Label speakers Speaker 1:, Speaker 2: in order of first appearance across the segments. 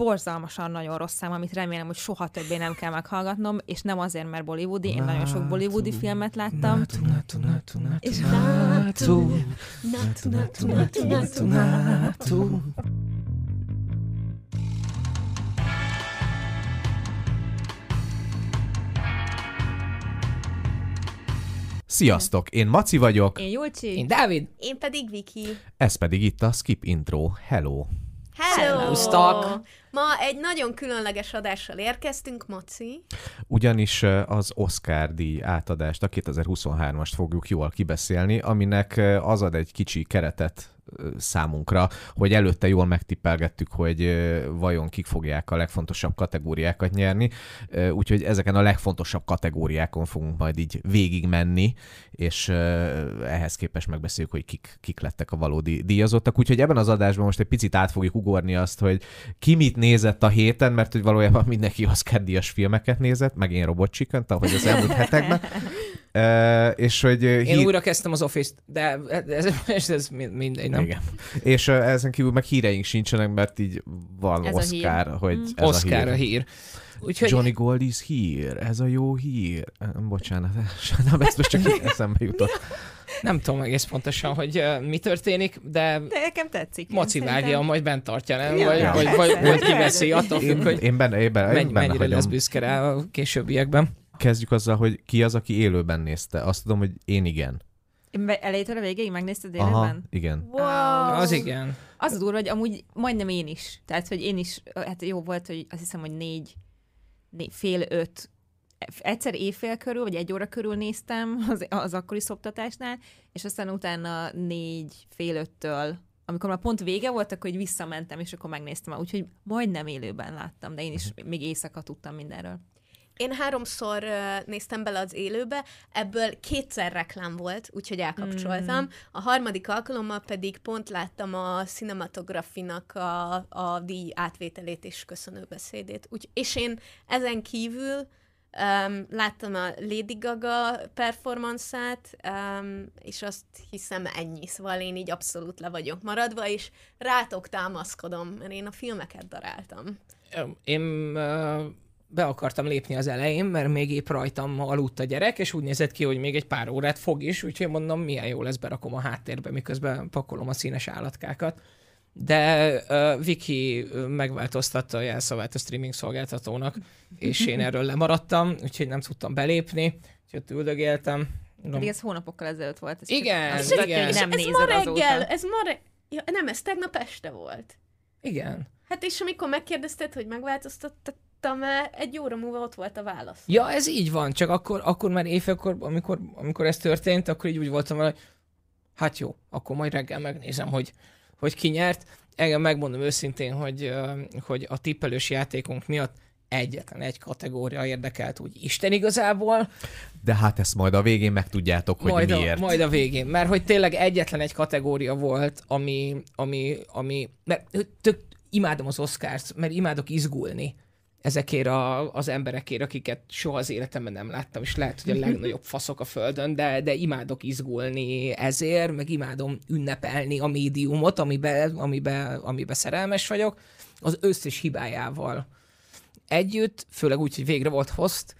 Speaker 1: borzalmasan nagyon rossz szám, amit remélem, hogy soha többé nem kell meghallgatnom, és nem azért, mert bollywoodi, én nagyon sok bollywoodi filmet láttam. És
Speaker 2: Sziasztok, én Maci vagyok.
Speaker 1: Én Julcsi.
Speaker 3: Én Dávid.
Speaker 4: Én pedig Viki.
Speaker 2: Ez pedig itt a Skip Intro. Hello!
Speaker 3: Sziasztok!
Speaker 4: Ma egy nagyon különleges adással érkeztünk, Maci.
Speaker 2: Ugyanis az Oscar-díj átadást, a 2023-ast fogjuk jól kibeszélni, aminek az ad egy kicsi keretet számunkra, hogy előtte jól megtippelgettük, hogy vajon kik fogják a legfontosabb kategóriákat nyerni, úgyhogy ezeken a legfontosabb kategóriákon fogunk majd így végigmenni, és ehhez képest megbeszéljük, hogy kik lettek a valódi díjazottak, úgyhogy ebben az adásban most egy picit át fogjuk ugorni azt, hogy ki mit nézett a héten, mert hogy valójában mindenki Oscar-díjas filmeket nézett, meg én Robot Chicken-t, ahogy az elmúlt hetekben. És hogy
Speaker 3: én újra kezdtem az Office-t, de ez mindegy, nem?
Speaker 2: Igen. És ezen kívül meg híreink sincsenek, mert így van
Speaker 1: ez
Speaker 2: Oscar, hogy ez
Speaker 3: Oscar a hír.
Speaker 2: Úgyhogy... Johnny Gold is here, ez a jó hír. Bocsánat, nem, ezt most csak eszembe jutott.
Speaker 3: Nem tudom egész pontosan, hogy mi történik, de
Speaker 1: nekem tetszik.
Speaker 3: Maci vágja, majd bent tartja, nem?
Speaker 1: Ja.
Speaker 3: Vagy kiveszi, attól függ, hogy
Speaker 2: én benne
Speaker 3: mennyire lesz büszke rá a későbbiekben.
Speaker 2: Kezdjük azzal, hogy ki az, aki élőben nézte. Azt tudom, hogy én igen.
Speaker 1: Elejétől a végéig megnézted élőben?
Speaker 2: Aha, igen.
Speaker 1: Wow.
Speaker 3: Az igen.
Speaker 1: Az durva, hogy amúgy majdnem én is. Tehát, hogy én is, hát jó volt, hogy azt hiszem, hogy fél öt, egyszer éjfél körül, vagy 1 óra körül néztem az akkori szoptatásnál, és aztán utána 4-4:30-től, amikor már pont vége volt, akkor így visszamentem, és akkor megnéztem. Úgyhogy majdnem élőben láttam, de én is még éjszaka tudtam mindenről.
Speaker 4: Én 3-szor néztem bele az élőbe, ebből 2-szer reklám volt, úgyhogy elkapcsoltam. A harmadik alkalommal pedig pont láttam a Cinematografinak a díj átvételét és köszönőbeszédét. És én ezen kívül láttam a Lady Gaga performance-át, és azt hiszem ennyi, szóval én így abszolút le vagyok maradva, és rátok támaszkodom, mert én a filmeket daráltam.
Speaker 3: Én be akartam lépni az elején, mert még épp rajtam aludt a gyerek, és úgy nézett ki, hogy még egy pár órát fog is, úgyhogy mondom, milyen jó lesz, berakom a háttérbe, miközben pakolom a színes állatkákat. De Viki megváltoztatta a jelszavát a streaming szolgáltatónak, és én erről lemaradtam, úgyhogy nem tudtam belépni, úgyhogy üldögéltem.
Speaker 1: Pedig ez hónapokkal ezelőtt volt. Ez
Speaker 3: igen.
Speaker 1: Nem nézed
Speaker 4: reggel, nem, ez tegnap este volt.
Speaker 3: Igen.
Speaker 4: Hát és amikor megkérdezted, hogy megváltoztattam, 1 óra múlva ott volt a válasz.
Speaker 3: Ja, ez így van, csak akkor már éjfélkor, amikor ez történt, akkor így úgy voltam vele, hogy hát jó, akkor majd reggel megnézem, hogy ki nyert. Engem megmondom őszintén, hogy a tippelős játékunk miatt egyetlen egy kategória érdekelt úgy Isten igazából.
Speaker 2: De hát ezt majd a végén megtudjátok, hogy miért.
Speaker 3: Majd a végén, mert hogy tényleg egyetlen egy kategória volt, ami mert imádom az Oscars, mert imádok izgulni ezekért az emberekért, akiket soha az életemben nem láttam, és lehet, hogy a legnagyobb faszok a földön, de imádok izgulni ezért, meg imádom ünnepelni a médiumot, amiben szerelmes vagyok, az összes hibájával együtt, főleg úgy, hogy végre volt host,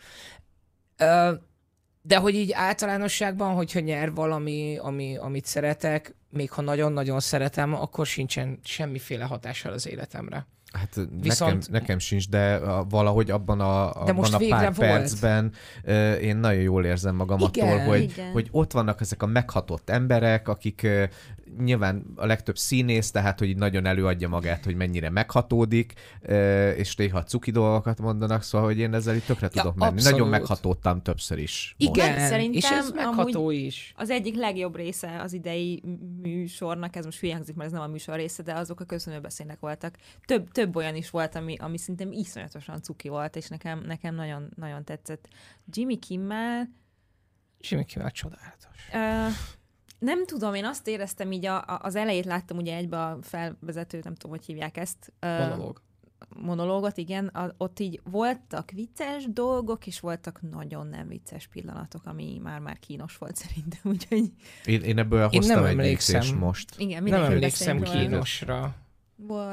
Speaker 3: de hogy így általánosságban, hogyha nyer valami, amit szeretek, még ha nagyon-nagyon szeretem, akkor sincsen semmiféle hatással az életemre.
Speaker 2: Hát nekem sincs, de valahogy abban a pár percben én nagyon jól érzem magam attól, hogy ott vannak ezek a meghatott emberek, akik nyilván a legtöbb színész, tehát hogy így nagyon előadja magát, hogy mennyire meghatódik, és néha cuki dolgokat mondanak, szóval hogy én ezzel itt tökre tudok menni.
Speaker 3: Abszolút.
Speaker 2: Nagyon meghatódtam többször is.
Speaker 3: Igen,
Speaker 1: szerintem
Speaker 3: és ez megható is.
Speaker 1: Az egyik legjobb része az idei műsornak, ez most hülye hangzik, mert ez nem a műsor része, de azok a köszönőbeszédek voltak. Több olyan is volt, ami szerintem iszonyatosan cuki volt, és nekem nagyon, nagyon tetszett. Jimmy Kimmel
Speaker 3: csodálatos.
Speaker 1: Nem tudom, én azt éreztem így, az elejét láttam ugye egybe a felvezetőt, nem tudom, hogy hívják ezt. Monológot, igen. Ott így voltak vicces dolgok, és voltak nagyon nem vicces pillanatok, ami már kínos volt szerintem, úgyhogy...
Speaker 2: Én ebből hoztam egy vicces most.
Speaker 1: Igen,
Speaker 3: nem emlékszem kínosra.
Speaker 1: Volt.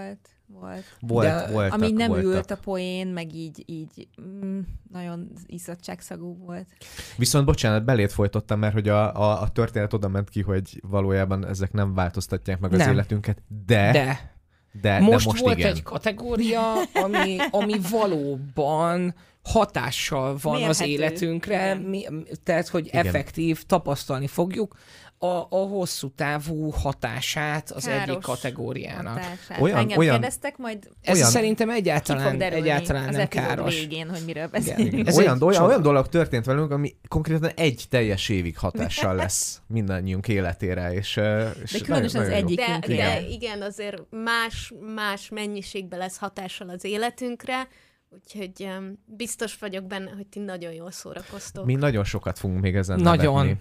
Speaker 2: Voltak.
Speaker 1: Ami nem ült a poén, meg így nagyon izzadságszagú volt.
Speaker 2: Viszont bocsánat, belét folytottam, mert hogy a történet oda ment ki, hogy valójában ezek nem változtatják meg az életünket, de most
Speaker 3: volt
Speaker 2: igen.
Speaker 3: egy kategória, ami valóban hatással van
Speaker 1: mérhető
Speaker 3: az életünkre, tehát hogy
Speaker 2: igen.
Speaker 3: effektív, tapasztalni fogjuk a hosszú távú hatását az
Speaker 1: Káros
Speaker 3: egyik kategóriának.
Speaker 1: Engem kérdeztek, majd
Speaker 3: Ez szerintem
Speaker 1: ki fog
Speaker 3: egyáltalán
Speaker 1: derülni az
Speaker 3: nem
Speaker 1: epizód
Speaker 3: káros.
Speaker 1: végén, hogy miről beszélünk.
Speaker 2: Igen. Olyan dolog történt velünk, ami konkrétan egy teljes évig hatással lesz mindannyiunk életére. És
Speaker 1: de különösen az egyikünk.
Speaker 4: De igen, azért más mennyiségben lesz hatással az életünkre, úgyhogy biztos vagyok benne, hogy ti nagyon jól szórakoztok.
Speaker 2: Mi nagyon sokat fogunk még ezen
Speaker 3: Nagyon.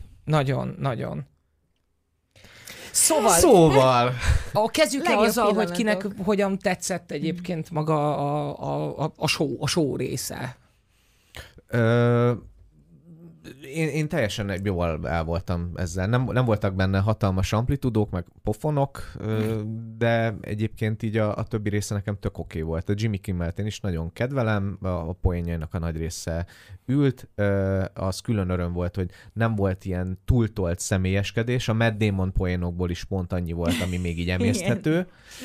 Speaker 3: Szóval kezdjük el azzal, hogy kinek hogyan tetszett egyébként maga a show része.
Speaker 2: Én teljesen jól el voltam ezzel. Nem voltak benne hatalmas amplitudók, meg pofonok, de egyébként így a többi része nekem tök oké volt. A Jimmy Kimmelt én is nagyon kedvelem, a poénjainak a nagy része ült. Az külön öröm volt, hogy nem volt ilyen túltolt személyeskedés. A Matt Damon poénokból is pont annyi volt, ami még így emészthető.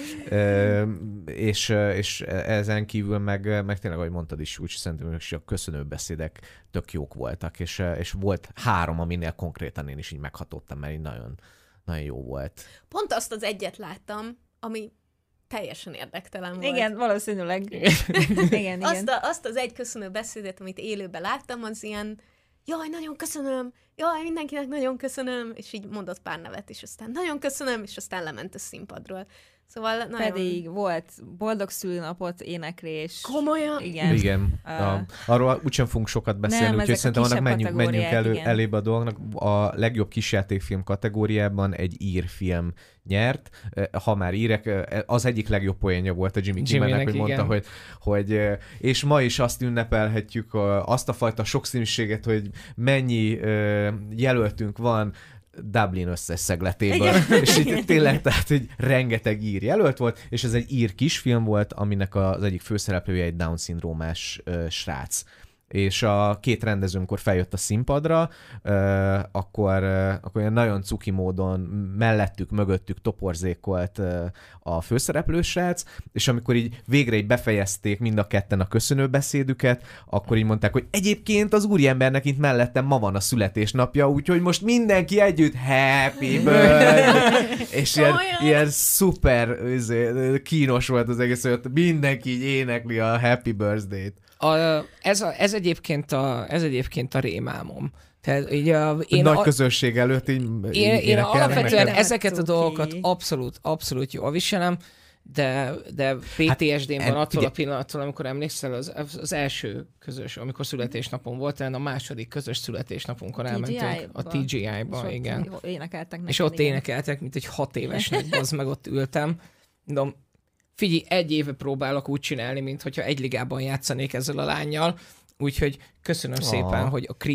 Speaker 2: És ezen kívül meg tényleg, ahogy mondtad is, úgy szerintem, hogy a köszönőbeszédek tök jók voltak, és volt 3, aminél konkrétan én is így meghatottam, mert így nagyon, nagyon jó volt.
Speaker 4: Pont azt az egyet láttam, ami teljesen érdektelen volt.
Speaker 1: Igen, valószínűleg. igen.
Speaker 4: Azt az egy köszönő beszédet, amit élőben láttam, az ilyen, jaj, nagyon köszönöm, jaj, mindenkinek nagyon köszönöm, és így mondott pár nevet, és aztán nagyon köszönöm, és aztán lement a színpadról. Szóval nagyon...
Speaker 1: Pedig volt boldog szülinapot, éneklés.
Speaker 4: Komolyan?
Speaker 2: Igen. Arról úgysem fogunk sokat beszélni, úgyhogy szerintem annak menjünk elébe a dolgnak. A legjobb kisjátékfilm kategóriában egy ír film nyert. Ha már írek, az egyik legjobb poénja volt a Jimmy Kimmelnek, hogy mondta, hogy és ma is azt ünnepelhetjük, azt a fajta sokszínűséget, hogy mennyi jelöltünk van Dublin összes szegletéből. És itt tényleg, tehát, hogy rengeteg ír jelölt volt, és ez egy ír kisfilm volt, aminek az egyik főszereplője egy Down-szindrómás srác. És a 2 rendező, amikor feljött a színpadra, akkor olyan nagyon cuki módon mögöttük toporzékolt a főszereplő srác, és amikor így végre így befejezték mind a ketten a köszönőbeszédüket, akkor így mondták, hogy egyébként az úriembernek itt mellettem ma van a születésnapja, úgyhogy most mindenki együtt happy birthday! És ilyen szuper kínos volt az egész, hogy mindenki így énekli a happy birthday-t.
Speaker 3: Ez egyébként a rémálmom. Tehát így
Speaker 2: nagy közösség előtt így
Speaker 3: én alapvetően ezeket a dolgokat abszolút jól viselem, de PTSD-n van attól a pillanattól, amikor emlékszel, az első közös, amikor születésnapon volt, a második közös születésnapunkon elmentünk a TGI-ba, igen. És ott énekeltek, mint egy 6 évesnek, bazd meg, ott ültem. Mondom, figyelj, 1 éve próbálok úgy csinálni, mint hogyha egy ligában játszanék ezzel a lánnyal, úgyhogy köszönöm szépen, hogy a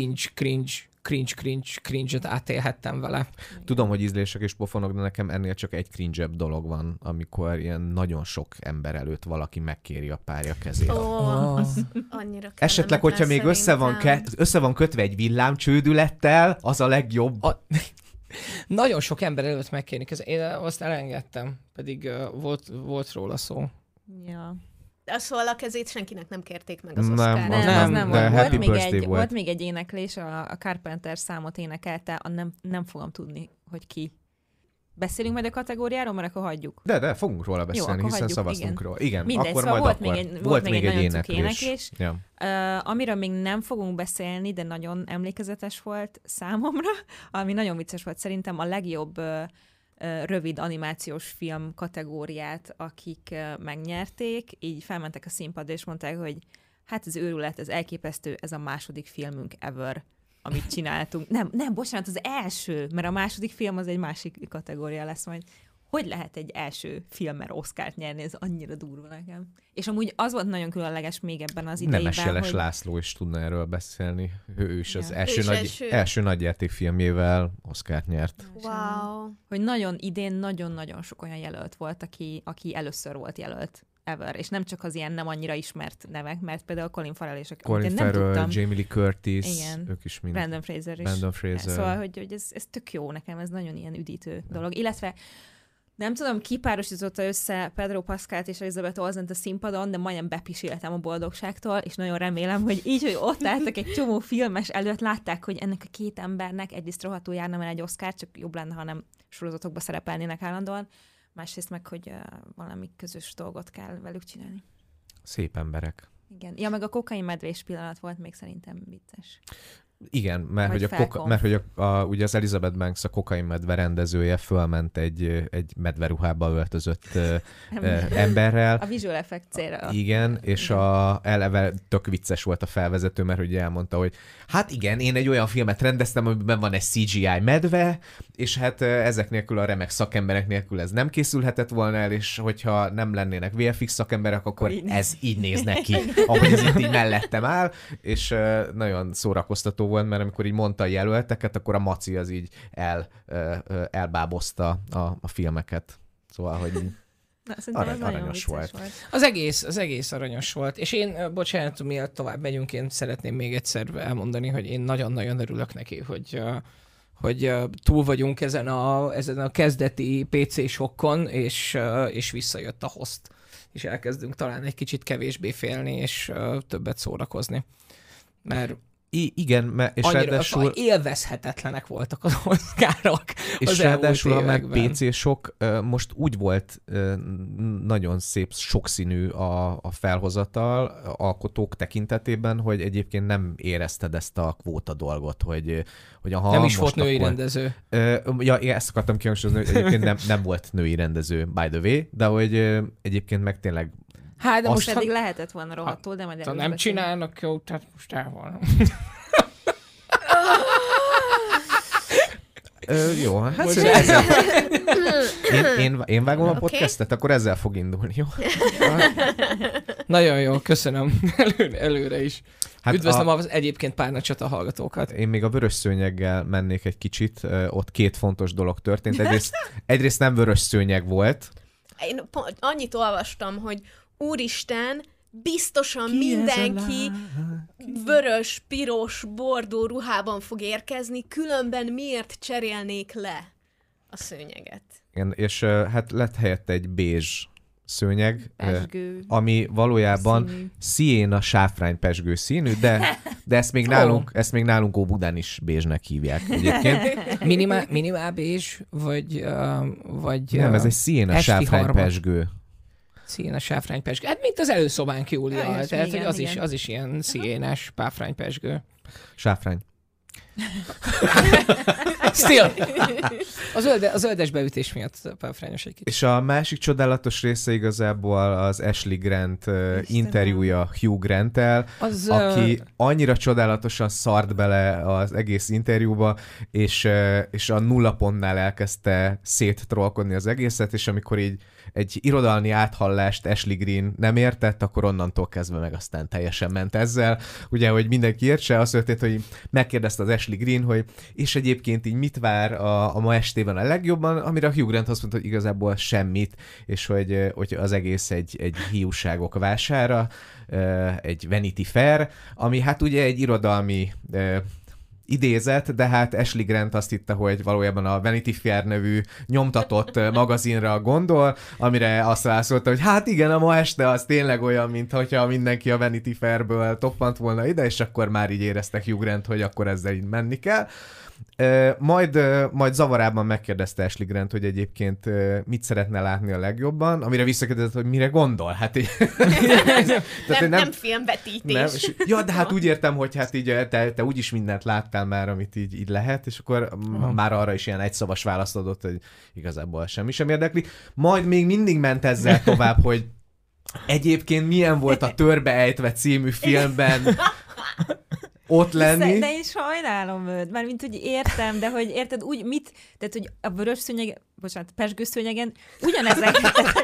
Speaker 3: cringe-et átélhettem vele.
Speaker 2: Tudom, hogy ízlések és pofonok, de nekem ennél csak egy cringe-ebb dolog van, amikor ilyen nagyon sok ember előtt valaki megkéri a párja kezét.
Speaker 4: Az annyira
Speaker 2: esetleg, hogyha még össze van kötve egy villámcsődülettel, az a legjobb.
Speaker 3: Nagyon sok ember előtt megkérni kezét. Én azt elengedtem, pedig volt róla szó.
Speaker 1: Ja.
Speaker 4: Szóval a kezét senkinek nem kérték meg az
Speaker 1: Oscar.
Speaker 4: Nem.
Speaker 1: Volt még egy éneklés, a Carpenter számot énekelte, nem fogom tudni, hogy ki. Beszélünk majd a kategóriáról, mert akkor hagyjuk.
Speaker 2: De fogunk róla beszélni, hiszen szavaztunk róla. Igen,
Speaker 1: mindegy,
Speaker 2: akkor
Speaker 1: szóval
Speaker 2: majd
Speaker 1: volt még egy nagyon éneklés.
Speaker 2: Ja.
Speaker 1: Amiről még nem fogunk beszélni, de nagyon emlékezetes volt számomra, ami nagyon vicces volt szerintem, a legjobb rövid animációs film kategóriát, akik megnyerték, így felmentek a színpadra, és mondták, hogy hát ez őrület, ez elképesztő, ez a második filmünk ever, amit csináltunk. Nem, bocsánat, az első, mert a második film az egy másik kategória lesz majd. Hogy lehet egy első filmmel Oscart nyerni? Ez annyira durva nekem. És amúgy az volt nagyon különleges még ebben az idejében,
Speaker 2: Nemes Jeles
Speaker 1: hogy...
Speaker 2: László is tudna erről beszélni. Ő is az első nagyjátékfilmjével Oscart nyert.
Speaker 4: Wow.
Speaker 1: Hogy idén nagyon-nagyon sok olyan jelölt volt, aki először volt jelölt ever. És nem csak az ilyen nem annyira ismert nevek, mert például Colin Farrell és
Speaker 2: Colin
Speaker 1: nem
Speaker 2: Farrell,
Speaker 1: tudtam.
Speaker 2: Jamie Lee Curtis,
Speaker 1: Igen.
Speaker 2: ők is mind.
Speaker 1: Brandon Fraser is.
Speaker 2: Brandon Fraser.
Speaker 1: Szóval, hogy ez tök jó nekem, ez nagyon ilyen üdítő dolog. Illetve nem tudom, ki párosította össze Pedro Pascalt és Elizabeth Olsent a színpadon, de majdnem bepiséltem a boldogságtól, és nagyon remélem, hogy így, hogy ott álltak egy csomó filmes előtt, látták, hogy ennek a két embernek egyrészt rohadtul járna el egy Oscar, csak jobb lenne, ha nem sorozatokba szerepelnének állandóan, másrészt meg, hogy valami közös dolgot kell velük csinálni.
Speaker 2: Szép emberek.
Speaker 1: Igen. Ja, meg a kokain medvés pillanat volt még szerintem vicces.
Speaker 2: Igen, mert
Speaker 1: Vagy
Speaker 2: hogy, ugye az Elizabeth Banks, a kokain medve rendezője fölment egy medveruhába öltözött emberrel.
Speaker 1: A visual effect célra.
Speaker 2: Igen, és eleve tök vicces volt a felvezető, mert ugye elmondta, hogy hát igen, én egy olyan filmet rendeztem, amiben van egy CGI medve, és hát ezek nélkül, a remek szakemberek nélkül ez nem készülhetett volna el, és hogyha nem lennének VFX szakemberek, akkor ez így néznek ki, ahogy ez itt így mellettem áll, és nagyon szórakoztató volt, mert amikor így mondta a jelölteket, akkor a Maci az így elbábozta a filmeket. Szóval, hogy aranyos volt.
Speaker 3: Az egész aranyos volt. És én, bocsánat, mielőtt tovább megyünk, én szeretném még egyszer elmondani, hogy én nagyon-nagyon örülök neki, hogy túl vagyunk ezen a kezdeti PC-sokkon, és visszajött a host. És elkezdünk talán egy kicsit kevésbé félni, és többet szórakozni. Mert
Speaker 2: igen, és ráadásul
Speaker 3: élvezhetetlenek voltak az Oscarok.
Speaker 2: És ráadásul a meg PC-sok most úgy volt nagyon szép, sokszínű a felhozatal alkotók tekintetében, hogy egyébként nem érezted ezt a kvóta dolgot, hogy aha,
Speaker 3: nem is volt női rendező.
Speaker 2: Ezt akartam kihangsúlyozni, hogy egyébként nem volt női rendező, by the way, de hogy egyébként meg tényleg
Speaker 1: hát, de most eddig lehetett volna rohadtul, de majd
Speaker 3: nem csinálnak jó, tehát most elvan.
Speaker 2: Jó, hát én vágom a podcastet, akkor ezzel fog indulni, jó?
Speaker 3: Nagyon jó, köszönöm előre is. Hát üdvözlöm az egyébként Párna Csata hallgatókat.
Speaker 2: Én még a vörös szőnyeggel mennék egy kicsit, ott két fontos dolog történt. Egyrészt nem vörös szőnyeg volt.
Speaker 4: Én annyit olvastam, hogy úristen, biztosan mindenki vörös, piros, bordó ruhában fog érkezni, különben miért cserélnék le a szőnyeget?
Speaker 2: Igen, és hát lett helyette egy bézs szőnyeg,
Speaker 1: pesgő,
Speaker 2: ami valójában sziéna sáfránypesgő színű, de ezt még nálunk Óbudán is bézsnek hívják egyébként.
Speaker 3: Minimál bézs, vagy
Speaker 2: nem, ez egy sziéna sáfránypesgő.
Speaker 3: Sziénás sáfránypesgő. Hát mint az előszobánk, Júlia. Ja, tehát igen, hogy az is ilyen sziénás páfránypesgő.
Speaker 2: Sáfrány.
Speaker 3: Still. A zöldes beütés miatt páfrányos egy kicsit.
Speaker 2: És a másik csodálatos része igazából az Ashley Grant interjúja Hugh Grant-tel, aki annyira csodálatosan szart bele az egész interjúba, és a nulla pontnál elkezdte széttrollkodni az egészet, és amikor így egy irodalmi áthallást Ashley Green nem értett, akkor onnantól kezdve meg aztán teljesen ment ezzel. Ugye, hogy mindenki értse, azt történt, hogy megkérdezte az Ashley Green, hogy és egyébként így mit vár a ma estében a legjobban, amire a Hugh Grant azt mondta, hogy igazából semmit, és hogy az egész egy hiúságok vására, egy Vanity Fair, ami hát ugye egy irodalmi idézet, de hát Ashley Grant azt hitte, hogy valójában a Vanity Fair nevű nyomtatott magazinra gondol, amire azt válaszolta, hogy hát igen, a ma este az tényleg olyan, mintha mindenki a Vanity Fairből toppant volna ide, és akkor már így éreztek Hugh Grant, hogy akkor ezzel így menni kell. Majd zavarában megkérdezte Ashley Grant, hogy egyébként mit szeretne látni a legjobban, amire visszakérdezett, hogy mire gondol. Hát így...
Speaker 4: nem filmvetítés.
Speaker 2: Ja, de hát úgy értem, hogy hát így te úgyis mindent láttál már, amit így lehet, és akkor már arra is ilyen egyszavas választ adott, hogy igazából semmi sem érdekli. Majd még mindig ment ezzel tovább, hogy egyébként milyen volt a Törbeejtve című filmben ott lenni.
Speaker 1: De én sajnálom őt, mármint, hogy értem, de hogy érted úgy, mit, tehát, hogy a vörös szőnyeg, bocsánat, pesgőszőnyegen ugyanezeket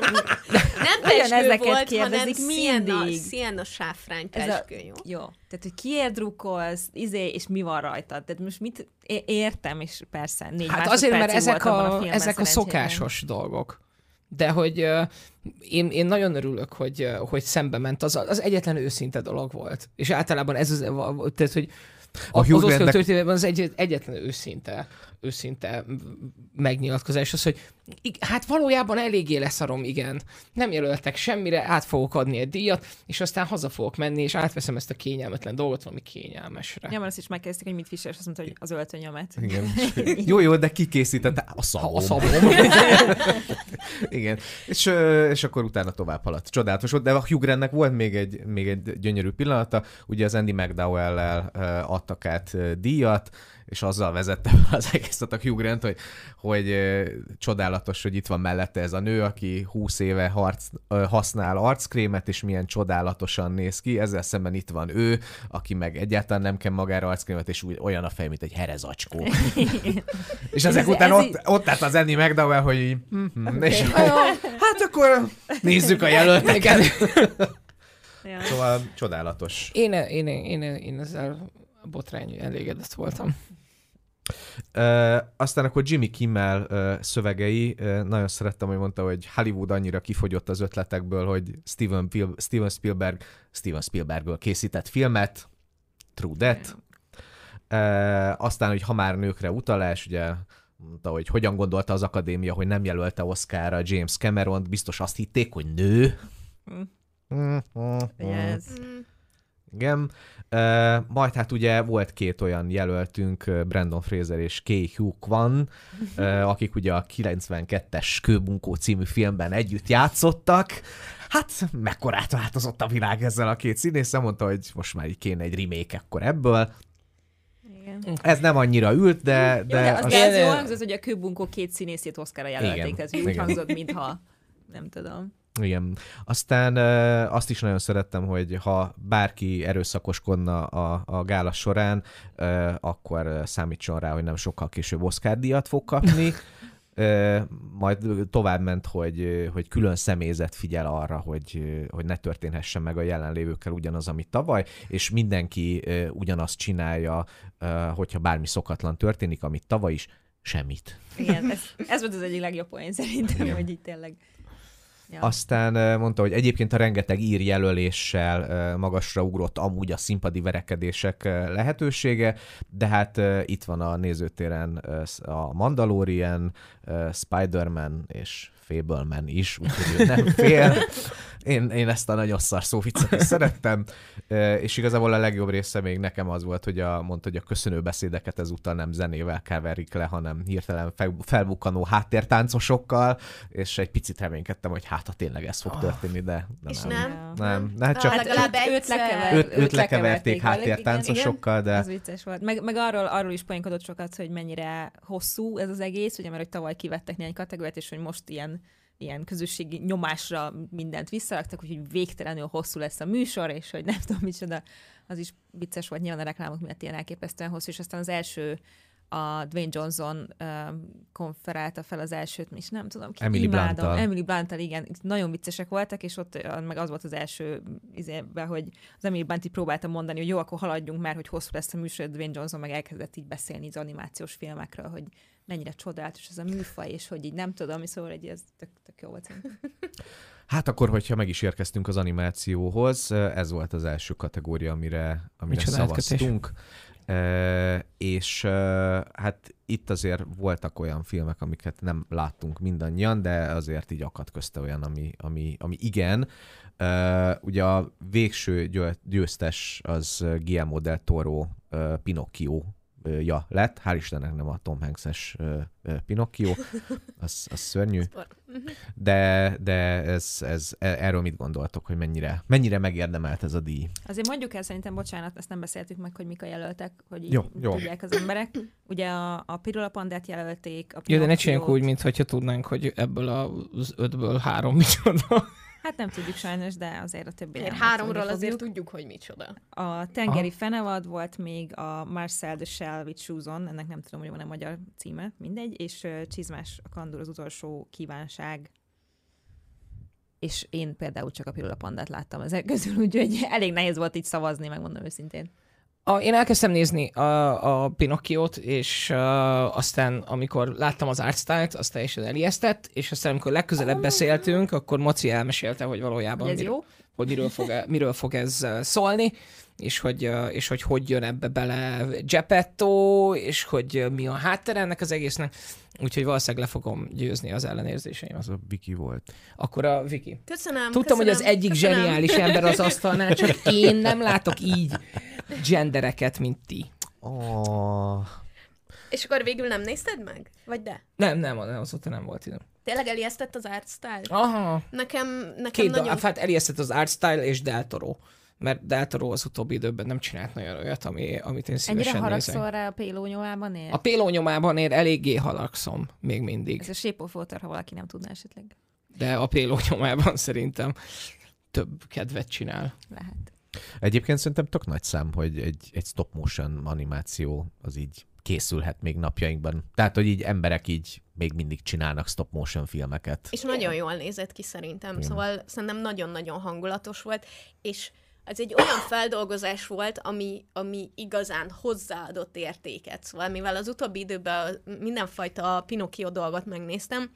Speaker 4: volt, hanem Sienna sáfrány pesgő, jó?
Speaker 1: Jó, tehát, hogy kiért drukkolsz, és mi van rajtad. Tehát most mit értem, és persze 4
Speaker 3: hát azért, mert ezek a szokásos dolgok. De hogy én nagyon örülök, hogy szembe ment. Az egyetlen őszinte dolog volt. És általában ez tehát, hogy az Oscar történetben az egyetlen őszinte megnyilatkozás az, hogy hát valójában eléggé leszarom, igen. Nem jelöltek semmire, át fogok adni egy díjat, és aztán haza fogok menni, és átveszem ezt a kényelmetlen dolgot valami kényelmesre.
Speaker 1: Ja, mert azt is megkezdték, hogy mit Fischer, és azt mondta, hogy az öltönyomet.
Speaker 2: Igen. Jó, de ki készítette? A szabom.
Speaker 3: A szabom.
Speaker 2: Igen. És akkor utána tovább haladt. Csodálatos volt, de a Hugh Grantnek volt még egy gyönyörű pillanata. Ugye az Andy McDowell-lel adtak át díjat, és azzal vezette az egészet a Hugh Grant, hogy csodálatos, hogy itt van mellette ez a nő, aki 20 éve használ arckrémet, és milyen csodálatosan néz ki. Ezzel szemben itt van ő, aki meg egyáltalán nem kell magára arckrémet, és úgy olyan a fej, mint egy herezacskó. És ezek után ott állt az Andy McDowell, hogy így, és hát akkor nézzük a jelölteket.
Speaker 1: Ja.
Speaker 2: Szóval csodálatos.
Speaker 3: Én ezzel botrány elégedett voltam.
Speaker 2: Aztán akkor Jimmy Kimmel szövegei, nagyon szerettem, hogy mondta, hogy Hollywood annyira kifogyott az ötletekből, hogy Steven Spielbergből készített filmet, True That. Aztán, hogy ha már nőkre utalás, ugye mondta, hogy hogyan gondolta az akadémia, hogy nem jelölte Oscarra James Cameront, biztos azt hitték, hogy nő.
Speaker 1: Yes.
Speaker 2: Igen. Majd hát ugye volt két olyan jelöltünk, Brandon Fraser és Ke Huy Quan, akik ugye a 92-es Kőbunkó című filmben együtt játszottak. Hát mekkorát változott a világ ezzel a két színésszel, mondta, hogy most már így kéne egy remake akkor ebből.
Speaker 1: Igen.
Speaker 2: Ez nem annyira ült, de...
Speaker 1: De az jó hangzott, hogy a Kőbunkó két színészét Oscarra jelölték.
Speaker 2: Igen.
Speaker 1: Ez úgy hangzott, mintha nem tudom.
Speaker 2: Igen. Aztán azt is nagyon szerettem, hogy ha bárki erőszakoskodna a gála során, akkor számítson rá, hogy nem sokkal később Oscar-díjat fog kapni. Majd továbbment, hogy külön személyzet figyel arra, hogy ne történhessen meg a jelenlévőkkel ugyanaz, amit tavaly, és mindenki ugyanazt csinálja, hogyha bármi szokatlan történik, amit tavaly is, semmit.
Speaker 1: Igen, ez volt az egyik legjobb poén szerintem, hogy itt tényleg. Ja.
Speaker 2: Aztán mondta, hogy egyébként a rengeteg írjelöléssel magasra ugrott amúgy a színpadi verekedések lehetősége, de hát itt van a nézőtéren a Mandalorian, Spider-Man és Fableman is, úgyhogy ő nem fél. Én ezt a nagyon szar szóviccet is szerettem, és igazából a legjobb része még nekem az volt, hogy mondta, hogy a köszönő beszédeket ezúttal nem zenével keverik le, hanem hirtelen felbukkanó háttértáncosokkal, és egy picit reménykedtem, hogy hát ha tényleg ez fog történni, de
Speaker 4: és
Speaker 2: nem. Hát csak
Speaker 4: legalább
Speaker 2: őt lekeverték háttértáncosokkal, de...
Speaker 1: Az vicces volt. Meg arról is poénkodott sokat, hogy mennyire hosszú ez az egész, ugye, mert hogy tavaly kivettek néhány kategóriát, és hogy most ilyen közösségi nyomásra mindent visszaraktak, úgyhogy végtelenül hosszú lesz a műsor, és hogy nem tudom micsoda, az is vicces volt, nyilván a reklámok miatt ilyen elképesztően hosszú, és aztán az első, a Dwayne Johnson konferálta fel az elsőt, és nem tudom ki.
Speaker 2: Emily Blunttal.
Speaker 1: Emily Blunttal, igen. Nagyon viccesek voltak, és ott meg az volt az első izében, hogy az Emily Blunt így próbálta mondani, hogy jó, akkor haladjunk már, hogy hosszú lesz a műsor, Dwayne Johnson meg elkezdett így beszélni az animációs filmekről, hogy mennyire csodálatos ez a műfaj, és hogy így nem tudom, szóval egy ez tök jó volt.
Speaker 2: Hát akkor, hogyha meg is érkeztünk az animációhoz, ez volt az első kategória, amire szavaztunk. És hát itt azért voltak olyan filmek, amiket nem láttunk mindannyian, de azért így akadt közte olyan, ami igen. Ugye a végső győztes az Guillermo del Toro Pinocchio lett. Hál' Istennek nem a Tom Hanks-es Pinocchio. Az szörnyű. De erről mit gondoltok, hogy mennyire megérdemelt ez a díj?
Speaker 1: Azért mondjuk el szerintem, bocsánat, ezt nem beszéltük meg, hogy mik a jelöltek, hogy így
Speaker 2: jó.
Speaker 1: tudják az emberek. Ugye a Pirula Pandát jelölték.
Speaker 3: Jó, de ne csináljunk úgy, mintha tudnánk, hogy ebből az 5-ből 3 micsoda.
Speaker 1: Hát nem tudjuk sajnos, de azért a többi.
Speaker 4: 3-ról azért tudjuk, hogy micsoda.
Speaker 1: A Tengeri Fenevad volt még, a Marcel de Shell with Shoes On, ennek nem tudom, hogy van-e magyar címe, mindegy, és Csizmás a Kandúr az utolsó kívánság. És én például csak a Pirula Pandát láttam ezek közül, úgyhogy elég nehéz volt így szavazni, megmondom őszintén.
Speaker 3: Én elkezdtem nézni a Pinocchiót, és aztán amikor láttam az artstyle-t, az teljesen elijesztett, és aztán amikor legközelebb beszéltünk, akkor Moci elmesélte, hogy valójában
Speaker 1: Ez jó?
Speaker 3: hogy miről fog ez szólni, és hogy jön ebbe bele Geppetto, és hogy mi a háttere ennek az egésznek. Úgyhogy valószínűleg le fogom győzni az ellenérzéseim.
Speaker 2: Az a Viki volt.
Speaker 3: Akkor a Viki.
Speaker 4: Köszönöm.
Speaker 3: Tudtam, hogy az egyik zseniális ember az asztalnál, csak én nem látok így gendereket, mint ti.
Speaker 2: Oh.
Speaker 4: És akkor végül nem nézted meg? Vagy de?
Speaker 3: Nem, azóta nem volt időm.
Speaker 4: Tényleg elijesztett az art style?
Speaker 3: Aha.
Speaker 4: Nekem
Speaker 3: Két
Speaker 4: nagyon...
Speaker 3: hát elijesztett az art style és Del Toro. Mert Del Toro az utóbbi időben nem csinált nagyon olyat, amit én szívesen
Speaker 1: Ennyire
Speaker 3: nézek.
Speaker 1: haragszol rá a Péló nyomában ér?
Speaker 3: A Péló nyomában én eléggé haragszom még mindig.
Speaker 1: Ez a Shape of Water, ha valaki nem tudná esetleg.
Speaker 3: De a Péló nyomában szerintem több kedvet csinál.
Speaker 1: Lehet.
Speaker 2: Egyébként szerintem tök nagy szám, hogy egy stop motion animáció az így készülhet még napjainkban. Tehát, hogy így emberek így még mindig csinálnak stop motion filmeket.
Speaker 4: És nagyon jól nézett ki szerintem,
Speaker 2: Igen.
Speaker 4: szóval szerintem nagyon-nagyon hangulatos volt, és ez egy olyan feldolgozás volt, ami igazán hozzáadott értéket. Szóval mivel az utóbbi időben mindenfajta Pinocchio dolgot megnéztem,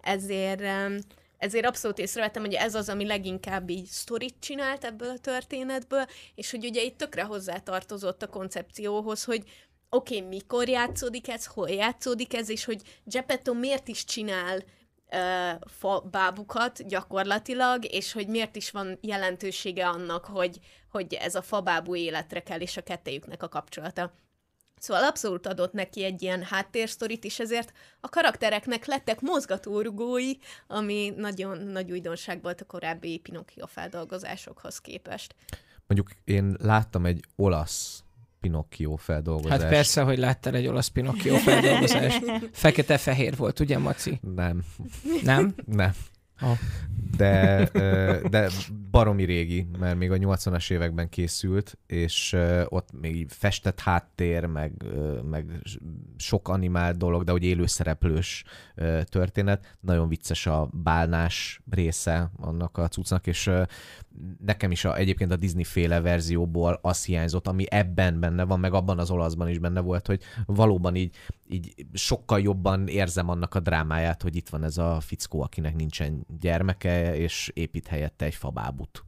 Speaker 4: ezért abszolút észrevettem, hogy ez az, ami leginkább így sztorit csinált ebből a történetből, és hogy ugye itt tökre hozzátartozott a koncepcióhoz, hogy oké, mikor játszódik ez, hol játszódik ez, és hogy Geppetto miért is csinál fabábukat gyakorlatilag, és hogy miért is van jelentősége annak, hogy ez a fabábú életre kell, és a kettejüknek a kapcsolata. Szóval abszolút adott neki egy ilyen háttérsztorit, és ezért a karaktereknek lettek mozgatórugói, ami nagyon nagy újdonság volt a korábbi Pinocchio feldolgozásokhoz képest.
Speaker 2: Mondjuk én láttam egy olasz Pinocchio feldolgozást.
Speaker 3: Hát persze, hogy láttál egy olasz Pinocchio feldolgozást. Fekete-fehér volt, ugye, Maci?
Speaker 2: Nem.
Speaker 3: Nem?
Speaker 2: Nem.
Speaker 3: Oh.
Speaker 2: De baromi régi, mert még a 80-as években készült, és ott még festett háttér, meg sok animált dolog, de hogy élőszereplős történet. Nagyon vicces a bálnás része annak a cuccnak, és nekem is egyébként a Disney-féle verzióból az hiányzott, ami ebben benne van, meg abban az olaszban is benne volt, hogy valóban így sokkal jobban érzem annak a drámáját, hogy itt van ez a fickó, akinek nincsen gyermeke, és épít helyette egy fabábut.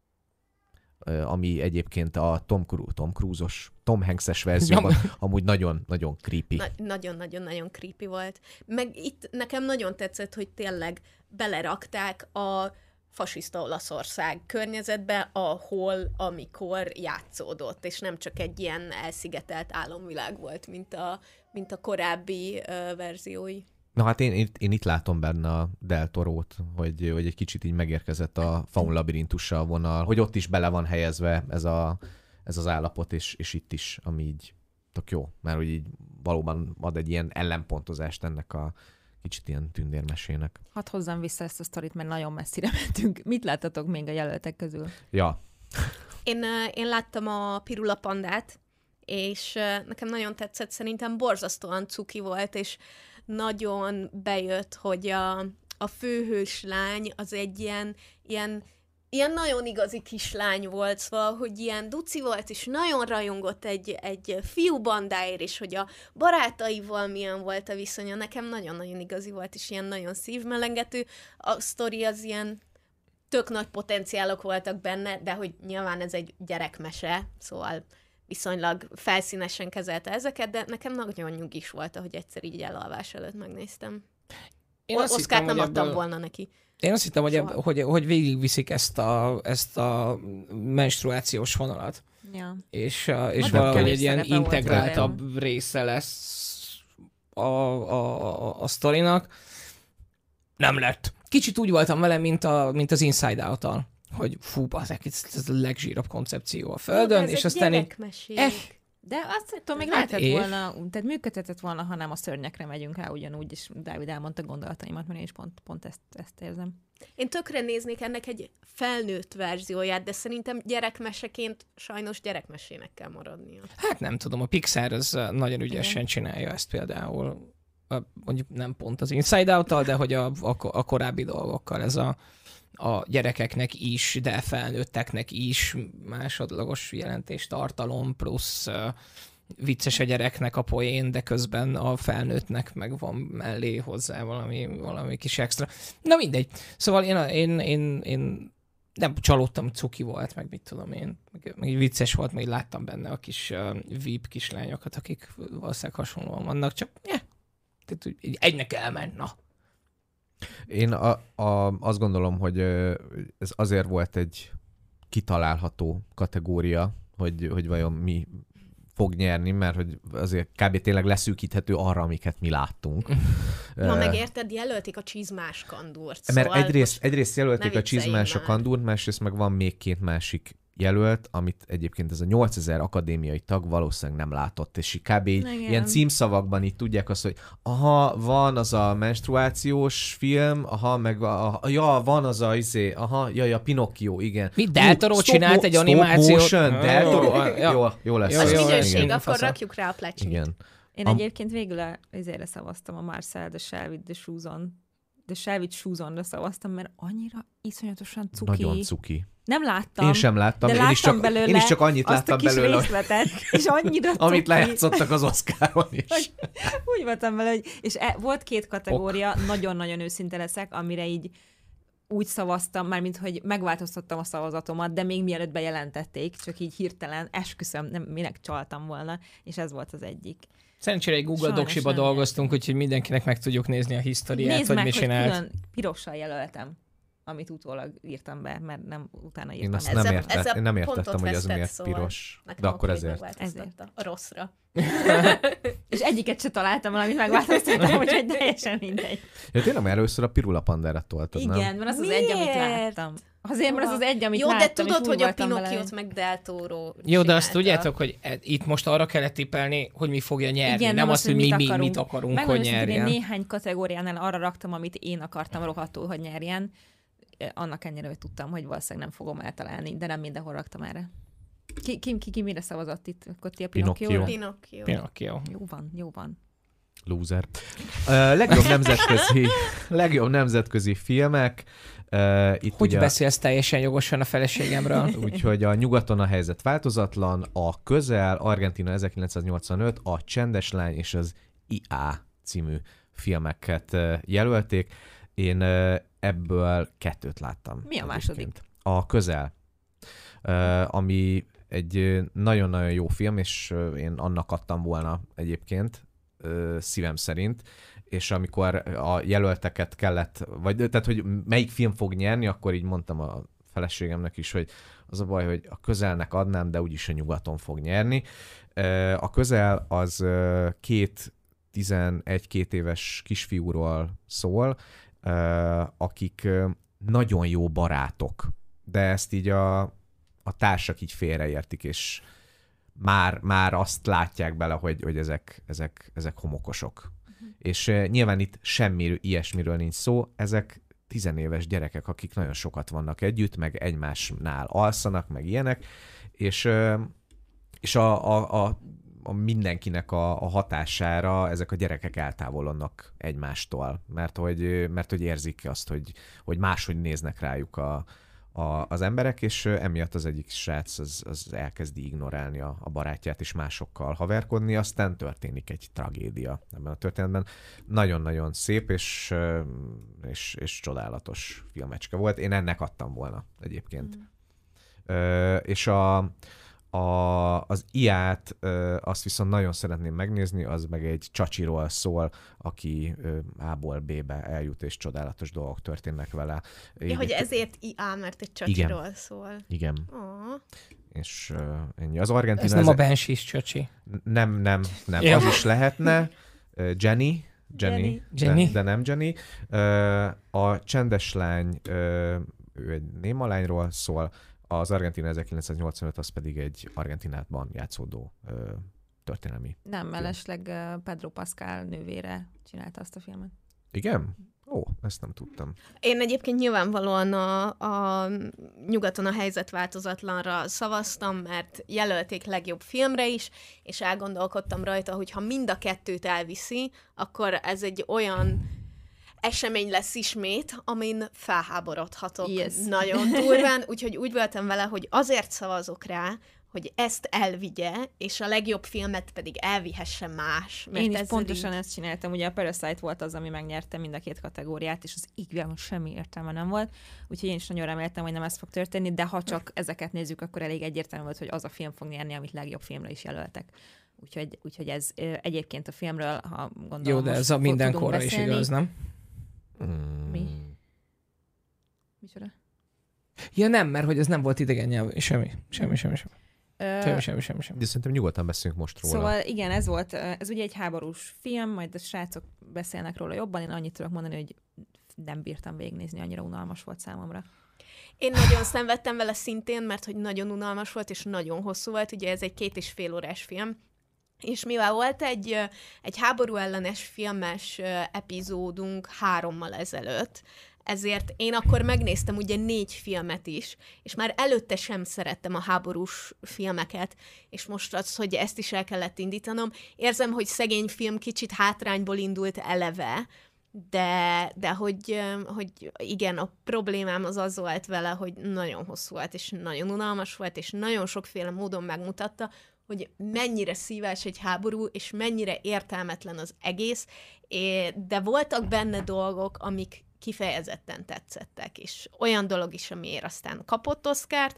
Speaker 2: Ami egyébként a Tom Hanks-es verzióban amúgy nagyon-nagyon creepy.
Speaker 4: Nagyon-nagyon-nagyon creepy volt. Meg itt nekem nagyon tetszett, hogy tényleg belerakták a fasiszta Olaszország környezetbe, ahol, amikor játszódott, és nem csak egy ilyen elszigetelt álomvilág volt, mint a korábbi verziói.
Speaker 2: Na hát én itt látom benne a Del Torót, hogy egy kicsit így megérkezett a Faun labirintussal vonal, hogy ott is bele van helyezve ez az állapot, és itt is, ami így tök jó, mert hogy így valóban ad egy ilyen ellenpontozást ennek a kicsit ilyen tündérmesének.
Speaker 1: Hadd hozzam vissza ezt a sztorit, mert nagyon messzire mentünk. Mit láttatok még a jelöltek közül?
Speaker 2: Ja.
Speaker 4: Én láttam a Pirula pandát, és nekem nagyon tetszett, szerintem borzasztóan cuki volt, és nagyon bejött, hogy a főhős lány az egy ilyen nagyon igazi kislány volt, szóval, hogy ilyen duci volt, és nagyon rajongott egy fiú bandáért, és hogy a barátaival milyen volt a viszonya, nekem nagyon-nagyon igazi volt, és ilyen nagyon szívmelengető. A sztori az ilyen tök nagy potenciálok voltak benne, de hogy nyilván ez egy gyerekmese, szóval viszonylag felszínesen kezelte ezeket, de nekem nagyon nyugis volt, ahogy egyszer így elalvás előtt megnéztem. Oszkárt nem adtam volna neki.
Speaker 3: Én azt hittem, hogy végigviszik ezt a menstruációs vonalat.
Speaker 1: Ja.
Speaker 3: És
Speaker 1: Hát
Speaker 3: valahogy egy ilyen
Speaker 1: szerepe volt
Speaker 3: integráltabb része lesz a sztorinak. Nem lett. Kicsit úgy voltam vele, mint az Inside Out-tal, hogy fú, ez a legzsírabb koncepció a Földön, és aztán így...
Speaker 1: De azt attól még
Speaker 3: Hát
Speaker 1: lehetett volna, tehát működhetett volna, ha nem a szörnyekre megyünk rá ugyanúgy, és Dávid elmondta gondolataimat, mert én is pont ezt érzem.
Speaker 4: Én tökre néznék ennek egy felnőtt verzióját, de szerintem gyerekmeseként sajnos gyerekmesének kell maradnia.
Speaker 3: Hát nem tudom, a Pixar az nagyon ügyesen csinálja ezt például, mondjuk nem pont az Inside Out-tal, de hogy a korábbi dolgokkal ez a gyerekeknek is, de felnőtteknek is másodlagos jelentéstartalom, plusz vicces a gyereknek a poén, de közben a felnőttnek meg van mellé hozzá valami kis extra. Na mindegy. Szóval én nem csalódtam, cuki volt, meg mit tudom én. Meg vicces volt, meg láttam benne a kis VIP kislányokat, akik valószínűleg hasonlóan vannak, csak tehát, egynek elment, na.
Speaker 2: Én azt gondolom, hogy ez azért volt egy kitalálható kategória, hogy vajon mi fog nyerni, mert hogy azért kb. Tényleg leszűkíthető arra, amiket mi láttunk.
Speaker 4: Ma megérted, jelölték a csizmás kandúrt.
Speaker 2: Mert
Speaker 4: szóval
Speaker 2: egyrészt jelölték a csizmás a kandúrt, másrészt meg van még 2 másik jelölt, amit egyébként ez a 8000 akadémiai tag valószínűleg nem látott, és így kb. Ilyen címszavakban így tudják azt, hogy aha, van az a menstruációs film, aha, meg van az a Pinocchio, igen.
Speaker 3: Mi, Del Toro csinált egy animációt?
Speaker 2: Stop motion, Del Toro, jó lesz.
Speaker 4: Az minőség,
Speaker 2: igen.
Speaker 4: akkor rakjuk rá a plecsnit.
Speaker 2: Igen.
Speaker 1: Én egyébként végül ezért szavaztam a Marcel de Shelby de Shelby Shoes-onra szavaztam, mert annyira iszonyatosan cuki.
Speaker 2: Nagyon cuki.
Speaker 1: Nem láttam.
Speaker 2: Én sem láttam,
Speaker 1: de
Speaker 2: én is csak annyit láttam belőle,
Speaker 1: részletet, és annyira
Speaker 2: amit lejátszottak az Oscaron is.
Speaker 1: Úgy voltam vele, hogy... És volt 2 kategória, nagyon-nagyon őszinte leszek, amire így úgy szavaztam, mármint, hogy megváltoztattam a szavazatomat, de még mielőtt bejelentették, csak így hirtelen, esküszöm, nem, minek csaltam volna, és ez volt az egyik.
Speaker 3: Szerencsére egy Google Docsiba dolgoztunk, úgyhogy mindenkinek meg tudjuk nézni a historiát,
Speaker 1: nézd
Speaker 3: hogy
Speaker 1: meg,
Speaker 3: mi csinált.
Speaker 1: Nézd meg, hogy külön pirossal jelöltem, amit utólag írtam be, mert nem utána írtam.
Speaker 2: Én azt nem értettem, hogy ez miért piros. De akkor ezért.
Speaker 4: A rosszra.
Speaker 1: És egyiket se találtam valamit megváltoztattam, úgyhogy teljesen mindegy.
Speaker 2: Ja, tényleg először a Pirula Pandera toltad, nem?
Speaker 1: Igen, mert az az egy, amit láttam. Azért, mert az az egy, amit
Speaker 4: láttam.
Speaker 1: Jó,
Speaker 4: de tudod, hogy a Pinocchiót meg Del Toro
Speaker 3: Jó, de azt tudjátok, hogy itt most arra kellett tippelni, hogy mi fogja nyerni, igen, nem azt, hogy mit akarunk, hogy nyerjen.
Speaker 1: Néhány kategóriánál arra raktam, amit én akartam rohadtul, hogy nyerjen. Annak ennyire, hogy tudtam, hogy valószínűleg nem fogom eltalálni, de nem mindenhol raktam erre. Ki mire szavazott itt? Akkor ti a Pinocchio-ra?
Speaker 3: Pinocchio.
Speaker 1: Jó van.
Speaker 2: Loser. Legjobb nemzetközi filmek.
Speaker 3: Itt hogy ugye, beszélsz teljesen jogosan a feleségemről?
Speaker 2: Úgyhogy a Nyugaton a helyzet változatlan, a Közel, Argentína 1985, a Csendes lány és az IA című filmeket jelölték. Én ebből 2 láttam.
Speaker 1: Mi a második?
Speaker 2: A Közel, ami egy nagyon-nagyon jó film, és én annak adtam volna egyébként, szívem szerint, és amikor a jelölteket kellett, tehát hogy melyik film fog nyerni, akkor így mondtam a feleségemnek is, hogy az a baj, hogy a Közelnek adnám, de úgyis a Nyugaton fog nyerni. A Közel az 2 11-2 éves kisfiúról szól, akik nagyon jó barátok, de ezt így a társak így félreértik, és már azt látják bele, hogy ezek homokosok. És nyilván itt semmi ilyesmiről nincs szó, ezek 10 éves gyerekek, akik nagyon sokat vannak együtt, meg egymásnál alszanak, meg ilyenek, és a mindenkinek a hatására ezek a gyerekek eltávolodnak egymástól, mert hogy érzik azt, hogy máshogy néznek rájuk az emberek, és emiatt az egyik srác az elkezdi ignorálni a barátját, és másokkal haverkodni, aztán történik egy tragédia ebben a történetben. Nagyon-nagyon szép és csodálatos filmecske volt. Én ennek adtam volna egyébként. És az IA-t azt viszont nagyon szeretném megnézni, az meg egy csacsiról szól, aki A-ból B-be eljut, és csodálatos dolgok történnek vele.
Speaker 4: Ja, hogy ezért IA, mert egy csacsiról szól.
Speaker 2: Igen.
Speaker 4: Oh.
Speaker 2: És ennyi. Az Argentina...
Speaker 3: Ez nem a Banshees csacsi?
Speaker 2: Nem. Ja. Az is lehetne. Jenny. De nem Jenny. A Csendes lány, ő egy néma lányról szól, az Argentina 1985, az pedig egy Argentinában játszódó történelmi.
Speaker 1: Nem, mellesleg Pedro Pascal nővére csinálta azt a filmet.
Speaker 2: Igen? Ó, ezt nem tudtam.
Speaker 4: Én egyébként nyilvánvalóan a Nyugaton a helyzet változatlanra szavaztam, mert jelölték legjobb filmre is, és elgondolkodtam rajta, hogy ha mind a 2 elviszi, akkor ez egy olyan... esemény lesz ismét, amin felháborodhatok
Speaker 1: Yes.
Speaker 4: nagyon durván, úgyhogy úgy voltam vele, hogy azért szavazok rá, hogy ezt elvigye, és a legjobb filmet pedig elvihesse más. Mert
Speaker 1: Én is
Speaker 4: ezzel
Speaker 1: pontosan ezt csináltam, ugye a Parasite volt az, ami megnyerte mind a két kategóriát, és az igazán semmi értelme nem volt, úgyhogy én is nagyon reméltem, hogy nem ez fog történni, de ha csak ezeket nézzük, akkor elég egyértelmű volt, hogy az a film fog nyerni, amit legjobb filmre is jelöltek. Úgyhogy ez egyébként a filmről, ha gondolom,
Speaker 3: Jó, de ez a mindenkorra is igaz, nem?
Speaker 1: Mi? Micsoda?
Speaker 3: Ja nem, mert hogy ez nem volt idegen nyelv. Semmi. Semmi.
Speaker 2: De szerintem nyugodtan beszélünk most róla.
Speaker 1: Szóval igen, ez volt, ez ugye egy háborús film, majd a srácok beszélnek róla jobban, én annyit tudok mondani, hogy nem bírtam végignézni, annyira unalmas volt számomra.
Speaker 4: Én nagyon szenvedtem vele szintén, mert hogy nagyon unalmas volt, és nagyon hosszú volt, ugye ez egy 2,5 órás film, és mivel volt egy háború ellenes filmes epizódunk 3-mal ezelőtt, ezért én akkor megnéztem ugye 4 filmet is, és már előtte sem szerettem a háborús filmeket, és most az, hogy ezt is el kellett indítanom. Érzem, hogy szegény film kicsit hátrányból indult eleve, de hogy igen, a problémám az volt vele, hogy nagyon hosszú volt, és nagyon unalmas volt, és nagyon sokféle módon megmutatta, hogy mennyire szívás egy háború, és mennyire értelmetlen az egész, de voltak benne dolgok, amik kifejezetten tetszettek, és olyan dolog is, amiért aztán kapott Oscart,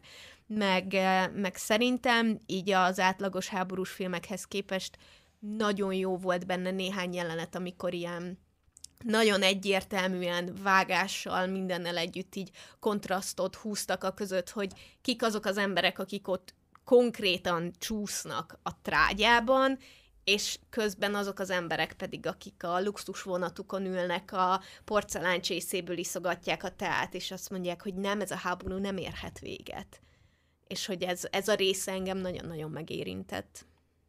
Speaker 4: meg szerintem így az átlagos háborús filmekhez képest nagyon jó volt benne néhány jelenet, amikor ilyen nagyon egyértelműen vágással, mindennel együtt így kontrasztot húztak a között, hogy kik azok az emberek, akik ott konkrétan csúsznak a trágyában, és közben azok az emberek pedig, akik a luxus vonatukon ülnek, a porceláncsészéből iszogatják a teát, és azt mondják, hogy nem, ez a háború nem érhet véget. És hogy ez a része engem nagyon-nagyon megérintett.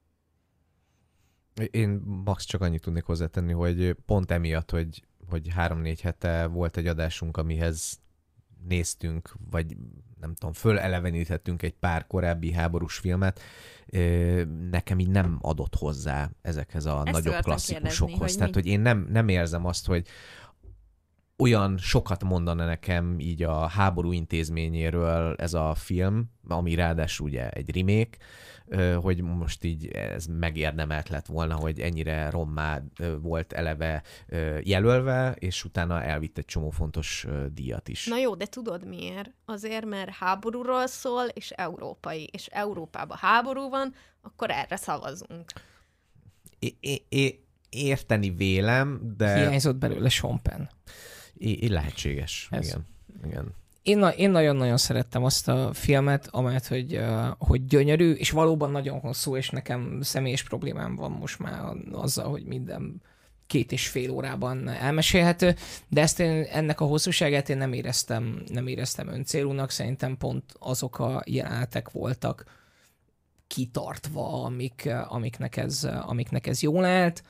Speaker 2: Én max csak annyit tudnék hozzátenni, hogy pont emiatt, hogy 3-4 hete volt egy adásunk, amihez néztünk, vagy nem tudom, fölelevenítettünk egy pár korábbi háborús filmet, nekem így nem adott hozzá ezekhez a
Speaker 1: Ezt
Speaker 2: nagyobb klasszikusokhoz.
Speaker 1: Kérdezni,
Speaker 2: Tehát, hogy én nem érzem azt, hogy olyan sokat mondana nekem így a háború intézményéről ez a film, ami ráadásul ugye egy remake, hogy most így ez megérdemelt lett volna, hogy ennyire rommá volt eleve jelölve, és utána elvitt egy csomó fontos díjat is.
Speaker 4: Na jó, de tudod miért? Azért, mert háborúról szól, és európai. És Európában háború van, akkor erre szavazunk.
Speaker 2: Érteni vélem, de...
Speaker 3: Hiányzott belőle Sean Penn.
Speaker 2: Lehetséges.
Speaker 3: Ez.
Speaker 2: Igen.
Speaker 3: Én nagyon-nagyon szerettem azt a filmet, amelyet, hogy gyönyörű, és valóban nagyon hosszú, és nekem személyes problémám van most már azzal, hogy minden 2,5 órában elmesélhető, de ennek a hosszúságát én nem éreztem öncélúnak, szerintem pont azok a jelenetek voltak kitartva, amiknek ez jól állt.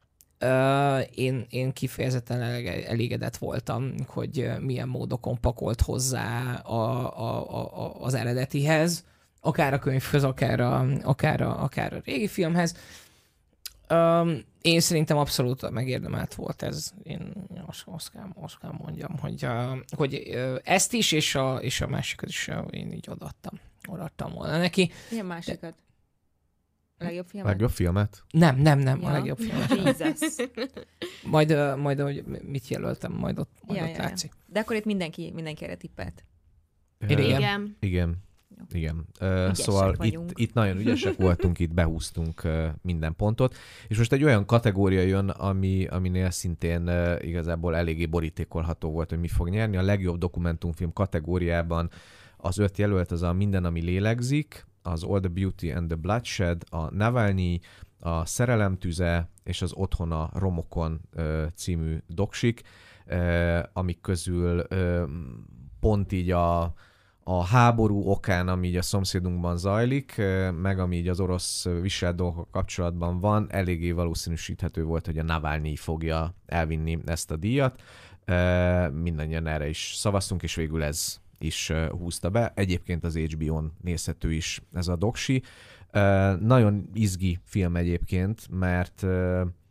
Speaker 3: Én kifejezetten elégedett voltam, hogy milyen módokon pakolt hozzá az eredetihez, akár a könyvhöz, akár a régi filmhez. Én szerintem abszolút megérdemelt volt ez. Én azt kell mondjam, hogy ezt is, és a másikat is én így odaadtam volna neki.
Speaker 1: Milyen másikat? A legjobb filmet?
Speaker 2: Legjobb filmet?
Speaker 3: Nem,
Speaker 1: Ja.
Speaker 3: a legjobb filmet.
Speaker 1: Jesus.
Speaker 3: Majd hogy mit jelöltem, majd ott látszik.
Speaker 1: De akkor itt mindenki erre tippelt.
Speaker 4: Igen.
Speaker 2: Igen.
Speaker 1: Ügyesek
Speaker 2: Szóval itt nagyon ügyesek voltunk, itt behúztunk minden pontot, és most egy olyan kategória jön, aminél szintén igazából eléggé borítékolható volt, hogy mi fog nyerni. A legjobb dokumentumfilm kategóriában az 5 jelölt az a Minden, ami lélegzik, az All the Beauty and the Bloodshed, a Navalnyi, a Szerelem tüze és az Otthon a romokon című doksik, amik közül pont így a háború okán, ami így a szomszédunkban zajlik, meg ami így az orosz viselt dolgok kapcsolatban van, eléggé valószínűsíthető volt, hogy a Navalnyi fogja elvinni ezt a díjat. Mindannyian erre is szavaztunk, és végül ez is húzta be. Egyébként az HBO-n nézhető is ez a doksi. Nagyon izgi film egyébként, mert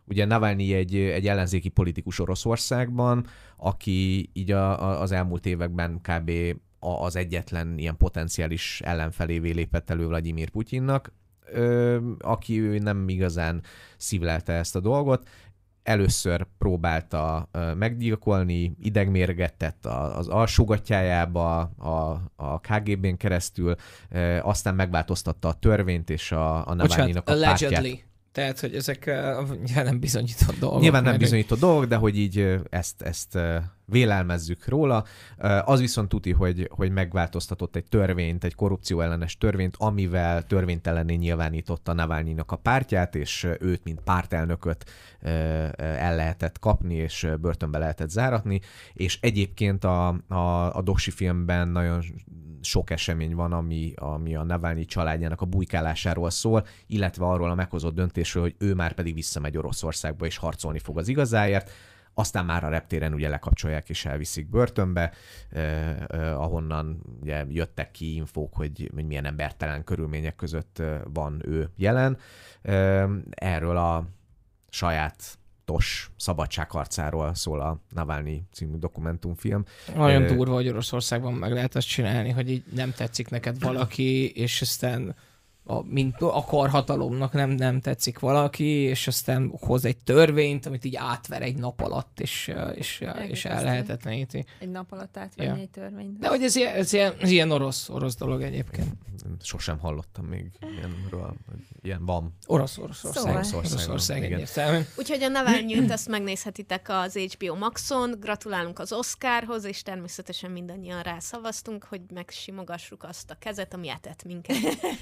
Speaker 2: ugye Navalnyi egy ellenzéki politikus Oroszországban, aki így az elmúlt években kb. Az egyetlen ilyen potenciális ellenfelévé lépett elő Vladimir Putyinnak, aki ő nem igazán szívlelte ezt a dolgot. Először próbálta meggyilkolni, idegmérget tett az alsógatyájába a KGB-n keresztül, aztán megváltoztatta a törvényt és a Navalnyinak a pártját.
Speaker 3: Tehát, hogy ezek nem bizonyított dolgok.
Speaker 2: Nyilván nem bizonyított dolgok, de hogy így ezt vélelmezzük róla. Az viszont tuti, hogy megváltoztatott egy törvényt, egy korrupció ellenes törvényt, amivel törvénytelenné nyilvánította Navalnyinak a pártját, és őt, mint pártelnököt el lehetett kapni, és börtönbe lehetett záratni. És egyébként a doksi filmben nagyon sok esemény van, ami a Navalnyi családjának a bujkálásáról szól, illetve arról a meghozott döntésről, hogy ő már pedig visszamegy Oroszországba, és harcolni fog az igazáért. Aztán már a reptéren ugye lekapcsolják és elviszik börtönbe, ahonnan ugye jöttek ki infók, hogy milyen embertelen körülmények között van ő jelen. Erről a sajátos szabadságharcáról szól a Navalnyi című dokumentumfilm.
Speaker 3: Nagyon durva, hogy Oroszországban meg lehet azt csinálni, hogy így nem tetszik neked valaki, és aztán a karhatalomnak nem tetszik valaki, és aztán hoz egy törvényt, amit így átver egy nap alatt, és ellehetetleníti.
Speaker 1: Egy nap alatt átvenni egy törvényt.
Speaker 3: De hogy ez ilyen orosz dolog egyébként.
Speaker 2: Sosem hallottam még ilyenről, hogy ilyen van.
Speaker 3: Oroszország egyértelműen.
Speaker 4: Úgyhogy a Navalnyit azt megnézhetitek az HBO Maxon, gratulálunk az Oscarhoz, és természetesen mindannyian rászavaztunk, hogy megsimogassuk azt a kezet, ami etett minket.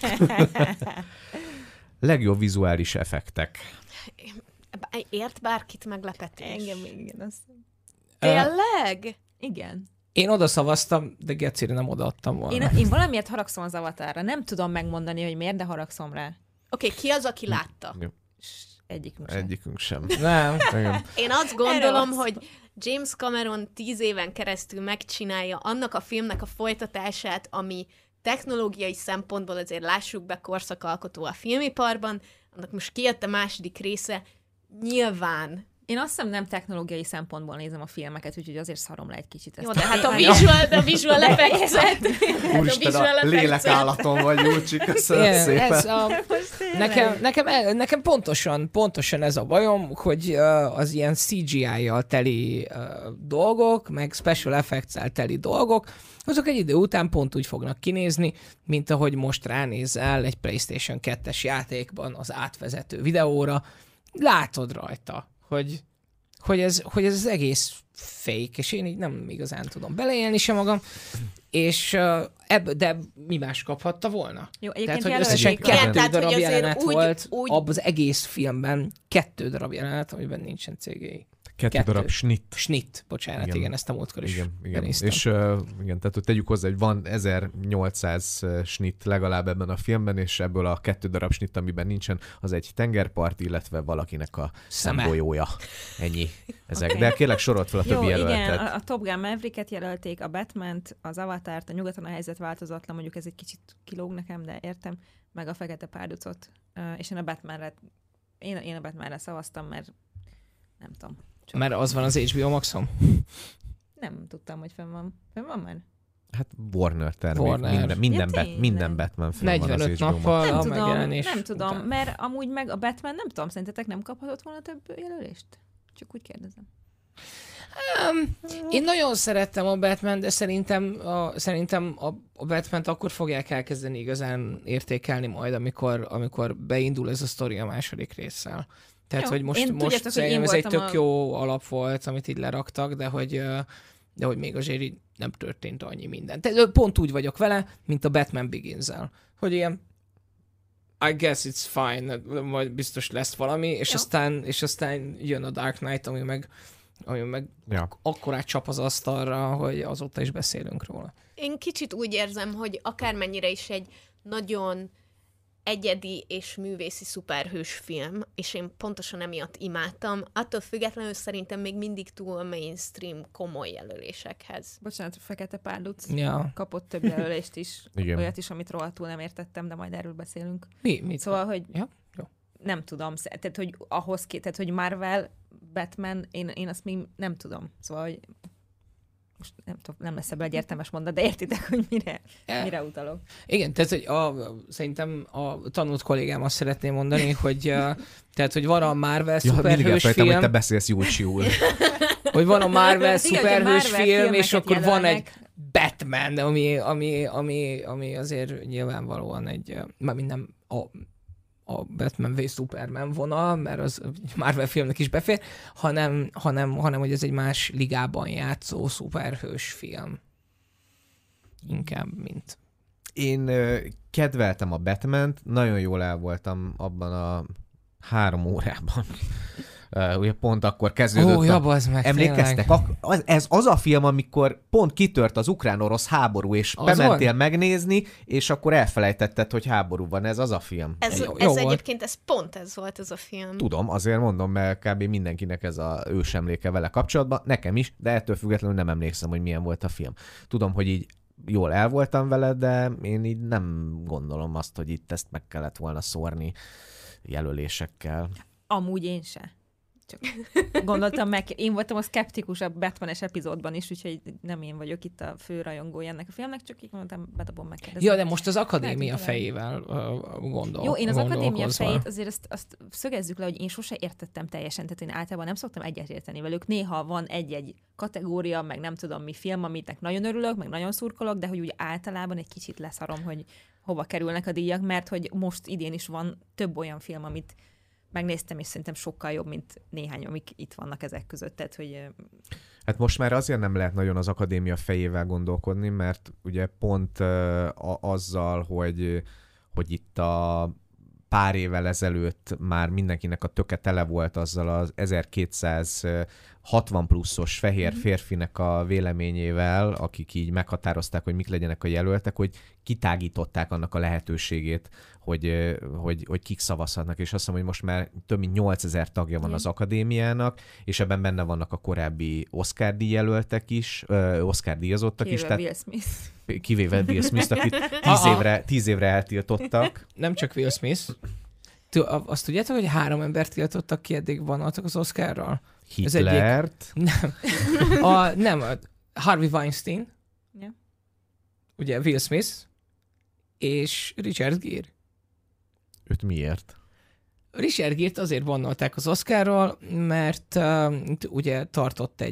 Speaker 2: Legjobb vizuális effektek.
Speaker 4: Ért bárkit meglepetés?
Speaker 1: Engem még igen.
Speaker 4: Tényleg?
Speaker 1: Igen.
Speaker 3: Én oda szavaztam, de Gecire nem odaadtam volna.
Speaker 1: Én valamiért haragszom az Avatarra. Nem tudom megmondani, hogy miért, de haragszom rá.
Speaker 4: Oké, ki az, aki látta?
Speaker 2: Egyikünk sem.
Speaker 3: Nem.
Speaker 4: Én azt gondolom, hogy James Cameron 10 éven keresztül megcsinálja annak a filmnek a folytatását, ami technológiai szempontból azért lássuk be korszakalkotó a filmiparban, annak most kijött a második része, nyilván.
Speaker 1: Én azt hiszem nem technológiai szempontból nézem a filmeket, úgyhogy azért szarom le egy kicsit ezt.
Speaker 4: Jó, de hát a visual effects-et.
Speaker 2: Úristen, a lélekállaton vagy, Júcsi, köszönöm szépen.
Speaker 3: Nekem pontosan ez a bajom, hogy az ilyen CGI-jal teli dolgok, meg special effects-el teli dolgok, azok egy idő után pont úgy fognak kinézni, mint ahogy most ránézel egy PlayStation 2-es játékban az átvezető videóra. Látod rajta, hogy ez az egész fake, és én így nem igazán tudom beleélni sem magam, és de mi más kaphatta volna?
Speaker 1: Jó,
Speaker 3: tehát, hogy összesen 2 darab jelenet volt abban az egész filmben, 2 darab jelenet, amiben nincsen CGI.
Speaker 2: 2 darab
Speaker 3: Schnitt, bocsánat, igen, ezt a múltkor is
Speaker 2: benéztem. És igen, tehát hogy tegyük hozzá, hogy van 1800 schnitt legalább ebben a filmben, és ebből a 2 darab schnitt, amiben nincsen, az egy tengerpart, illetve valakinek a szemgolyója. Ennyi ezek. Okay. De kérlek sorolt fel a többi jelöltet.
Speaker 1: Igen, a Top Gun Mavericket jelölték, a Batmant, az Avatart, a Nyugaton a helyzet változatlan, mondjuk ez egy kicsit kilóg nekem, de értem, meg a Fekete párducot. És én a Batmanre szavaztam, mert nem tudom.
Speaker 3: Mert az van az HBO Maxon?
Speaker 1: Nem tudtam, hogy fenn van. Fenn van már?
Speaker 2: Hát Warner termék. Minden Batman film van az HBO Maxon. 45
Speaker 3: nappal a megjelenés.
Speaker 1: Nem tudom, mert amúgy meg a Batman, nem tudom, szerintetek nem kaphatott volna több jelölést? Csak úgy kérdezem.
Speaker 3: Én nagyon szerettem a Batman, de szerintem a Batman-t akkor fogják elkezdeni igazán értékelni majd, amikor beindul ez a sztori a második résszel. Tehát, jó, hogy most szerintem ez egy tök jó alap volt, amit így leraktak, de hogy még azért így nem történt annyi minden. Tehát pont úgy vagyok vele, mint a Batman Begins-el. Hogy ilyen I guess it's fine, majd biztos lesz valami, és aztán jön a Dark Knight, ami meg akkorát csap az asztalra, hogy azóta is beszélünk róla.
Speaker 4: Én kicsit úgy érzem, hogy akármennyire is egy nagyon egyedi és művészi szuperhős film, és én pontosan emiatt imádtam, attól függetlenül szerintem még mindig túl a mainstream komoly jelölésekhez.
Speaker 1: Bocsánat, a Fekete párduc kapott több jelölést is,
Speaker 2: igen.
Speaker 1: Olyat is, amit rohadtul nem értettem, de majd erről beszélünk.
Speaker 3: Mit?
Speaker 1: Szóval, hogy
Speaker 3: ja? Jó.
Speaker 1: nem tudom, tehát hogy ahhoz tehát hogy Marvel, Batman, én azt még nem tudom. Szóval, hogy most nem tudom, nem lesz ebből egy értelmes mondat, de értitek, hogy mire utalok.
Speaker 3: Igen, tehát hogy szerintem a tanult kollégám azt szeretném mondani, hogy tehát, hogy van a Marvel szuperhős film.
Speaker 2: hogy te beszélsz Júlcsiul.
Speaker 3: Hogy van a Marvel
Speaker 1: igaz,
Speaker 3: Szuperhős
Speaker 1: Marvel
Speaker 3: film, és
Speaker 1: filmeket
Speaker 3: akkor van egy
Speaker 1: jelölnek.
Speaker 3: Batman, ami azért nyilvánvalóan egy, mármint nem a Batman v Superman vonal, mert az Marvel filmnek is befér, hanem hogy ez egy más ligában játszó szuperhős film. Inkább, mint...
Speaker 2: Én kedveltem a Batmant, nagyon jól el voltam abban a 3 órában. Ugye pont akkor kezdődött. Emlékeztek? Ez az a film, amikor pont kitört az ukrán-orosz háború, és az bementél van? Megnézni, és akkor elfelejtetted, hogy háború van. Ez az a film.
Speaker 4: Ez egyébként pont ez volt ez a film.
Speaker 2: Tudom, azért mondom, mert kb. Mindenkinek ez a ősemléke vele kapcsolatban. Nekem is, de ettől függetlenül nem emlékszem, hogy milyen volt a film. Tudom, hogy így jól el voltam vele, de én így nem gondolom azt, hogy itt ezt meg kellett volna szórni jelölésekkel.
Speaker 1: Amúgy én se. Csak gondoltam meg, én voltam a szkeptikusabb Batman-es epizódban is, úgyhogy nem én vagyok itt a fő rajongója ennek a filmnek, csak így mondtam, bedobom megkérdezni.
Speaker 3: Ja, de most az akadémia fejével gondolkozva.
Speaker 1: Jó, én az akadémia fejét azért azt szögezzük le, hogy én sose értettem teljesen, tehát én általában nem szoktam egyetérteni velük. Néha van egy-egy kategória, meg nem tudom mi film, amitnek nagyon örülök, meg nagyon szurkolok, de hogy úgy általában egy kicsit leszarom, hogy hova kerülnek a díjak, mert hogy most idén is van több olyan film, amit megnéztem, és szerintem sokkal jobb, mint néhány, amik itt vannak ezek között. Tehát, hogy...
Speaker 2: Hát most már azért nem lehet nagyon az akadémia fejével gondolkodni, mert ugye pont azzal, hogy itt a pár évvel ezelőtt már mindenkinek a töke tele volt azzal az 1260 pluszos fehér férfinek a véleményével, akik így meghatározták, hogy mik legyenek a jelöltek, hogy kitágították annak a lehetőségét, hogy kik szavazhatnak, és azt hiszem, hogy most már több mint 8000 tagja van az akadémiának, és ebben benne vannak a korábbi Oscar-díj jelöltek is, Oscar-díjazottak is. Kivéve Will Smith, akit 10 évre eltiltottak.
Speaker 3: Nem csak Will Smith. Azt tudjátok, hogy 3 embert tiltottak ki eddig vonaltak az Oscarral?
Speaker 2: Hitlert?
Speaker 3: Nem, Harvey Weinstein, ugye Will Smith, és Richard Gere.
Speaker 2: Őt miért?
Speaker 3: Richard Gere-t azért bannolták az Oscarról, mert ugye tartott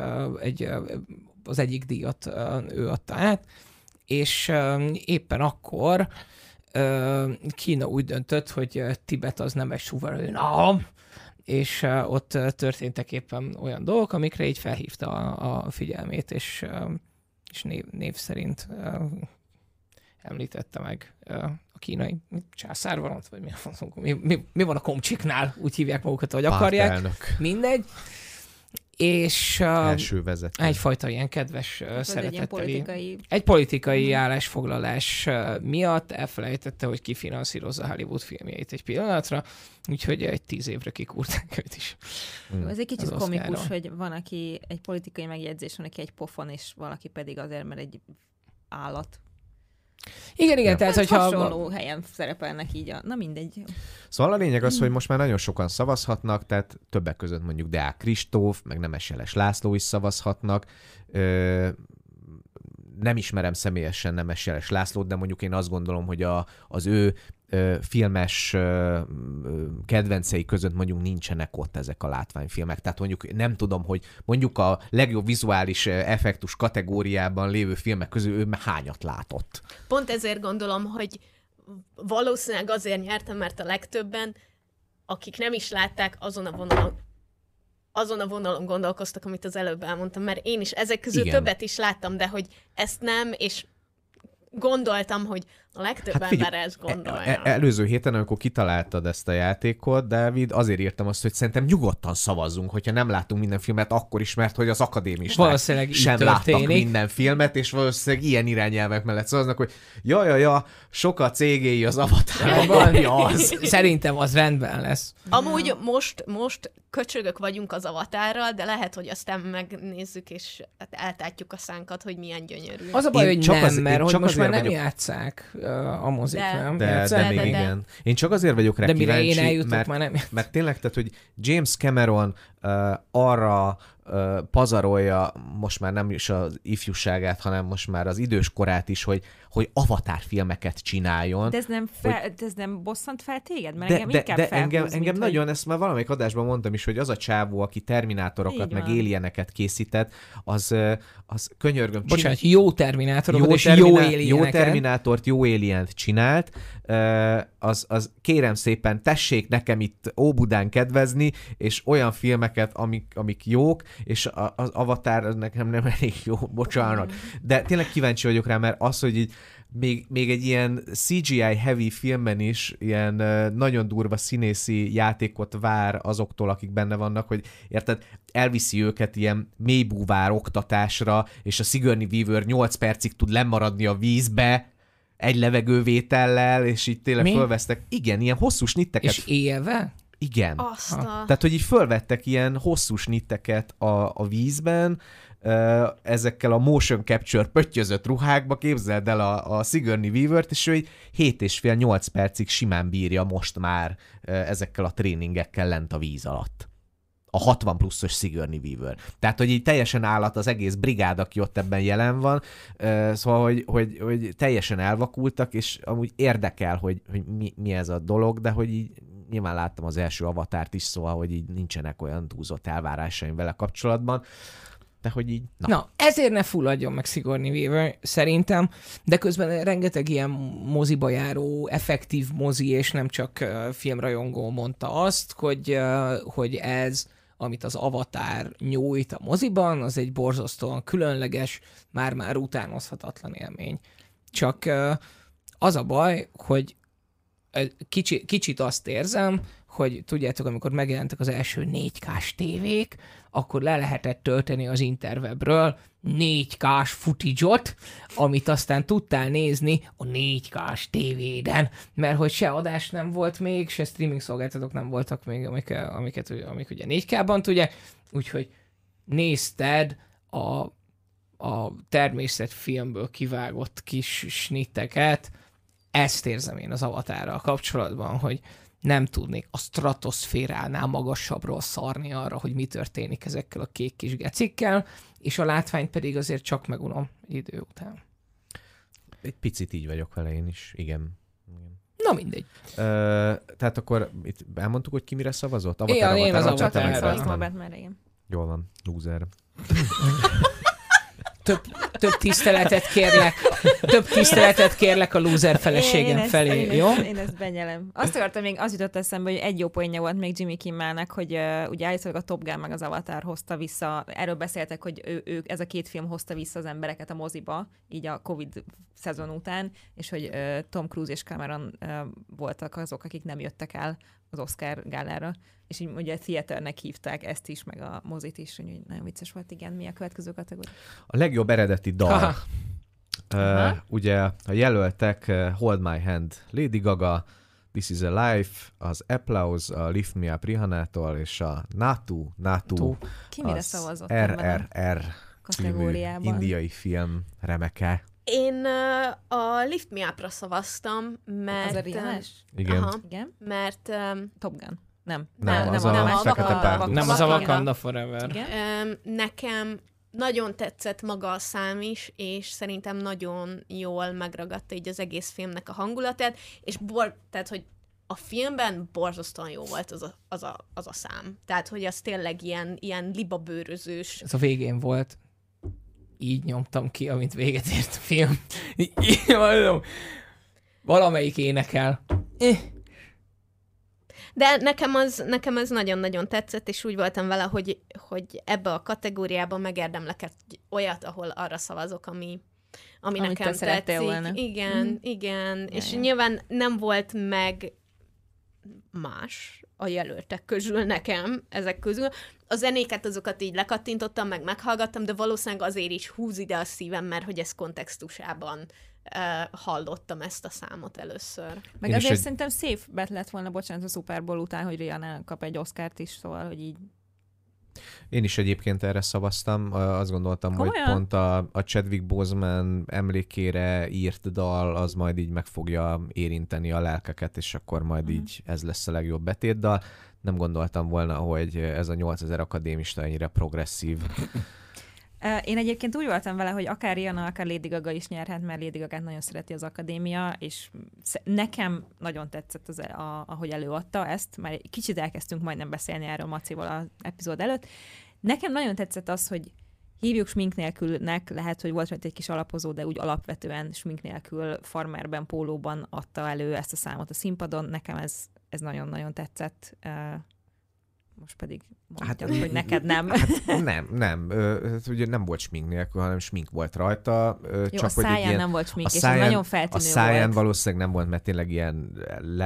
Speaker 3: az egyik díjat ő adta át, és éppen akkor Kína úgy döntött, hogy Tibet az nem egy szuverén állam, és ott történtek éppen olyan dolgok, amikre így felhívta a figyelmét, és név szerint említette meg a kínai császár van ott, vagy mi van a komcsiknál, úgy hívják magukat, hogy akarják.
Speaker 2: Pártelnök.
Speaker 3: Mindegy. És
Speaker 2: első vezető.
Speaker 3: Egyfajta ilyen kedves szereteteli. Egy
Speaker 1: politikai
Speaker 3: politikai állásfoglalás miatt elfelejtette, hogy ki finanszírozza Hollywood filmjeit egy pillanatra, úgyhogy egy 10 évre kikúrták őt is.
Speaker 1: Ez egy kicsit komikus, hogy van, aki egy politikai megjegyzés, van, aki egy pofon, és valaki pedig azért, mert egy állat.
Speaker 3: Igen, tehát hogyha...
Speaker 1: Hasonló helyen szerepelnek így na mindegy.
Speaker 2: Szóval a lényeg az, hogy most már nagyon sokan szavazhatnak, tehát többek között mondjuk Deák Kristóf, meg Nemes Jeles László is szavazhatnak. Nem ismerem személyesen Nemes Jeles Lászlót, de mondjuk én azt gondolom, hogy az ő filmes kedvencei között mondjuk nincsenek ott ezek a látványfilmek. Tehát mondjuk nem tudom, hogy mondjuk a legjobb vizuális effektus kategóriában lévő filmek közül ő hányat látott.
Speaker 4: Pont ezért gondolom, hogy valószínűleg azért nyertem, mert a legtöbben, akik nem is látták, azon a vonalon gondolkoztak, amit az előbb elmondtam, mert én is ezek közül többet is láttam, de hogy ezt nem, és gondoltam, hogy a legtöbb ember ezt gondolja.
Speaker 2: Előző héten, amikor kitaláltad ezt a játékot, Dávid, azért írtam azt, hogy szerintem nyugodtan szavazzunk, hogyha nem látunk minden filmet, akkor is, mert hogy az akadémisták sem láttak minden filmet, és valószínűleg ilyen irányelvek mellett szavaznak, hogy ja, sok a CGI az Avatarban.
Speaker 3: Az. Szerintem az rendben lesz.
Speaker 4: Amúgy most köcsögök vagyunk az Avatárral, de lehet, hogy aztán megnézzük, és eltátjuk a szánkat, hogy milyen gyönyörű.
Speaker 3: Az a baj, hogy nem, mert hogy most már nem játsszák a mozik,
Speaker 1: De-
Speaker 3: nem?
Speaker 2: De még
Speaker 4: de.
Speaker 2: igen. Én csak azért vagyok rá
Speaker 3: De mire
Speaker 2: kíváncsi,
Speaker 3: én eljutok,
Speaker 2: mert,
Speaker 3: már nem.
Speaker 2: mert tényleg, tehát, hogy James Cameron arra pazarolja most már nem is az ifjúságát, hanem most már az idős korát is, hogy Avatar filmeket csináljon.
Speaker 1: De ez nem bosszant fel téged? Mert engem
Speaker 2: De
Speaker 1: inkább
Speaker 2: engem
Speaker 1: mint
Speaker 2: nagyon, ezt már valamelyik adásban mondtam is, hogy az a csávó, aki Terminátorokat,
Speaker 1: Így
Speaker 2: meg
Speaker 1: van.
Speaker 2: Alieneket készített, az könyörgöm.
Speaker 3: Bocsánat, jó Terminátorokat és jó
Speaker 2: Jó
Speaker 3: Alieneket.
Speaker 2: Terminátort, jó Alient csinált, az kérem szépen, tessék nekem itt Óbudán kedvezni, és olyan filmeket, amik jók, és az Avatar az nekem nem elég jó, bocsánat. De tényleg kíváncsi vagyok rá, mert az, hogy így még egy ilyen CGI heavy filmben is ilyen nagyon durva színészi játékot vár azoktól, akik benne vannak, hogy érted, elviszi őket ilyen mélybúvár oktatásra, és a Sigourney Weaver 8 percig tud lemaradni a vízbe, egy levegővétellel, és így tényleg fölvesztek. Igen, ilyen hosszú snitteket.
Speaker 3: És élve?
Speaker 2: Igen.
Speaker 4: Azt a...
Speaker 2: Tehát, hogy így fölvettek ilyen hosszú snitteket a vízben, ezekkel a motion capture pöttyözött ruhákba, képzeld el a Sigourney Weavert, és ő egy 7,5-8 percig simán bírja most már ezekkel a tréningekkel lent a víz alatt. A 60 pluszos Sigourney Weaver. Tehát, hogy így teljesen állat az egész brigád, aki ott ebben jelen van, szóval, hogy teljesen elvakultak, és amúgy érdekel, hogy mi ez a dolog, de hogy így nyilván láttam az első Avatárt is, szóval, hogy így nincsenek olyan túlzott elvárásaim vele kapcsolatban, de hogy így...
Speaker 3: Na, ezért ne fulladjon meg Sigourney Weaver, szerintem, de közben rengeteg ilyen moziba járó, effektív mozi, és nem csak filmrajongó mondta azt, hogy ez, amit az Avatar nyújt a moziban, az egy borzasztóan különleges, már-már utánozhatatlan élmény. Csak az a baj, hogy kicsit azt érzem, hogy tudjátok, amikor megjelentek az első 4K-s tévék, akkor le lehetett tölteni az interwebről 4K-s footage-ot, amit aztán tudtál nézni a 4K-s tévéden, mert hogy se adás nem volt még, se streaming szolgáltatók nem voltak még, amik ugye 4K-ban tudják, úgyhogy nézted a természetfilmből kivágott kis snitteket. Ezt érzem én az Avatárral kapcsolatban, hogy nem tudnék a stratoszféránál magasabbról szarni arra, hogy mi történik ezekkel a kék kis gecikkel, és a látványt pedig azért csak megunom egy idő után.
Speaker 2: Egy picit így vagyok vele én is, igen.
Speaker 3: Na mindegy.
Speaker 2: Tehát akkor itt elmondtuk, hogy ki mire szavazott?
Speaker 3: Én az
Speaker 1: Csak én
Speaker 3: Avatarra.
Speaker 1: szavaztam a Batmanre, igen.
Speaker 2: Jól van, loser.
Speaker 3: Több tiszteletet kérlek a loser feleségem felé, jó?
Speaker 1: Én ezt benyelem. Azt akartam még, az jutott eszembe, hogy egy jó poénja volt még Jimmy Kimmelnek, hogy ugye állítólag a Top Gun meg az Avatar hozta vissza, erről beszéltek, hogy ez a két film hozta vissza az embereket a moziba, így a Covid szezon után, és hogy Tom Cruise és Cameron voltak azok, akik nem jöttek el az Oscar gálára, és így ugye theaternek hívták ezt is, meg a mozit is, hogy nagyon vicces volt, igen. Mi a következő kategória?
Speaker 2: A legjobb eredeti dal. Ugye a jelöltek Hold My Hand Lady Gaga, This Is a Life, az Applause, a Lift Me Up Rihannától, és a Natu
Speaker 1: Ki mire szavazott?
Speaker 2: RRR
Speaker 1: kategóriában?
Speaker 2: indiai film remeke.
Speaker 4: Én a Lift Me Up-ra szavaztam, mert...
Speaker 1: Az a Rihanás?
Speaker 2: Igen.
Speaker 4: Aha,
Speaker 1: Igen?
Speaker 4: mert...
Speaker 1: Top Gun. Nem.
Speaker 2: Az a Fekete Párduc.
Speaker 3: Nem az a Wakanda Forever.
Speaker 1: Igen?
Speaker 4: Nekem nagyon tetszett maga a szám is, és szerintem nagyon jól megragadta így az egész filmnek a hangulatát, és tehát, hogy a filmben borzasztóan jó volt az a szám. Tehát, hogy az tényleg ilyen libabőrözős.
Speaker 3: Ez a végén volt. Így nyomtam ki, amint véget ért a film. Így mondom, valamelyik énekel.
Speaker 4: De nekem ez nagyon-nagyon tetszett, és úgy voltam vele, hogy ebbe a kategóriában megérdemlek olyat, ahol arra szavazok, ami nekem tetszik.
Speaker 1: Volna.
Speaker 4: Igen, igen. És nyilván nem volt meg más a jelöltek közül nekem, ezek közül. A zenéket azokat így lekattintottam, meg meghallgattam, de valószínűleg azért is húz ide a szívem, mert hogy ez kontextusában hallottam ezt a számot először.
Speaker 1: Meg
Speaker 2: Én
Speaker 1: azért szerintem safe bet lett volna, bocsánat, a Super Bowl után, hogy Rihanna kap egy Oscart is, szóval, hogy így
Speaker 2: Én is egyébként erre szavaztam, azt gondoltam,
Speaker 1: Komolyan?
Speaker 2: hogy pont a Chadwick Boseman emlékére írt dal, az majd így meg fogja érinteni a lelkeket, és akkor majd így ez lesz a legjobb betétdal. Nem gondoltam volna, hogy ez a 8000 akadémista ennyire progresszív.
Speaker 1: Én egyébként úgy voltam vele, hogy akár Rihanna, akár Lady Gaga is nyerhet, mert Lady Gagát nagyon szereti az akadémia, és nekem nagyon tetszett ahogy előadta ezt, mert kicsit elkezdtünk majdnem beszélni erről Macival az epizód előtt. Nekem nagyon tetszett az, hogy hívjuk smink nélkülnek, lehet, hogy volt egy kis alapozó, de úgy alapvetően smink nélkül, farmerben, pólóban adta elő ezt a számot a színpadon. Nekem ez nagyon-nagyon tetszett. Most pedig mondjam, hogy neked nem.
Speaker 2: Nem. Ugye nem volt smink nélkül, hanem smink volt rajta.
Speaker 1: Jó,
Speaker 2: csak
Speaker 1: a száján
Speaker 2: ilyen,
Speaker 1: nem volt smink, és nagyon feltűnő volt.
Speaker 2: A száján valószínűleg nem volt, mert tényleg ilyen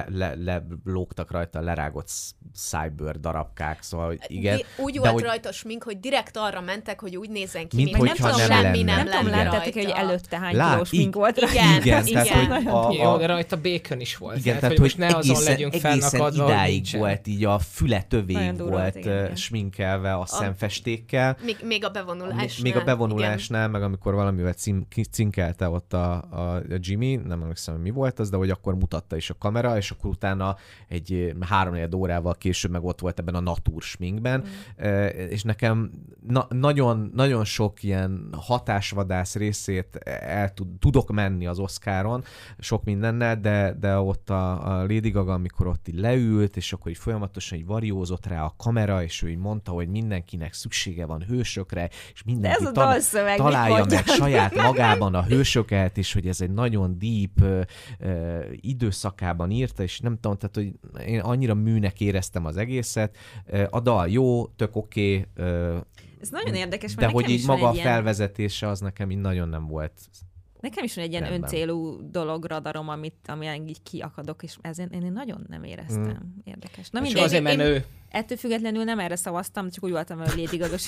Speaker 2: lógtak rajta lerágott szájbőr darabkák, szóval igen.
Speaker 4: Úgy volt rajta smink, hogy direkt arra mentek, hogy úgy nézzen ki,
Speaker 2: mint hogyha
Speaker 4: semmi nem
Speaker 1: tudom,
Speaker 4: lenne
Speaker 1: láttátok, hogy előtte hány kilós smink volt
Speaker 4: rajta.
Speaker 2: Igen.
Speaker 3: Jó, de rajta békön is volt.
Speaker 2: Igen,
Speaker 3: tehát hogy most ne azon legyünk fennakadva,
Speaker 2: hogy idáig volt, így a füle tövéig volt
Speaker 1: igen.
Speaker 2: sminkelve a szemfestékkel.
Speaker 4: Még a bevonulásnál.
Speaker 2: Még a bevonulásnál, meg amikor valamivel cinkelte ott a Jimmy, nem emlékszem, hogy mi volt az, de hogy akkor mutatta is a kamera, és akkor utána egy 3-4 órával később meg ott volt ebben a natúr sminkben, és nekem nagyon sok ilyen hatásvadász részét tudok menni az Oscaron, sok mindennel, de ott a Lady Gaga, amikor ott így leült, és akkor így folyamatosan így variózott rá a kamera, és ő így mondta, hogy mindenkinek szüksége van hősökre, és mindenki találja meg saját magában a hősöket, és hogy ez egy nagyon deep időszakában írta, és nem tudom, tehát, hogy én annyira műnek éreztem az egészet. A dal jó, tök oké.
Speaker 1: Ez nagyon érdekes,
Speaker 2: de
Speaker 1: mert
Speaker 2: hogy így maga a
Speaker 1: ilyen...
Speaker 2: felvezetése az nekem így nagyon nem volt.
Speaker 1: Nekem is van egy ilyen
Speaker 2: rendben.
Speaker 1: öncélú dolog, radarom, amilyen így kiakadok, és ezen én nagyon nem éreztem. Érdekes. Na mindegy,
Speaker 3: azért menő.
Speaker 1: Ettől függetlenül nem erre szavaztam, csak úgy voltam, hogy Lady Gaga.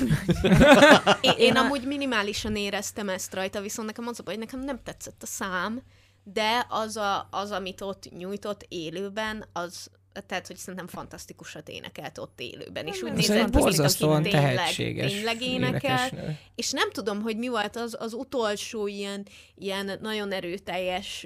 Speaker 4: Én amúgy minimálisan éreztem ezt rajta, viszont nekem az a baj, hogy nekem nem tetszett a szám, de az amit ott nyújtott élőben, tehát, hogy szerintem fantasztikusat énekelt ott élőben, és úgy nézett,
Speaker 3: borzasztóan tehetséges.
Speaker 4: Tényleg énekel, és nem tudom, hogy mi volt az utolsó ilyen nagyon erőteljes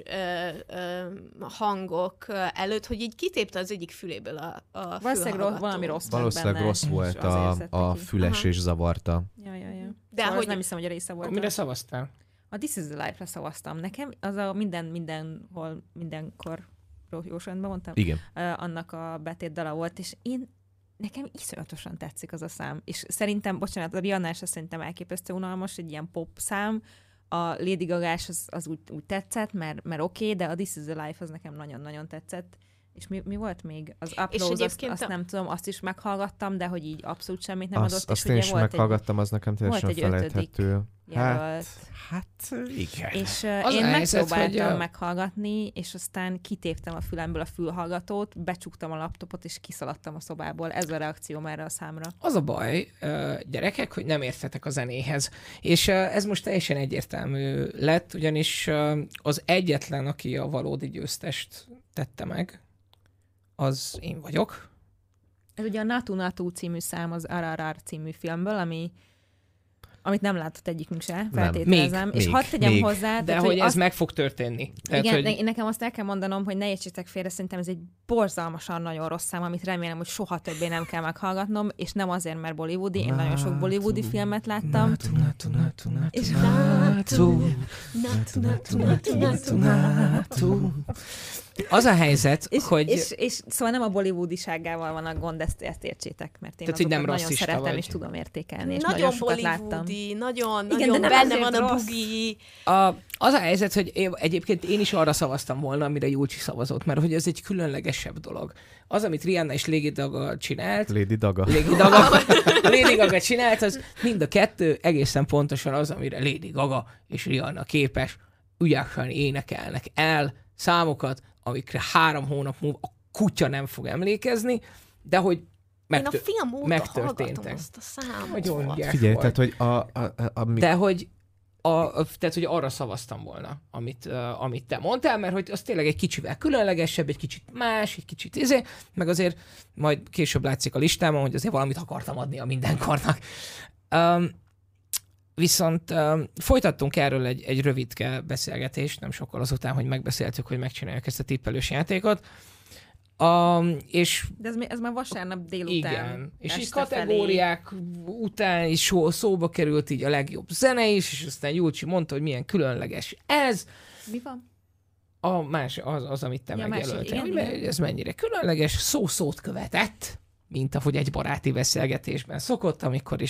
Speaker 4: hangok előtt, hogy így kitépte az egyik füléből a
Speaker 1: valószínűleg valami rossz
Speaker 2: valószínűleg rossz volt a füles, és zavarta.
Speaker 1: Ja.
Speaker 4: De
Speaker 1: szóval
Speaker 4: hogy
Speaker 1: nem hiszem, hogy a része volt.
Speaker 3: Mire szavaztál?
Speaker 1: A This is the Life-ra szavaztam. Nekem az a mindenhol, mindenkor jó sorrendben mondtam?
Speaker 2: Igen.
Speaker 1: Annak a betétdala volt, és nekem iszonyatosan tetszik az a szám. És szerintem, bocsánat, a Rihanna-s szerintem elképesztő unalmas, egy ilyen pop szám. A Lady Gaga-s az úgy tetszett, mert oké, de a This is the Life az nekem nagyon-nagyon tetszett. És mi volt még? Az Upload, azt nem tudom, azt is meghallgattam, de hogy így abszolút semmit nem adott.
Speaker 2: Azt én is meghallgattam, az nekem teljesen felejthető. Hát igen.
Speaker 1: És én megpróbáltam meghallgatni, és aztán kitéptem a fülemből a fülhallgatót, becsuktam a laptopot, és kiszaladtam a szobából. Ez a reakcióm erre a számra.
Speaker 3: Az a baj, gyerekek, hogy nem értetek a zenéhez. És ez most teljesen egyértelmű lett, ugyanis az egyetlen, aki a valódi győztest tette meg, az én vagyok.
Speaker 1: Ez ugye a Natu Natu című szám az RRR című filmből, amit nem látott egyikünk se, feltételezem. És hadd tegyem hozzá...
Speaker 3: De hogy ez meg fog történni.
Speaker 1: Tehát, igen, hogy... nekem azt el kell mondanom, hogy ne értsétek félre, szerintem ez egy borzalmasan nagyon rossz szám, amit remélem, hogy soha többé nem kell meghallgatnom, és nem azért, mert bollywoodi, én nagyon sok bollywoodi filmet láttam.
Speaker 3: Az a helyzet, hogy...
Speaker 1: És szóval nem a bollywoodiságával van a gond, ezt értsétek, mert én
Speaker 3: tehát,
Speaker 1: azokat nagyon szeretem, vagy. És tudom értékelni, és nagyon sokat láttam.
Speaker 4: Nagyon
Speaker 1: benne
Speaker 4: van a bugi.
Speaker 3: Az a helyzet, hogy egyébként én is arra szavaztam volna, amire Júlcsi szavazott, mert hogy ez egy különlegesebb dolog. Az, amit Rihanna és Lady Gaga csinált... Lady Gaga csinált, az mind a kettő egészen pontosan az, amire Lady Gaga és Rihanna képes. Ügyesen énekelnek el számokat, amikre 3 hónap múlva a kutya nem fog emlékezni, de hogy
Speaker 4: én a film óta
Speaker 3: megtörténtek.
Speaker 4: Azt a számot.
Speaker 3: Nagyon
Speaker 2: figyelj,
Speaker 3: volt.
Speaker 2: tehát, hogy
Speaker 3: de hogy tehát, hogy arra szavaztam volna, amit te mondtál, mert hogy az tényleg egy kicsivel különlegesebb, egy kicsit más, egy kicsit meg azért majd később látszik a listámon, hogy azért valamit akartam adni a mindenkornak. Viszont folytattunk erről egy rövidke beszélgetést, nem sokkal azután, hogy megbeszéltük, hogy megcsináljuk ezt a tippelős játékot. És
Speaker 1: de ez már vasárnap délután.
Speaker 3: Igen, és így kategóriák után is szóba került így a legjobb zene is, és aztán Júlcsi mondta, hogy milyen különleges ez.
Speaker 1: Mi van?
Speaker 3: Az amit te megjelöltél.
Speaker 1: Hogy
Speaker 3: ez mennyire különleges, szó-szót követett, mint ahogy egy baráti beszélgetésben szokott,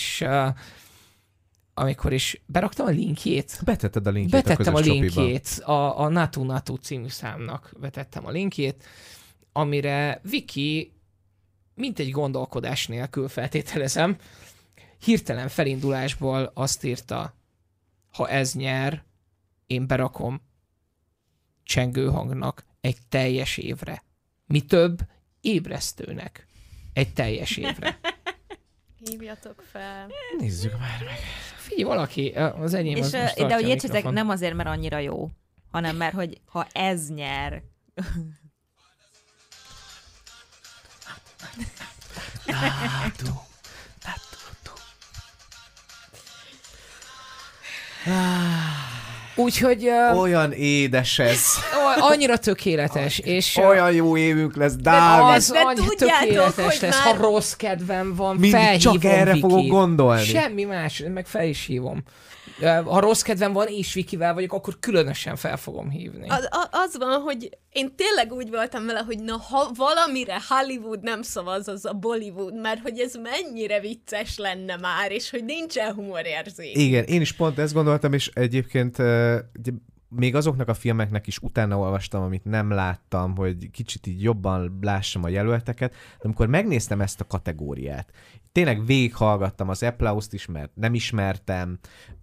Speaker 3: amikor is beraktam a linkjét.
Speaker 2: Betetted a linkjét
Speaker 3: Betettem
Speaker 2: a
Speaker 3: a
Speaker 2: közös
Speaker 3: linkjét, a Natu Natu című számnak betettem a linkjét, amire Viki, mint egy gondolkodás nélkül feltételezem, hirtelen felindulásból azt írta, ha ez nyer, én berakom csengőhangnak egy teljes évre. Mi több, ébresztőnek egy teljes évre.
Speaker 4: Hívjatok fel.
Speaker 2: Nézzük már meg.
Speaker 3: Figyelj, valaki, az enyém
Speaker 1: és,
Speaker 3: az most
Speaker 1: de hogy
Speaker 3: tartja a
Speaker 1: értsetek,
Speaker 3: mikrofon.
Speaker 1: nem azért, mert annyira jó, hanem mert, hogy ha ez nyer,
Speaker 3: Úgyhogy
Speaker 2: Olyan édes ez.
Speaker 3: annyira tökéletes, és
Speaker 2: Olyan jó évünk lesz, Dávid.
Speaker 3: az
Speaker 4: de
Speaker 3: annyira
Speaker 4: tudjátok,
Speaker 3: tökéletes
Speaker 4: hogy
Speaker 3: lesz,
Speaker 4: már-
Speaker 3: ha rossz kedvem van,
Speaker 2: Mindig
Speaker 3: felhívom
Speaker 2: csak erre
Speaker 3: Vikit.
Speaker 2: fogok gondolni.
Speaker 3: Semmi más, meg fel is hívom. Ha rossz kedvem van, és Vikivel vagyok, akkor különösen fel fogom hívni.
Speaker 4: Az van, hogy én tényleg úgy voltam vele, hogy na, ha valamire Hollywood nem szavaz, az a Bollywood, mert hogy ez mennyire vicces lenne már, és hogy nincsen humorérzék.
Speaker 2: Igen, én is pont ezt gondoltam, és egyébként még azoknak a filmeknek is utána olvastam, amit nem láttam, hogy kicsit így jobban lássam a jelölteket, de amikor megnéztem ezt a kategóriát, tényleg végighallgattam az Applaust is, mert nem ismertem,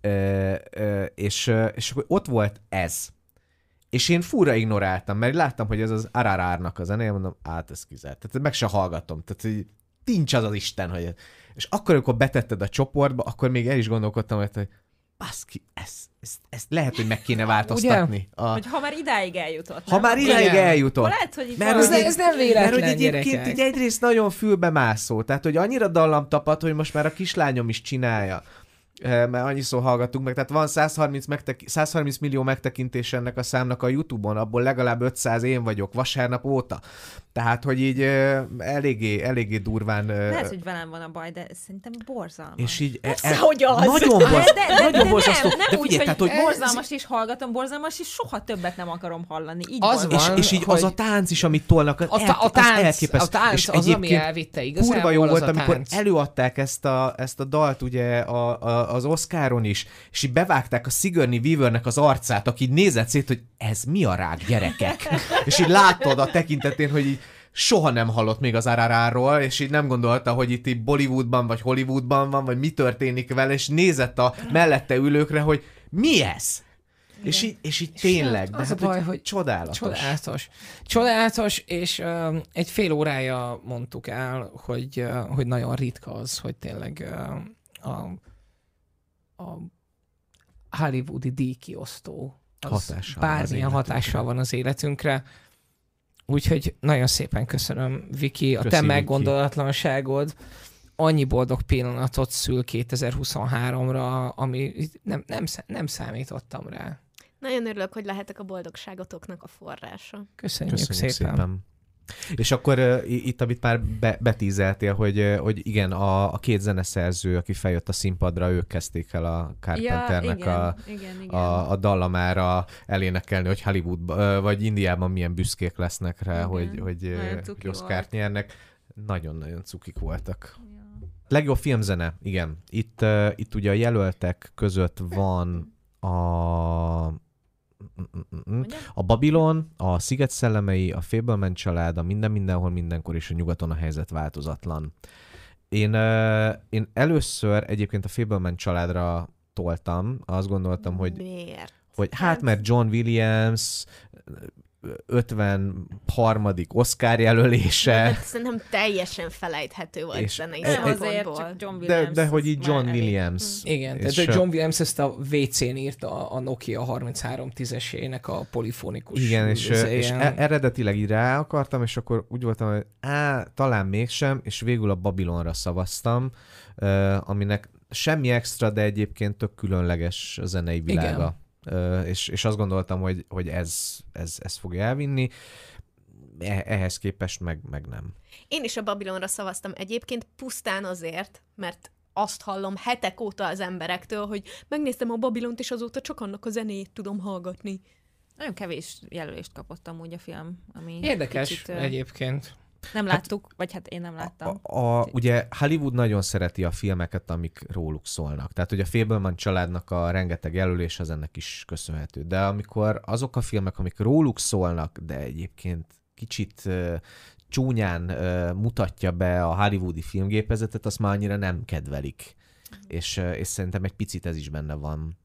Speaker 2: és akkor ott volt ez. És én fura ignoráltam, mert láttam, hogy ez az RRR-nak a zenéje, mondom, ez kizárt. Tehát meg se hallgatom. Tehát hogy nincs az az Isten, hogy... És akkor, amikor betetted a csoportba, akkor még el is gondolkodtam, hogy baszki, ezt lehet, hogy meg kéne változtatni.
Speaker 1: hogy ha már idáig eljutott.
Speaker 2: Ha már idáig
Speaker 3: Igen.
Speaker 2: eljutott.
Speaker 1: Lehet, hogy itt
Speaker 2: Mert
Speaker 1: valami-
Speaker 3: ez nem véletlen,
Speaker 2: mert hogy egyébként
Speaker 3: gyerekek.
Speaker 2: így egyrészt nagyon fülbe mászó, tehát hogy annyira dallam tapad, hogy most már a kislányom is csinálja. Mert annyiszor hallgattunk meg, tehát van 130 millió megtekintés ennek a számnak a YouTube-on, abból legalább 500 én vagyok vasárnap óta. Tehát, hogy így eléggé durván...
Speaker 1: Lehet, hogy velem van a baj, de szerintem borzalmas.
Speaker 2: és így...
Speaker 4: hogy az?
Speaker 2: Nagyon
Speaker 1: de
Speaker 2: borzasztó.
Speaker 1: nem
Speaker 2: De
Speaker 1: úgy,
Speaker 2: figyelj,
Speaker 1: hogy
Speaker 2: tehát, hogy
Speaker 1: borzalmas is hallgatom, borzalmas, és soha többet nem akarom hallani. Így
Speaker 3: Az
Speaker 1: van.
Speaker 3: van.
Speaker 2: és így az
Speaker 3: hogy-
Speaker 2: a tánc is, amit tolnak,
Speaker 3: A tánc
Speaker 2: és
Speaker 3: az, ami
Speaker 2: egyébként
Speaker 3: elvitte igazából,
Speaker 2: kurva jó
Speaker 3: az
Speaker 2: volt,
Speaker 3: a
Speaker 2: amikor
Speaker 3: tánc.
Speaker 2: előadták ezt a dalt ugye az Oscaron is, és így bevágták a Sigourney Weavernek az arcát, aki így nézett szét, hogy ez mi a rák, gyerekek? És így láttad a tekintetén, hogy így soha nem hallott még az RRR-ról, és így nem gondolta, hogy itt így Bollywoodban vagy Hollywoodban van, vagy mi történik vele, és nézett a mellette ülőkre, hogy mi ez? És így tényleg, de
Speaker 3: az
Speaker 2: hát,
Speaker 3: a baj, hogy
Speaker 2: csodálatos.
Speaker 3: Csodálatos, és egy fél órája mondtuk el, hogy nagyon ritka az, hogy tényleg a hollywoodi díjkiosztó az
Speaker 2: Hatással van az
Speaker 3: bármilyen
Speaker 2: életünkre.
Speaker 3: hatással van az életünkre. Úgyhogy nagyon szépen köszönöm, Viki, a te
Speaker 2: Köszi, Viki.
Speaker 3: meggondolatlanságod. Annyi boldog pillanatot szül 2023-ra, ami nem számítottam rá.
Speaker 4: Nagyon örülök, hogy lehetek a boldogságotoknak a forrása.
Speaker 3: Köszönjük szépen.
Speaker 2: És akkor itt, amit már betízeltél, hogy igen, a két zeneszerző, aki feljött a színpadra, ők kezdték el a Carpenternek
Speaker 1: igen.
Speaker 2: a dallamára elénekelni, hogy Hollywoodban, vagy Indiában milyen büszkék lesznek rá,
Speaker 1: Igen,
Speaker 2: hogy
Speaker 1: nagyon cuki
Speaker 2: Oscart
Speaker 1: volt.
Speaker 2: nyernek. Nagyon-nagyon cukik voltak. Legjobb filmzene, igen. Itt ugye a jelöltek között van a Babylon, a Sziget szellemei, a Fableman család, a Mindenhol Mindenkor és a Nyugaton a helyzet változatlan. Én először egyébként a Fableman családra toltam, azt gondoltam, hogy
Speaker 4: Miért?
Speaker 2: hát mert John Williams, 53. Oscar jelölése.
Speaker 4: Hát szerintem teljesen felejthető volt zenei
Speaker 1: Nem azért,
Speaker 4: szempontból.
Speaker 1: csak John Williams.
Speaker 2: De hogy így John
Speaker 1: már elég.
Speaker 2: Williams.
Speaker 3: Igen,
Speaker 2: És
Speaker 3: tehát John Williams ezt a WC-n írta a Nokia 3310-esének a polifonikus.
Speaker 2: Igen, és eredetileg így rá akartam, és akkor úgy voltam, hogy talán mégsem, és végül a Babylonra szavaztam, aminek semmi extra, de egyébként tök különleges a zenei világa. És azt gondoltam, hogy ez fogja elvinni, ehhez képest meg nem.
Speaker 4: Én is a Babylonra szavaztam egyébként pusztán azért, mert azt hallom hetek óta az emberektől, hogy megnéztem a Babylont, és azóta csak annak a zenéjét tudom hallgatni.
Speaker 1: Nagyon kevés jelölést kapott amúgy a film, ami
Speaker 3: Érdekes
Speaker 1: kicsit,
Speaker 3: egyébként.
Speaker 1: nem láttuk, vagy hát én nem láttam.
Speaker 2: Ugye Hollywood nagyon szereti a filmeket, amik róluk szólnak. Tehát, hogy a Fableman családnak a rengeteg jelölés az ennek is köszönhető. De amikor azok a filmek, amik róluk szólnak, de egyébként kicsit csúnyán mutatja be a hollywoodi filmgépezetet, azt már annyira nem kedvelik. És szerintem egy picit ez is benne van.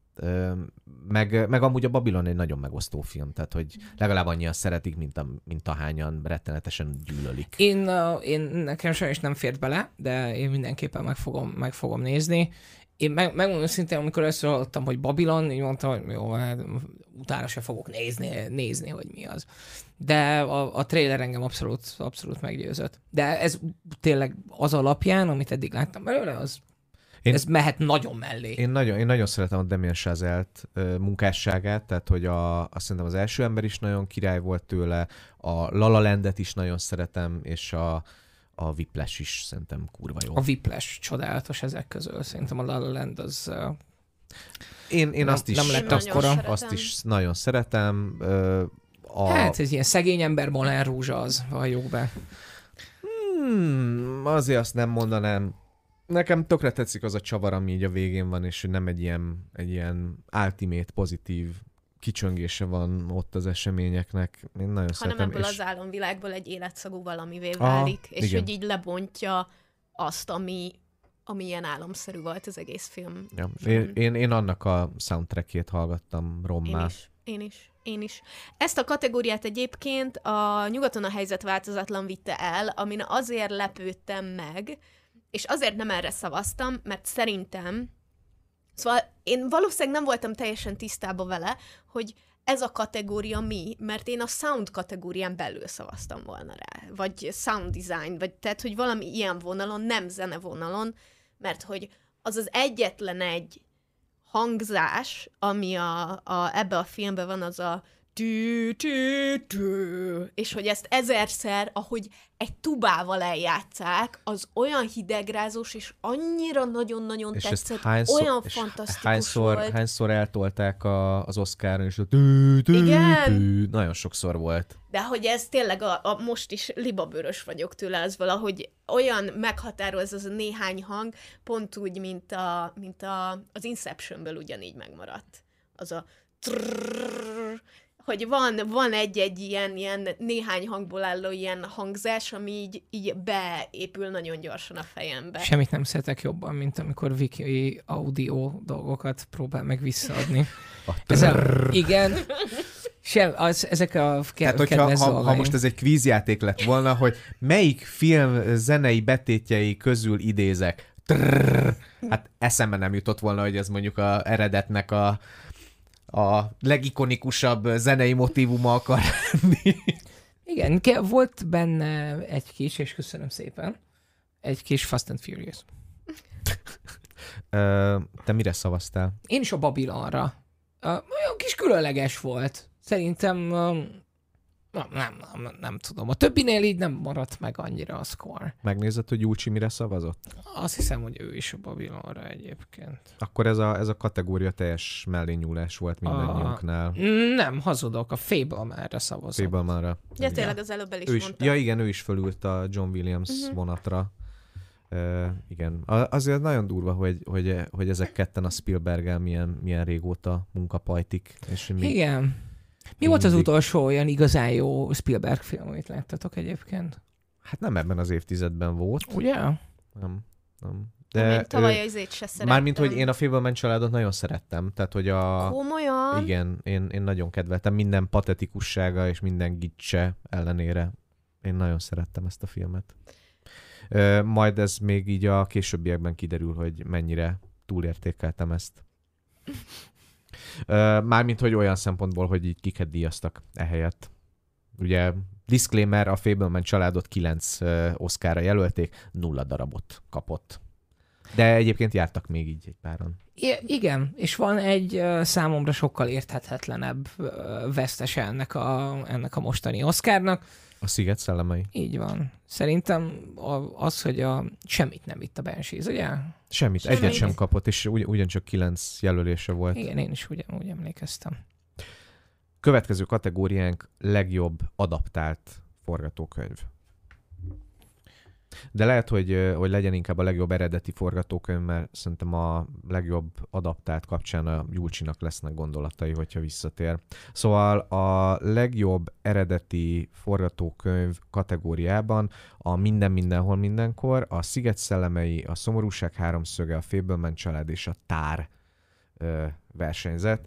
Speaker 2: Meg amúgy a Babylon egy nagyon megosztó film, tehát hogy legalább annyian szeretik, mint ahányan rettenetesen gyűlölik.
Speaker 3: Én nekem sajnos nem fért bele, de én mindenképpen meg fogom nézni. Én megmondom szintén, amikor ezt hallottam, hogy Babylon, így mondtam, hogy jó, hát utána se fogok nézni, hogy mi az. De a trailer engem abszolút meggyőzött. De ez tényleg az alapján, amit eddig láttam belőle, ez mehet nagyon mellé.
Speaker 2: Én nagyon szeretem a Damien Chazelle-t munkásságát, tehát hogy azt szerintem az első ember is nagyon király volt tőle, a La La Landet is nagyon szeretem, és a Whiplash is szerintem kurva jó.
Speaker 3: A Whiplash csodálatos ezek közül. Szerintem a La La Land az...
Speaker 2: Én azt is,
Speaker 3: nem lett akkora.
Speaker 2: Azt is nagyon szeretem.
Speaker 3: Hát ez ilyen szegény ember Moulin Rouge az, valljuk be.
Speaker 2: Azért azt nem mondanám. Nekem tökre tetszik az a csavar, ami így a végén van, és hogy nem egy ilyen ultimate, pozitív kicsöngése van ott az eseményeknek. Én nagyon szeretem.
Speaker 4: Hanem ebből az álomvilágból egy életszagú valamivé válik, és
Speaker 2: igen.
Speaker 4: hogy így lebontja azt, ami ilyen álomszerű volt az egész film.
Speaker 2: Ja. Én annak a soundtrackjét hallgattam rommá.
Speaker 4: Én is. Ezt a kategóriát egyébként a Nyugaton a helyzet változatlan vitte el, amin azért lepődtem meg, és azért nem erre szavaztam, mert szerintem, szóval én valószínűleg nem voltam teljesen tisztában vele, hogy ez a kategória mi, mert én a sound kategórián belül szavaztam volna rá, vagy sound design, vagy tehát, hogy valami ilyen vonalon, nem zene vonalon, mert hogy az egyetlen egy hangzás, ami ebbe a filmben van, az a és hogy ezt ezerszer, ahogy egy tubával eljátszák, az olyan hidegrázós, és annyira nagyon-nagyon
Speaker 2: és
Speaker 4: tetszett, olyan fantasztikus volt.
Speaker 2: Hányszor eltolták az Oscaron, és
Speaker 4: igen.
Speaker 2: Nagyon sokszor volt.
Speaker 4: De hogy ez tényleg most is libabőrös vagyok tőle, az valahogy olyan meghatároz az a néhány hang, pont úgy, mint az Inceptionből ugyanígy megmaradt. Az a hogy van egy ilyen néhány hangból álló ilyen hangzás, ami így beépül nagyon gyorsan a fejembe.
Speaker 3: Semmit nem szeretek jobban, mint amikor Viki audio dolgokat próbál meg visszaadni. Igen. Ezek a kedvenc
Speaker 2: ha most ez egy kvízjáték lett volna, hogy melyik film zenei betétjei közül idézek, hát eszembe nem jutott volna, hogy ez mondjuk a eredetnek a legikonikusabb zenei motívuma akar lenni.
Speaker 3: Igen, volt benne egy kis, és köszönöm szépen, egy kis Fast and Furious.
Speaker 2: Te mire szavaztál?
Speaker 3: Én is a Babylonra. Olyan kis különleges volt. Szerintem nem tudom. A többinél így nem maradt meg annyira a score.
Speaker 2: Megnézed, hogy Júcsi mire szavazott?
Speaker 3: Azt hiszem, hogy ő is a Babylonra egyébként.
Speaker 2: Akkor ez a kategória teljes mellényúlás volt mindannyiunknál.
Speaker 3: Nem, hazudok. A Fablemanre szavazott.
Speaker 2: Fablemanra.
Speaker 4: Ja, tényleg az előbb el is mondtam.
Speaker 2: Ja, igen, ő is fölült a John Williams vonatra. Igen. Azért nagyon durva, hogy ezek ketten a Spielberggel milyen régóta munkapajtik. És
Speaker 3: igen. Mi volt az utolsó olyan igazán jó Spielberg film, amit láttatok egyébként?
Speaker 2: Hát nem ebben az évtizedben volt.
Speaker 3: Ugye?
Speaker 2: Nem.
Speaker 4: Én tavaly az izét se szerettem.
Speaker 2: Mármint, hogy én a Fableman családot nagyon szerettem. Tehát, hogy
Speaker 4: Komolyan?
Speaker 2: Igen, én nagyon kedveltem. Minden patetikussága és minden gicse ellenére. Én nagyon szerettem ezt a filmet. Majd ez még így a későbbiekben kiderül, hogy mennyire túlértékeltem ezt. Mármint, hogy olyan szempontból, hogy így kiket díjaztak ehelyett. Ugye, disclaimer, a Fableman családot 9 Oscarra jelölték, 0 darabot kapott. De egyébként jártak még így egy páran.
Speaker 3: Igen, és van egy számomra sokkal érthetetlenebb vesztese ennek a mostani Oscarnak.
Speaker 2: A Sziget szellemei.
Speaker 3: Így van. Szerintem az, hogy semmit nem vitt a Banshees, ugye?
Speaker 2: Semmit, egyet sem kapott, és ugyancsak 9 jelölése volt.
Speaker 3: Igen, én is ugyanúgy emlékeztem.
Speaker 2: Következő kategóriánk legjobb adaptált forgatókönyv. De lehet, hogy legyen inkább a legjobb eredeti forgatókönyv, mert szerintem a legjobb adaptált kapcsán a Julcsinak lesznek gondolatai, hogyha visszatér. Szóval a legjobb eredeti forgatókönyv kategóriában a Minden mindenhol mindenkor, a Sziget szellemei, a Szomorúság háromszöge, a Fableman család és a Tár versenyzett.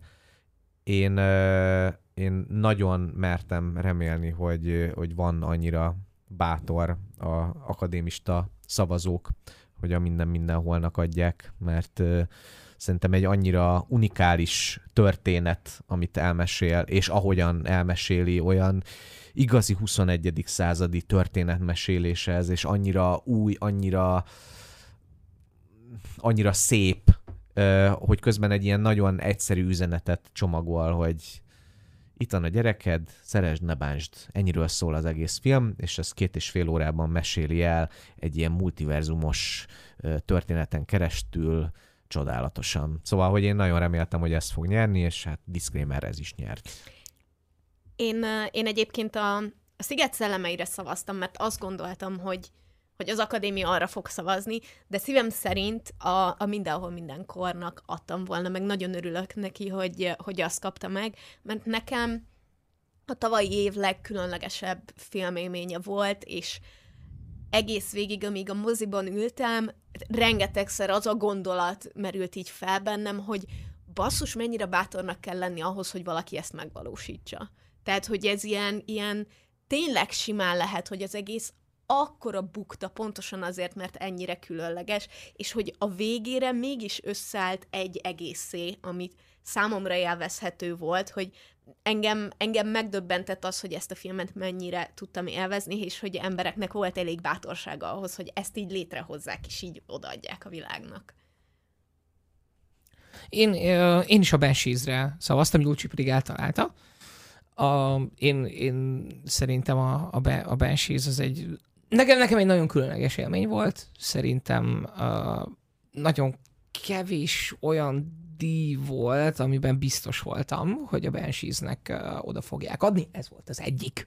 Speaker 2: Én nagyon mertem remélni, hogy van annyira bátor a akadémista szavazók, hogy a Minden mindenholnak adják, mert szerintem egy annyira unikális történet, amit elmesél, és ahogyan elmeséli, olyan igazi 21. századi történetmesélése ez, és annyira új, annyira szép, hogy közben egy ilyen nagyon egyszerű üzenetet csomagol, hogy itt van a gyereked, szeresd, ne bántsd. Ennyiről szól az egész film, és ez 2,5 órában meséli el egy ilyen multiverzumos történeten keresztül csodálatosan. Szóval, hogy én nagyon reméltem, hogy ez fog nyerni, és hát disclaimer, ez is nyert.
Speaker 4: Én egyébként a Sziget szellemeire szavaztam, mert azt gondoltam, hogy az akadémia arra fog szavazni, de szívem szerint a Mindenhol mindenkornak adtam volna, meg nagyon örülök neki, hogy azt kapta meg, mert nekem a tavalyi év legkülönlegesebb filmélménye volt, és egész végig, amíg a moziban ültem, rengetegszer az a gondolat merült így fel bennem, hogy basszus, mennyire bátornak kell lenni ahhoz, hogy valaki ezt megvalósítsa. Tehát, hogy ez ilyen tényleg simán lehet, hogy az egész akkora bukta pontosan azért, mert ennyire különleges, és hogy a végére mégis összeállt egy egészé, amit számomra élvezhető volt, hogy engem megdöbbentett az, hogy ezt a filmet mennyire tudtam élvezni, és hogy embereknek volt elég bátorsága ahhoz, hogy ezt így létrehozzák, és így odaadják a világnak.
Speaker 3: Én is a Banshees-re szavaztam, Julcsi pedig eltalálta. Én szerintem a Banshees az egy... Nekem egy nagyon különleges élmény volt. Szerintem nagyon kevés olyan díj volt, amiben biztos voltam, hogy a Bansheesnek oda fogják adni. Ez volt az egyik.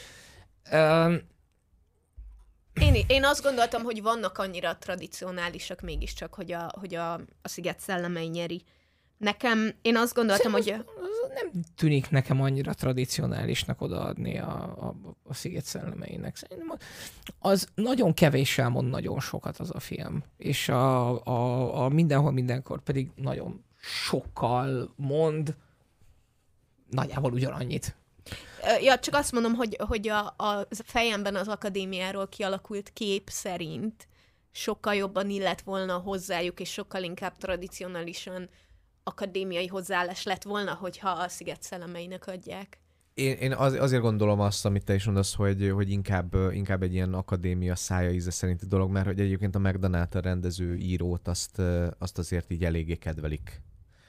Speaker 4: Én azt gondoltam, hogy vannak annyira tradicionálisak mégiscsak, hogy a Sziget szellemei nyeri. Én azt gondoltam, hogy...
Speaker 3: Nem tűnik nekem annyira tradicionálisnak odaadni a Sziget szellemeinek. Szerintem az nagyon kevéssel mond nagyon sokat az a film. És a Mindenhol mindenkor pedig nagyon sokkal mond nagyjából ugyanannyit.
Speaker 4: Ja, csak azt mondom, hogy a fejemben az akadémiáról kialakult kép szerint sokkal jobban illet volna hozzájuk, és sokkal inkább tradicionálisan akadémiai hozzáállás lett volna, hogyha a Sziget szellemeinek adják. Én
Speaker 2: azért gondolom azt, amit te is mondasz, hogy inkább egy ilyen akadémia szája íze szerinti dolog, mert hogy egyébként a McDonald rendező írót azt azért így eléggé kedvelik.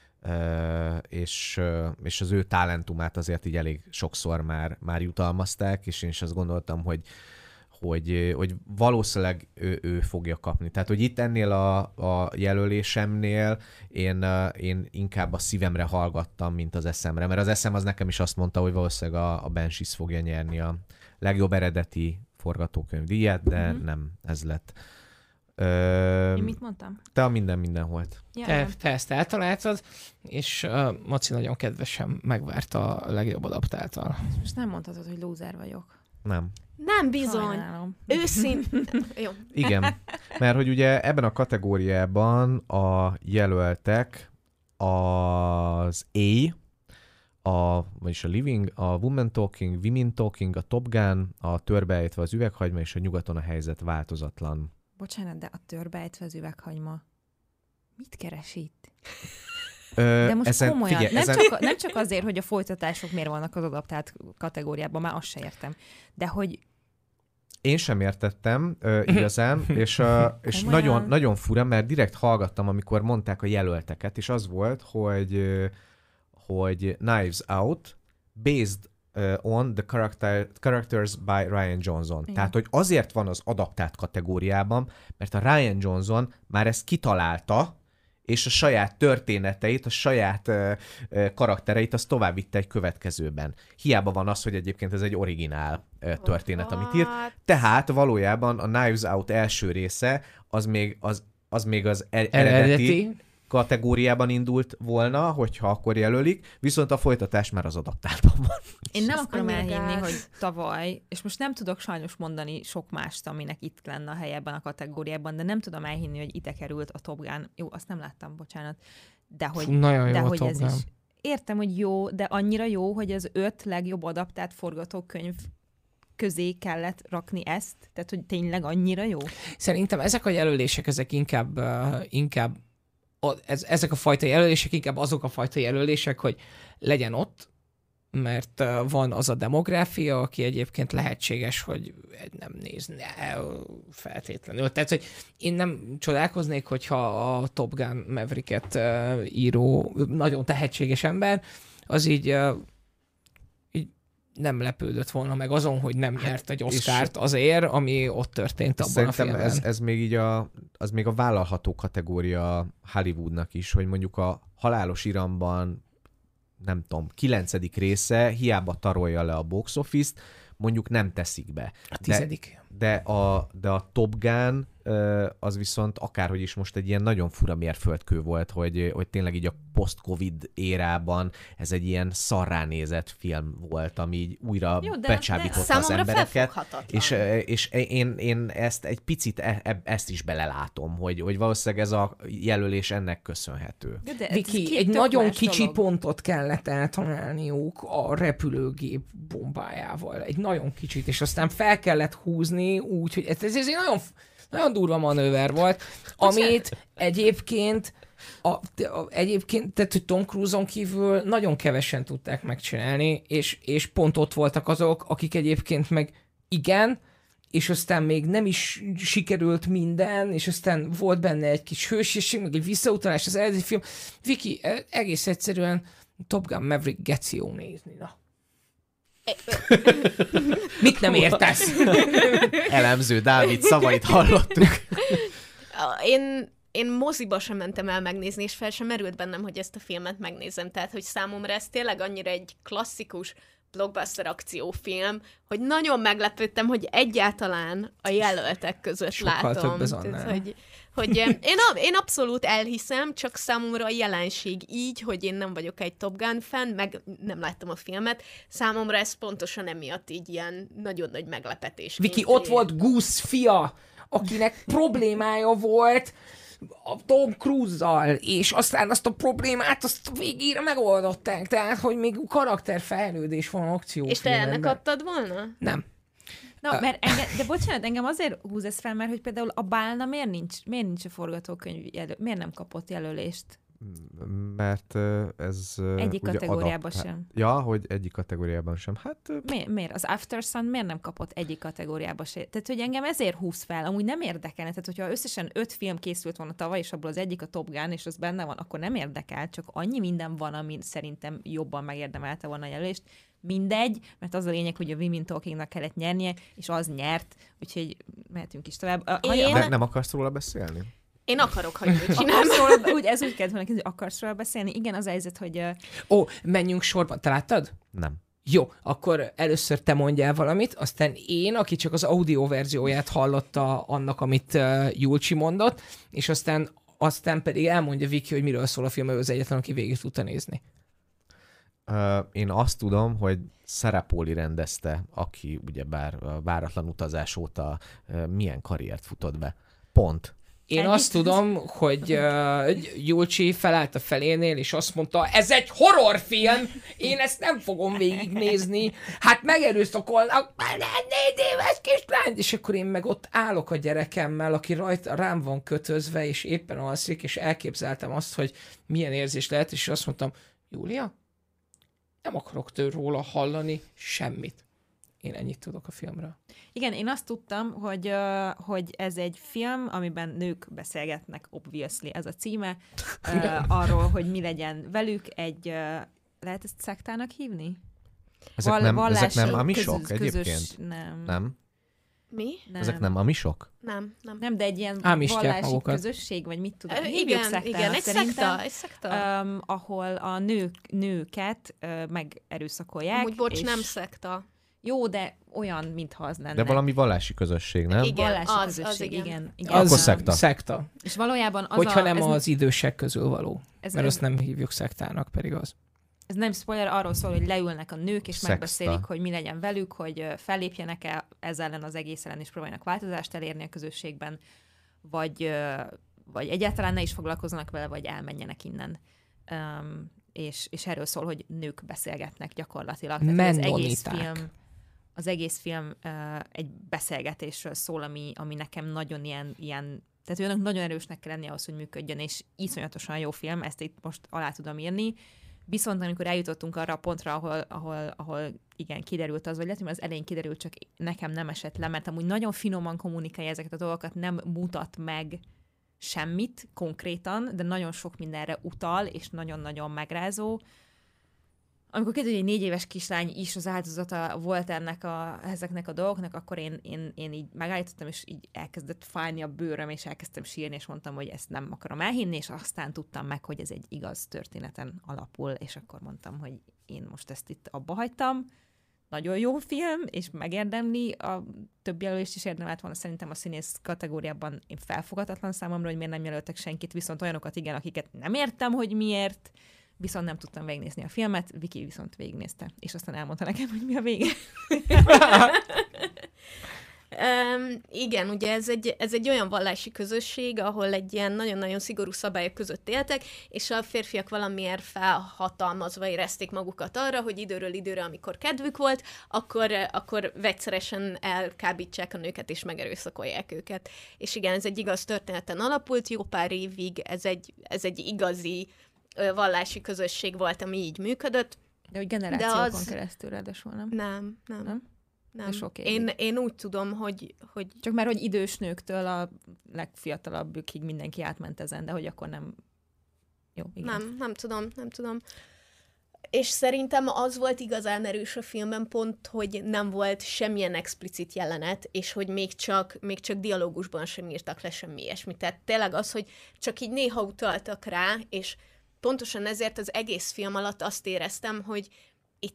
Speaker 2: És az ő talentumát azért így elég sokszor már jutalmazták, és én is azt gondoltam, hogy valószínűleg ő fogja kapni. Tehát, hogy itt ennél a jelölésemnél én inkább a szívemre hallgattam, mint az eszemre, mert az eszem az nekem is azt mondta, hogy valószínűleg a Banshees fogja nyerni a legjobb eredeti forgatókönyv díját, de nem ez lett.
Speaker 1: Én mit mondtam?
Speaker 2: Te a mindenholt.
Speaker 1: Ja,
Speaker 3: Te ezt eltaláltad, és Maci nagyon kedvesen megvárta a legjobb adaptáltal.
Speaker 1: Most nem mondhatod, hogy lúzer vagyok.
Speaker 2: Nem.
Speaker 4: Nem bizony.
Speaker 1: Sajnálom.
Speaker 4: Jó.
Speaker 2: Igen. Mert hogy ugye ebben a kategóriában a jelöltek az vagyis a Living, a Woman Talking, Women Talking, a Top Gun, a Törbeejtve az üveghagyma és a Nyugaton a helyzet változatlan.
Speaker 1: Bocsánat, de a Törbeejtve az üveghagyma. Mit keres itt?
Speaker 2: De
Speaker 1: De most komolyan,
Speaker 2: figyelj,
Speaker 1: nem csak azért, hogy a folytatások miért vannak az adaptált kategóriában, már azt se értem. De hogy
Speaker 2: Én sem értettem igazán, és nagyon, nagyon fura, mert direkt hallgattam, amikor mondták a jelölteket, és az volt, hogy Knives Out based on the characters by Ryan Johnson.
Speaker 1: Igen.
Speaker 2: Tehát, hogy azért van az adaptált kategóriában, mert a Ryan Johnson már ezt kitalálta, és a saját történeteit, a saját karaktereit azt tovább vitte egy következőben. Hiába van az, hogy egyébként ez egy originál történet, amit írt. Tehát valójában a Knives Out első része az még az eredeti kategóriában indult volna, hogyha akkor jelölik, viszont a folytatás már az adaptáltban van.
Speaker 1: én nem akarom
Speaker 4: annyira
Speaker 1: elhinni,
Speaker 4: gáz.
Speaker 1: hogy tavaly, és most nem tudok sajnos mondani sok mást, aminek itt lenne a helye ebben a kategóriában, de nem tudom elhinni, hogy ide került a Top Gun. Jó, azt nem láttam, bocsánat. De hogy,
Speaker 3: Nagyon jó
Speaker 1: de
Speaker 3: a
Speaker 1: hogy
Speaker 3: Top
Speaker 1: ez
Speaker 3: Gun.
Speaker 1: is. Értem, hogy jó, de annyira jó, hogy az 5 legjobb adaptált forgatókönyv közé kellett rakni ezt? Tehát, hogy tényleg annyira jó?
Speaker 3: Szerintem ezek a jelölések, ezek inkább ezek a fajta jelölések inkább azok a fajta jelölések, hogy legyen ott, mert van az a demográfia, aki egyébként lehetséges, hogy nem nézne feltétlenül. Tehát, hogy én nem csodálkoznék, hogyha a Top Gun Mavericket író, nagyon tehetséges ember, az így nem lepődött volna meg azon, hogy nem nyert egy Oscart azért, ami ott történt abban
Speaker 2: Szerintem
Speaker 3: a filmben.
Speaker 2: ez még az még a vállalható kategória Hollywoodnak is, hogy mondjuk a Halálos Iramban nem tudom, 9. része hiába tarolja le a box office-t, mondjuk nem teszik be.
Speaker 3: A 10.
Speaker 2: De a Top Gun az viszont akárhogy is most egy ilyen nagyon fura mérföldkő volt, hogy tényleg így a post-covid érában ez egy ilyen szarránézett film volt, ami így újra becsábította az
Speaker 4: számomra
Speaker 2: embereket.
Speaker 4: felfoghatatlan.
Speaker 2: És én ezt egy picit ezt is belelátom, hogy valószínűleg ez a jelölés ennek köszönhető.
Speaker 1: De
Speaker 3: Viki, egy nagyon kicsi pontot kellett eltalálniuk a repülőgép bombájával. Egy nagyon kicsit, és aztán fel kellett húzni úgy, hogy ez egy nagyon durva manőver volt, amit egyébként tehát, hogy Tom Cruise-on kívül nagyon kevesen tudták megcsinálni, és pont ott voltak azok, akik egyébként meg igen, és aztán még nem is sikerült minden, és aztán volt benne egy kis hősiesség, meg egy visszautalás az eredeti film. Viki, egész egyszerűen Top Gun Maverick geci jó nézni, na. Mit nem értesz?
Speaker 2: Elemző Dávid szavait hallottuk.
Speaker 4: Én moziba sem mentem el megnézni, és fel sem merült bennem, hogy ezt a filmet megnézem. Tehát, hogy számomra ez tényleg annyira egy klasszikus blockbuster akciófilm, hogy nagyon meglepődtem, hogy egyáltalán a jelöltek között
Speaker 3: Sokkal
Speaker 4: látom.
Speaker 3: több ez annál.
Speaker 4: Tehát, hogy én abszolút elhiszem, csak számomra a jelenség így, hogy én nem vagyok egy Top Gun fan, meg nem láttam a filmet, számomra ez pontosan emiatt így ilyen nagyon nagy meglepetés.
Speaker 3: Viki, ott volt Goose fia, akinek problémája volt a Tom Cruise-zal, és aztán azt a problémát azt végére megoldották, tehát, hogy még karakterfejlődés van akciófilmben.
Speaker 4: És te ennek adtad volna?
Speaker 3: Nem.
Speaker 1: Na, mert de bocsánat, engem azért húz ez fel, mert hogy például a Bálna miért nincs a forgatókönyv miért nem kapott jelölést?
Speaker 2: Mert ez...
Speaker 1: Egyik kategóriában sem.
Speaker 2: Ja, hogy egyik kategóriában sem. Hát...
Speaker 1: Miért? Az After Sun miért nem kapott egyik kategóriába se? Tehát, hogy engem ezért húz fel, amúgy nem érdekelne. Tehát, hogyha összesen 5 film készült volna tavaly, és abból az egyik a Top Gun, és az benne van, akkor nem érdekel, csak annyi minden van, ami szerintem jobban megérdemelte volna a jelölést. Mindegy, mert az a lényeg, hogy a Women Talkingnak kellett nyernie, és az nyert, úgyhogy mehetünk is tovább.
Speaker 2: De nem akarsz róla beszélni?
Speaker 4: Én akarok, hogy mit csinálom.
Speaker 1: Ez úgy kellett volna, hogy akarsz róla beszélni. Igen, az a helyzet, hogy...
Speaker 3: Menjünk sorban. Te láttad?
Speaker 2: Nem.
Speaker 3: Jó, akkor először te mondjál valamit, aztán én, aki csak az audio verzióját hallotta annak, amit Julcsi mondott, és aztán pedig elmondja Viki, hogy miről szól a film, ő az egyetlen, aki végig tudta nézni.
Speaker 2: Én azt tudom, hogy Sarah rendezte, aki ugyebár váratlan utazás óta milyen karriert futott be. Pont.
Speaker 3: Én azt tudom, hogy Julcsi felállt a felénél, és azt mondta, ez egy horrorfilm, én ezt nem fogom végignézni, hát megerőszakolnak, 4 éves kislány, és akkor én meg ott állok a gyerekemmel, aki rám van kötözve, és éppen alszik, és elképzeltem azt, hogy milyen érzés lehet, és azt mondtam, Júlia, nem akarok róla hallani semmit. Én ennyit tudok a filmről.
Speaker 1: Igen, én azt tudtam, hogy ez egy film, amiben nők beszélgetnek, obviously ez a címe, arról, hogy mi legyen velük, lehet ezt szektának hívni?
Speaker 2: Ezek nem amisok egyébként? Nem.
Speaker 4: Mi?
Speaker 1: Nem.
Speaker 2: Ezek nem amisok?
Speaker 1: Nem, de egy ilyen
Speaker 3: Ámistják
Speaker 1: vallási közösség, vagy mit tudom.
Speaker 4: Igen, egy szekta.
Speaker 1: Ahol a nőket megerőszakolják.
Speaker 4: Amúgy bocs, nem szekta.
Speaker 1: Jó, de olyan, mintha az lenne.
Speaker 2: De valami vallási közösség, nem?
Speaker 1: Igen, vallási közösség, igen.
Speaker 2: Akkor szekta.
Speaker 3: Szekta.
Speaker 1: És valójában az
Speaker 3: hogyha nem az idősek közül való. Mert azt nem hívjuk szektának, pedig az.
Speaker 1: Ez nem spoiler, arról szól, hogy leülnek a nők, és
Speaker 2: Szexta.
Speaker 1: megbeszélik, hogy mi legyen velük, hogy fellépjenek-e ezzel ellen az egész ellen, és próbáljanak változást elérni a közösségben, vagy egyáltalán ne is foglalkozzanak vele, vagy elmenjenek innen. És erről szól, hogy nők beszélgetnek gyakorlatilag. Tehát az egész film egy beszélgetésről szól, ami nekem nagyon ilyen tehát olyanok nagyon erősnek kell lenni ahhoz, hogy működjön, és iszonyatosan jó film, ezt itt most alá tudom írni. Viszont amikor eljutottunk arra a pontra, ahol igen, kiderült az, vagy lehet, hogy az elején kiderült, csak nekem nem esett le, mert amúgy nagyon finoman kommunikálja ezeket a dolgokat, nem mutat meg semmit konkrétan, de nagyon sok mindenre utal, és nagyon-nagyon megrázó. Amikor kiderült, hogy egy 4 éves kislány is az áldozata volt ezeknek a dolgoknak, akkor én így megállítottam, és így elkezdett fájni a bőröm, és elkezdtem sírni, és mondtam, hogy ezt nem akarom elhinni, és aztán tudtam meg, hogy ez egy igaz történeten alapul, és akkor mondtam, hogy én most ezt itt abba hagytam. Nagyon jó film, és megérdemli, a több jelölést is érdemelt volna szerintem a színész kategóriában. Én felfogadatlan számomra, hogy miért nem jelöltek senkit, viszont olyanokat igen, akiket nem értem, hogy miért, viszont nem tudtam végignézni a filmet, Viki viszont végignézte, és aztán elmondta nekem, hogy mi a vége.
Speaker 4: Igen, ugye ez egy olyan vallási közösség, ahol egy ilyen nagyon-nagyon szigorú szabályok között éltek, és a férfiak valamiért felhatalmazva érezték magukat arra, hogy időről időre, amikor kedvük volt, akkor vegyszeresen elkábítsák a nőket, és megerőszakolják őket. És igen, ez egy igaz történeten alapult, jó pár évig ez egy igazi vallási közösség volt, ami így működött.
Speaker 1: De hogy generációkon keresztül ráadásul, nem?
Speaker 4: Nem. Én úgy tudom, hogy...
Speaker 1: Csak már, hogy idős nőktől a legfiatalabbikig mindenki átment ezen, de hogy akkor nem... Jó, igen.
Speaker 4: Nem tudom. És szerintem az volt igazán erős a filmben pont, hogy nem volt semmilyen explicit jelenet, és hogy még csak dialógusban sem írtak le semmi ilyesmit. Tehát tényleg az, hogy csak így néha utaltak rá, és pontosan ezért az egész film alatt azt éreztem, hogy itt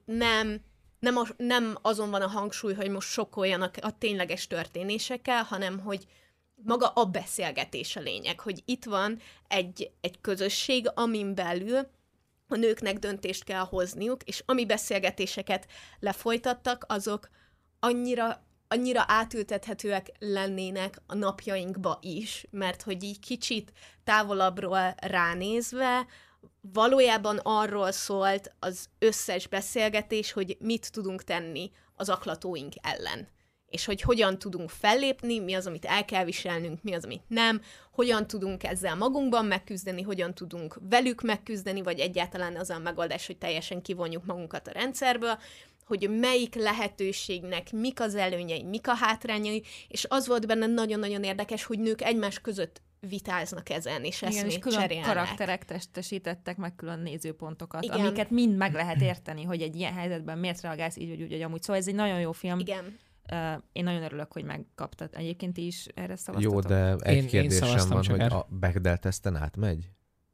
Speaker 4: nem azon van a hangsúly, hogy most sokkoljanak a tényleges történésekkel, hanem hogy maga a beszélgetés a lényeg, hogy itt van egy közösség, amin belül a nőknek döntést kell hozniuk, és ami beszélgetéseket lefolytattak, azok annyira átültethetőek lennének a napjainkba is, mert hogy így kicsit távolabbról ránézve, valójában arról szólt az összes beszélgetés, hogy mit tudunk tenni az aklatóink ellen. És hogy hogyan tudunk fellépni, mi az, amit el kell viselnünk, mi az, amit nem, hogyan tudunk ezzel magunkban megküzdeni, hogyan tudunk velük megküzdeni, vagy egyáltalán az a megoldás, hogy teljesen kivonjuk magunkat a rendszerből, hogy melyik lehetőségnek mik az előnyei, mik a hátrányai, és az volt benne nagyon-nagyon érdekes, hogy nők egymás között vitáznak ezen, és eszmét cserélnek.
Speaker 1: Külön karakterek testesítettek meg külön nézőpontokat, igen, amiket mind meg lehet érteni, hogy egy ilyen helyzetben miért reagálsz így, vagy úgy, hogy amúgy. Szóval ez egy nagyon jó film.
Speaker 4: Igen.
Speaker 1: Én nagyon örülök, hogy megkaptad. Egyébként is erre szavaztatok?
Speaker 2: Jó, de egy kérdésem van, hogy a Bechdel teszten átmegy?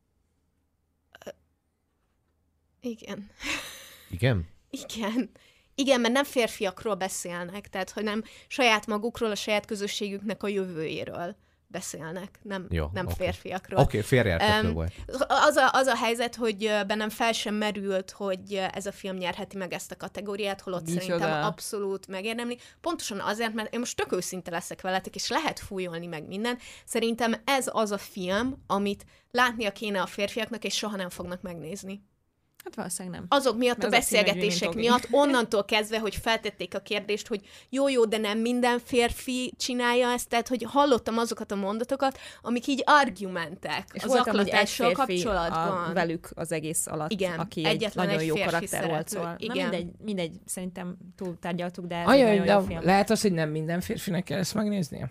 Speaker 4: Igen.
Speaker 2: Igen?
Speaker 4: Igen, mert nem férfiakról beszélnek, tehát hogy nem saját magukról, a saját közösségüknek a jövőjéről beszélnek, nem
Speaker 2: okay.
Speaker 4: férfiakról.
Speaker 2: Oké, félreérthető volt.
Speaker 4: Az a helyzet, hogy bennem fel sem merült, hogy ez a film nyerheti meg ezt a kategóriát, holott szerintem abszolút megérdemli. Pontosan azért, mert én most tök őszinte leszek veletek, és lehet fújolni meg minden. Szerintem ez az a film, amit látnia kéne a férfiaknak, és soha nem fognak megnézni.
Speaker 1: Hát valószínűleg nem.
Speaker 4: Azok miatt a beszélgetések miatt, onnantól kezdve, hogy feltették a kérdést, hogy jó, de nem minden férfi csinálja ezt, tehát hogy hallottam azokat a mondatokat, amik így argumentek
Speaker 1: és
Speaker 4: az aklatással kapcsolatban.
Speaker 1: Velük az egész alatt,
Speaker 4: igen,
Speaker 1: aki egy nagyon jó karakter volt, szóval mindegy, szerintem túl tárgyaltuk, de ez egy nagyon jó film.
Speaker 3: Lehet az, hogy nem minden férfinek kell ezt megnéznie?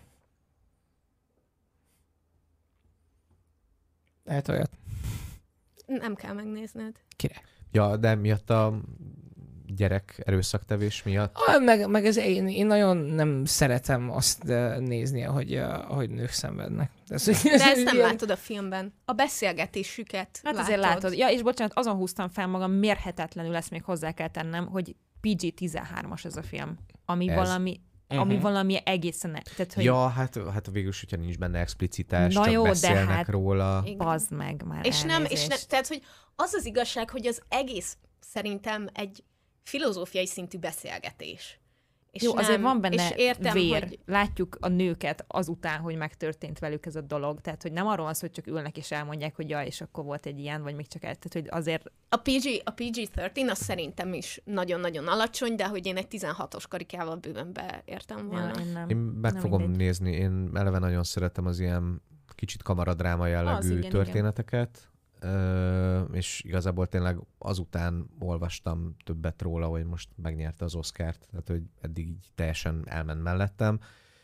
Speaker 3: Lehet olyat.
Speaker 4: Nem kell megnézned.
Speaker 3: Király.
Speaker 2: Ja, de miatt a gyerek erőszaktevés miatt?
Speaker 3: Meg ez én nagyon nem szeretem azt nézni, ahogy nők szenvednek.
Speaker 4: De ezt nem látod a filmben. A beszélgetésüket
Speaker 1: hát azért látod. Ja, és bocsánat, azon húztam fel magam, mérhetetlenül ezt még hozzá kell tennem, hogy PG-13-as ez a film, ami valami egészen... Tehát, hogy...
Speaker 2: Ja, hát végül hogyha nincs benne explicitás, csak jó, beszélnek róla.
Speaker 1: Bazd meg már.
Speaker 4: És nem, tehát, hogy az az igazság, hogy az egész szerintem egy filozófiai szintű beszélgetés. És
Speaker 1: jó, azért van benne
Speaker 4: és értem,
Speaker 1: vér.
Speaker 4: Hogy...
Speaker 1: Látjuk a nőket azután, hogy megtörtént velük ez a dolog. Tehát, hogy nem arról van szó, hogy csak ülnek és elmondják, hogy ja, és akkor volt egy ilyen, vagy még csak el. Tehát, hogy azért...
Speaker 4: A PG-13 az szerintem is nagyon-nagyon alacsony, de hogy én egy 16-os karikával bőven beértem volna.
Speaker 1: Ja,
Speaker 2: én meg fogom nézni. Én eleve nagyon szeretem az ilyen kicsit kamaradráma jellegű történeteket. És igazából tényleg azután olvastam többet róla, hogy most megnyerte az Oscart, tehát hogy eddig így teljesen elment mellettem.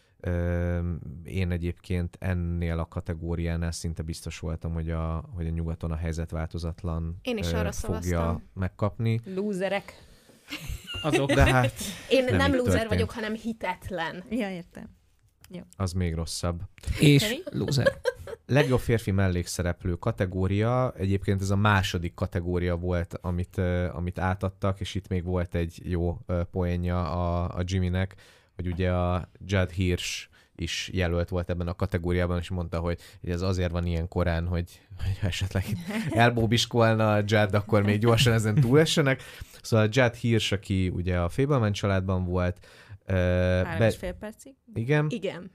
Speaker 2: Én egyébként ennél a kategóriánál szinte biztos voltam, hogy a nyugaton a helyzet változatlan
Speaker 4: én is arra
Speaker 2: fogja megkapni.
Speaker 1: Lúzerek.
Speaker 2: Azok, de hát
Speaker 4: én nem lúzer vagyok, hanem hitetlen.
Speaker 1: Ja, értem. Jó.
Speaker 2: Az még rosszabb.
Speaker 3: És lúzer.
Speaker 2: Legjobb férfi mellékszereplő kategória, egyébként ez a második kategória volt, amit átadtak, és itt még volt egy jó poénja a Jimmynek, hogy ugye a Judd Hirsch is jelölt volt ebben a kategóriában, és mondta, hogy ez azért van ilyen korán, hogy esetleg elbóbiskolna a Judd, akkor még gyorsan ezen túlessenek. Szóval a Judd Hirsch, aki ugye a Fableman családban volt,
Speaker 1: 3,5 percig.
Speaker 4: Igen.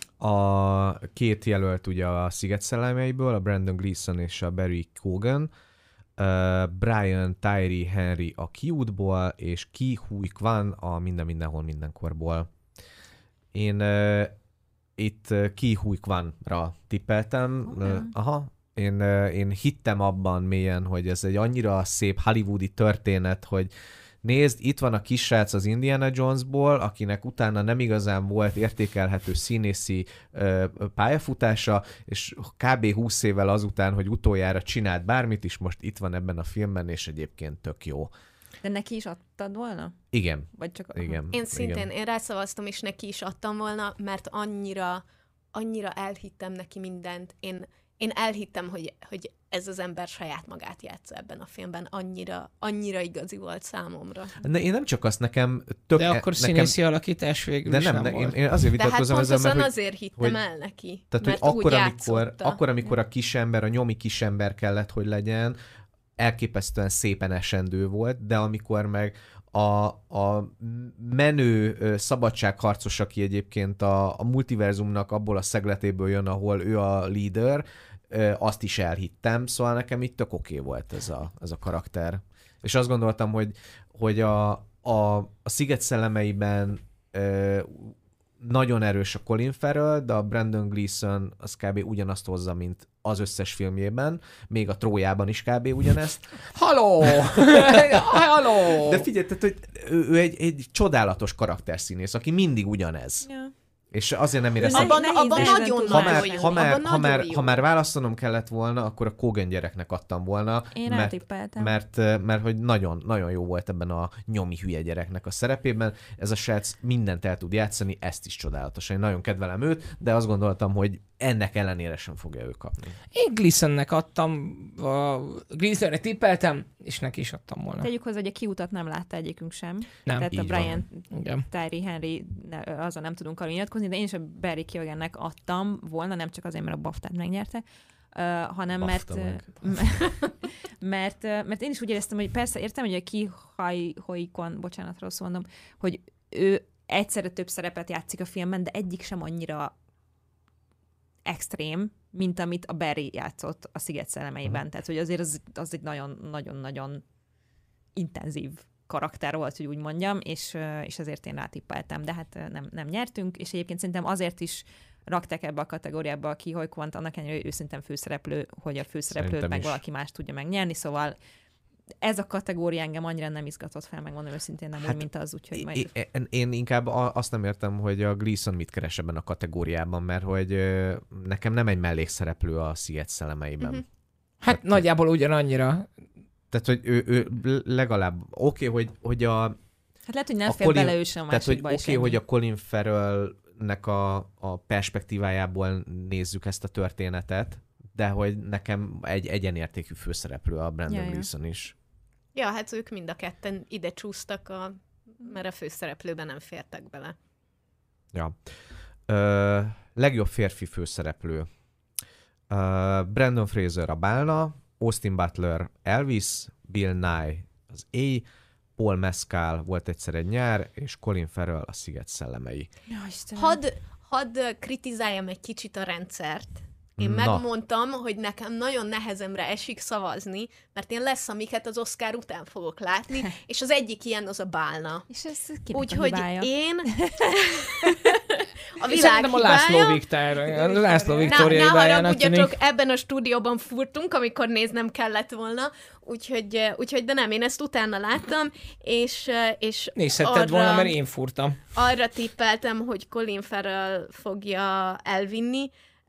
Speaker 2: A két jelölt ugye a Sziget szellemeiből, a Brandon Gleeson és a Barry Keoghan, Brian Tyree Henry a Ki-útból, és Ki Huy Kwan a Mindenhol Mindenkorból. Én itt Ki Huy Kwanra tippeltem. Én hittem abban mélyen, hogy ez egy annyira szép hollywoodi történet, hogy nézd, itt van a kisrác az Indiana Jonesból, akinek utána nem igazán volt értékelhető színészi pályafutása, és kb. 20 évvel azután, hogy utoljára csinált bármit is, most itt van ebben a filmben, és egyébként tök jó.
Speaker 1: De neki is adtad volna?
Speaker 2: Igen.
Speaker 1: Vagy csak...
Speaker 2: Igen.
Speaker 4: Én szintén, én rászavaztam, és neki is adtam volna, mert annyira elhittem neki mindent. Én elhittem, hogy ez az ember saját magát játsza ebben a filmben. Annyira igazi volt számomra.
Speaker 2: De én nem csak azt nekem...
Speaker 3: De akkor színészi alakítás végül
Speaker 2: de
Speaker 3: is nem volt.
Speaker 2: Én azért vitatkozom ezzel,
Speaker 4: mert azért hittem el neki.
Speaker 2: Tehát,
Speaker 4: mert
Speaker 2: hogy akkor, amikor a kisember, a nyomi kisember kellett, hogy legyen, elképesztően szépen esendő volt, de amikor meg a menő szabadságharcos, aki egyébként a multiverzumnak abból a szegletéből jön, ahol ő a leader, azt is elhittem, szóval nekem itt tök oké volt ez a karakter. És azt gondoltam, hogy a Sziget szellemeiben nagyon erős a Colin Farrell, de a Brandon Gleeson az kb. Ugyanazt hozza, mint az összes filmjében, még a Trójában is kb. Ugyanezt.
Speaker 3: Halló! Halló!
Speaker 2: De figyelj, tehát, hogy ő egy csodálatos karakterszínész, aki mindig ugyanez. Ja. És azért nem éreztem...
Speaker 4: Abban nagyon
Speaker 2: ha már választanom kellett volna, akkor a Keoghan gyereknek adtam volna.
Speaker 1: Én eltippeltem.
Speaker 2: Mert hogy nagyon, nagyon jó volt ebben a nyomi hülye gyereknek a szerepében. Ez a srác mindent el tud játszani, ezt is csodálatosan. Én nagyon kedvelem őt, de azt gondoltam, hogy ennek ellenére sem fogja ő kapni.
Speaker 3: Én Gleesonnek adtam, Gleesonre tippeltem, és neki is adtam volna.
Speaker 1: Tegyük hozzá, hogy a Kiutat nem látta egyikünk sem.
Speaker 3: Nem.
Speaker 1: Tehát
Speaker 2: így
Speaker 1: a Brian Tyree Henry azon nem tudunk arra nyilatkozni, hozni, de én is a Barry Keoghannek adtam volna, nem csak azért, mert a BAFTA-t megnyerte, hanem mert én is úgy éreztem, hogy persze értem, hogy a Ki Huy-Kwan, bocsánat, rosszul mondom, hogy ő egyszerre több szerepet játszik a filmben, de egyik sem annyira extrém, mint amit a Barry játszott a Sziget szellemeiben. Tehát, hogy azért az egy nagyon-nagyon intenzív karakter volt, hogy úgy mondjam, és ezért én rátippeltem, de hát nem nyertünk, és egyébként szerintem azért is rakták ebbe a kategóriába a Ki Huy-Kwant, annak ellenére, hogy ő szerintem főszereplő, hogy a főszereplőt
Speaker 2: Szerintem
Speaker 1: meg
Speaker 2: is.
Speaker 1: valaki más tudja megnyerni, szóval ez a kategória engem annyira nem izgatott fel, megmondom őszintén, nem úgy, mint az, úgyhogy majd...
Speaker 2: Én inkább azt nem értem, hogy a Gleeson mit keres ebben a kategóriában, mert hogy nekem nem egy mellékszereplő a Sziget szellemeiben.
Speaker 3: Hát nagyjából ugyanannyira.
Speaker 2: Tehát, hogy ő legalább oké, hogy a...
Speaker 1: Hát lehet, hogy nem
Speaker 2: a
Speaker 1: fér bele ő sem a
Speaker 2: Tehát, hogy
Speaker 1: másikba is
Speaker 2: oké, hogy
Speaker 1: ennyi.
Speaker 2: a Colin Farrell-nek a perspektívájából nézzük ezt a történetet, de hogy nekem egy egyenértékű főszereplő a Brendan Gleeson is.
Speaker 4: Ja, hát ők mind a ketten ide csúsztak, mert a főszereplőben nem fértek bele.
Speaker 2: Ja. Legjobb férfi főszereplő. Brandon Fraser a Bálna, Austin Butler Elvis, Bill Nye az Éj, Paul Mescal volt egyszer egy nyár, és Colin Farrell a Sziget szellemei.
Speaker 1: Ja, Istenem.
Speaker 4: Hadd kritizáljam egy kicsit a rendszert. Én
Speaker 2: Na.
Speaker 4: megmondtam, hogy nekem nagyon nehezemre esik szavazni, mert én lesz, amiket az Oscar után fogok látni, és az egyik ilyen az a Bálna.
Speaker 1: És ez kinek a
Speaker 4: Úgyhogy
Speaker 1: hibája?
Speaker 4: én a
Speaker 3: Én
Speaker 4: világ
Speaker 3: szerintem a László
Speaker 4: hibája.
Speaker 3: Viktor, a László
Speaker 4: Ne
Speaker 3: Viktória hibájának
Speaker 4: haragudjatok,
Speaker 3: tűnik.
Speaker 4: ebben a stúdióban furtunk, amikor néznem kellett volna, úgyhogy de nem, én ezt utána láttam, és
Speaker 3: Nézhetted volna, mert én furtam.
Speaker 4: arra tippeltem, hogy Colin Farrell fogja elvinni,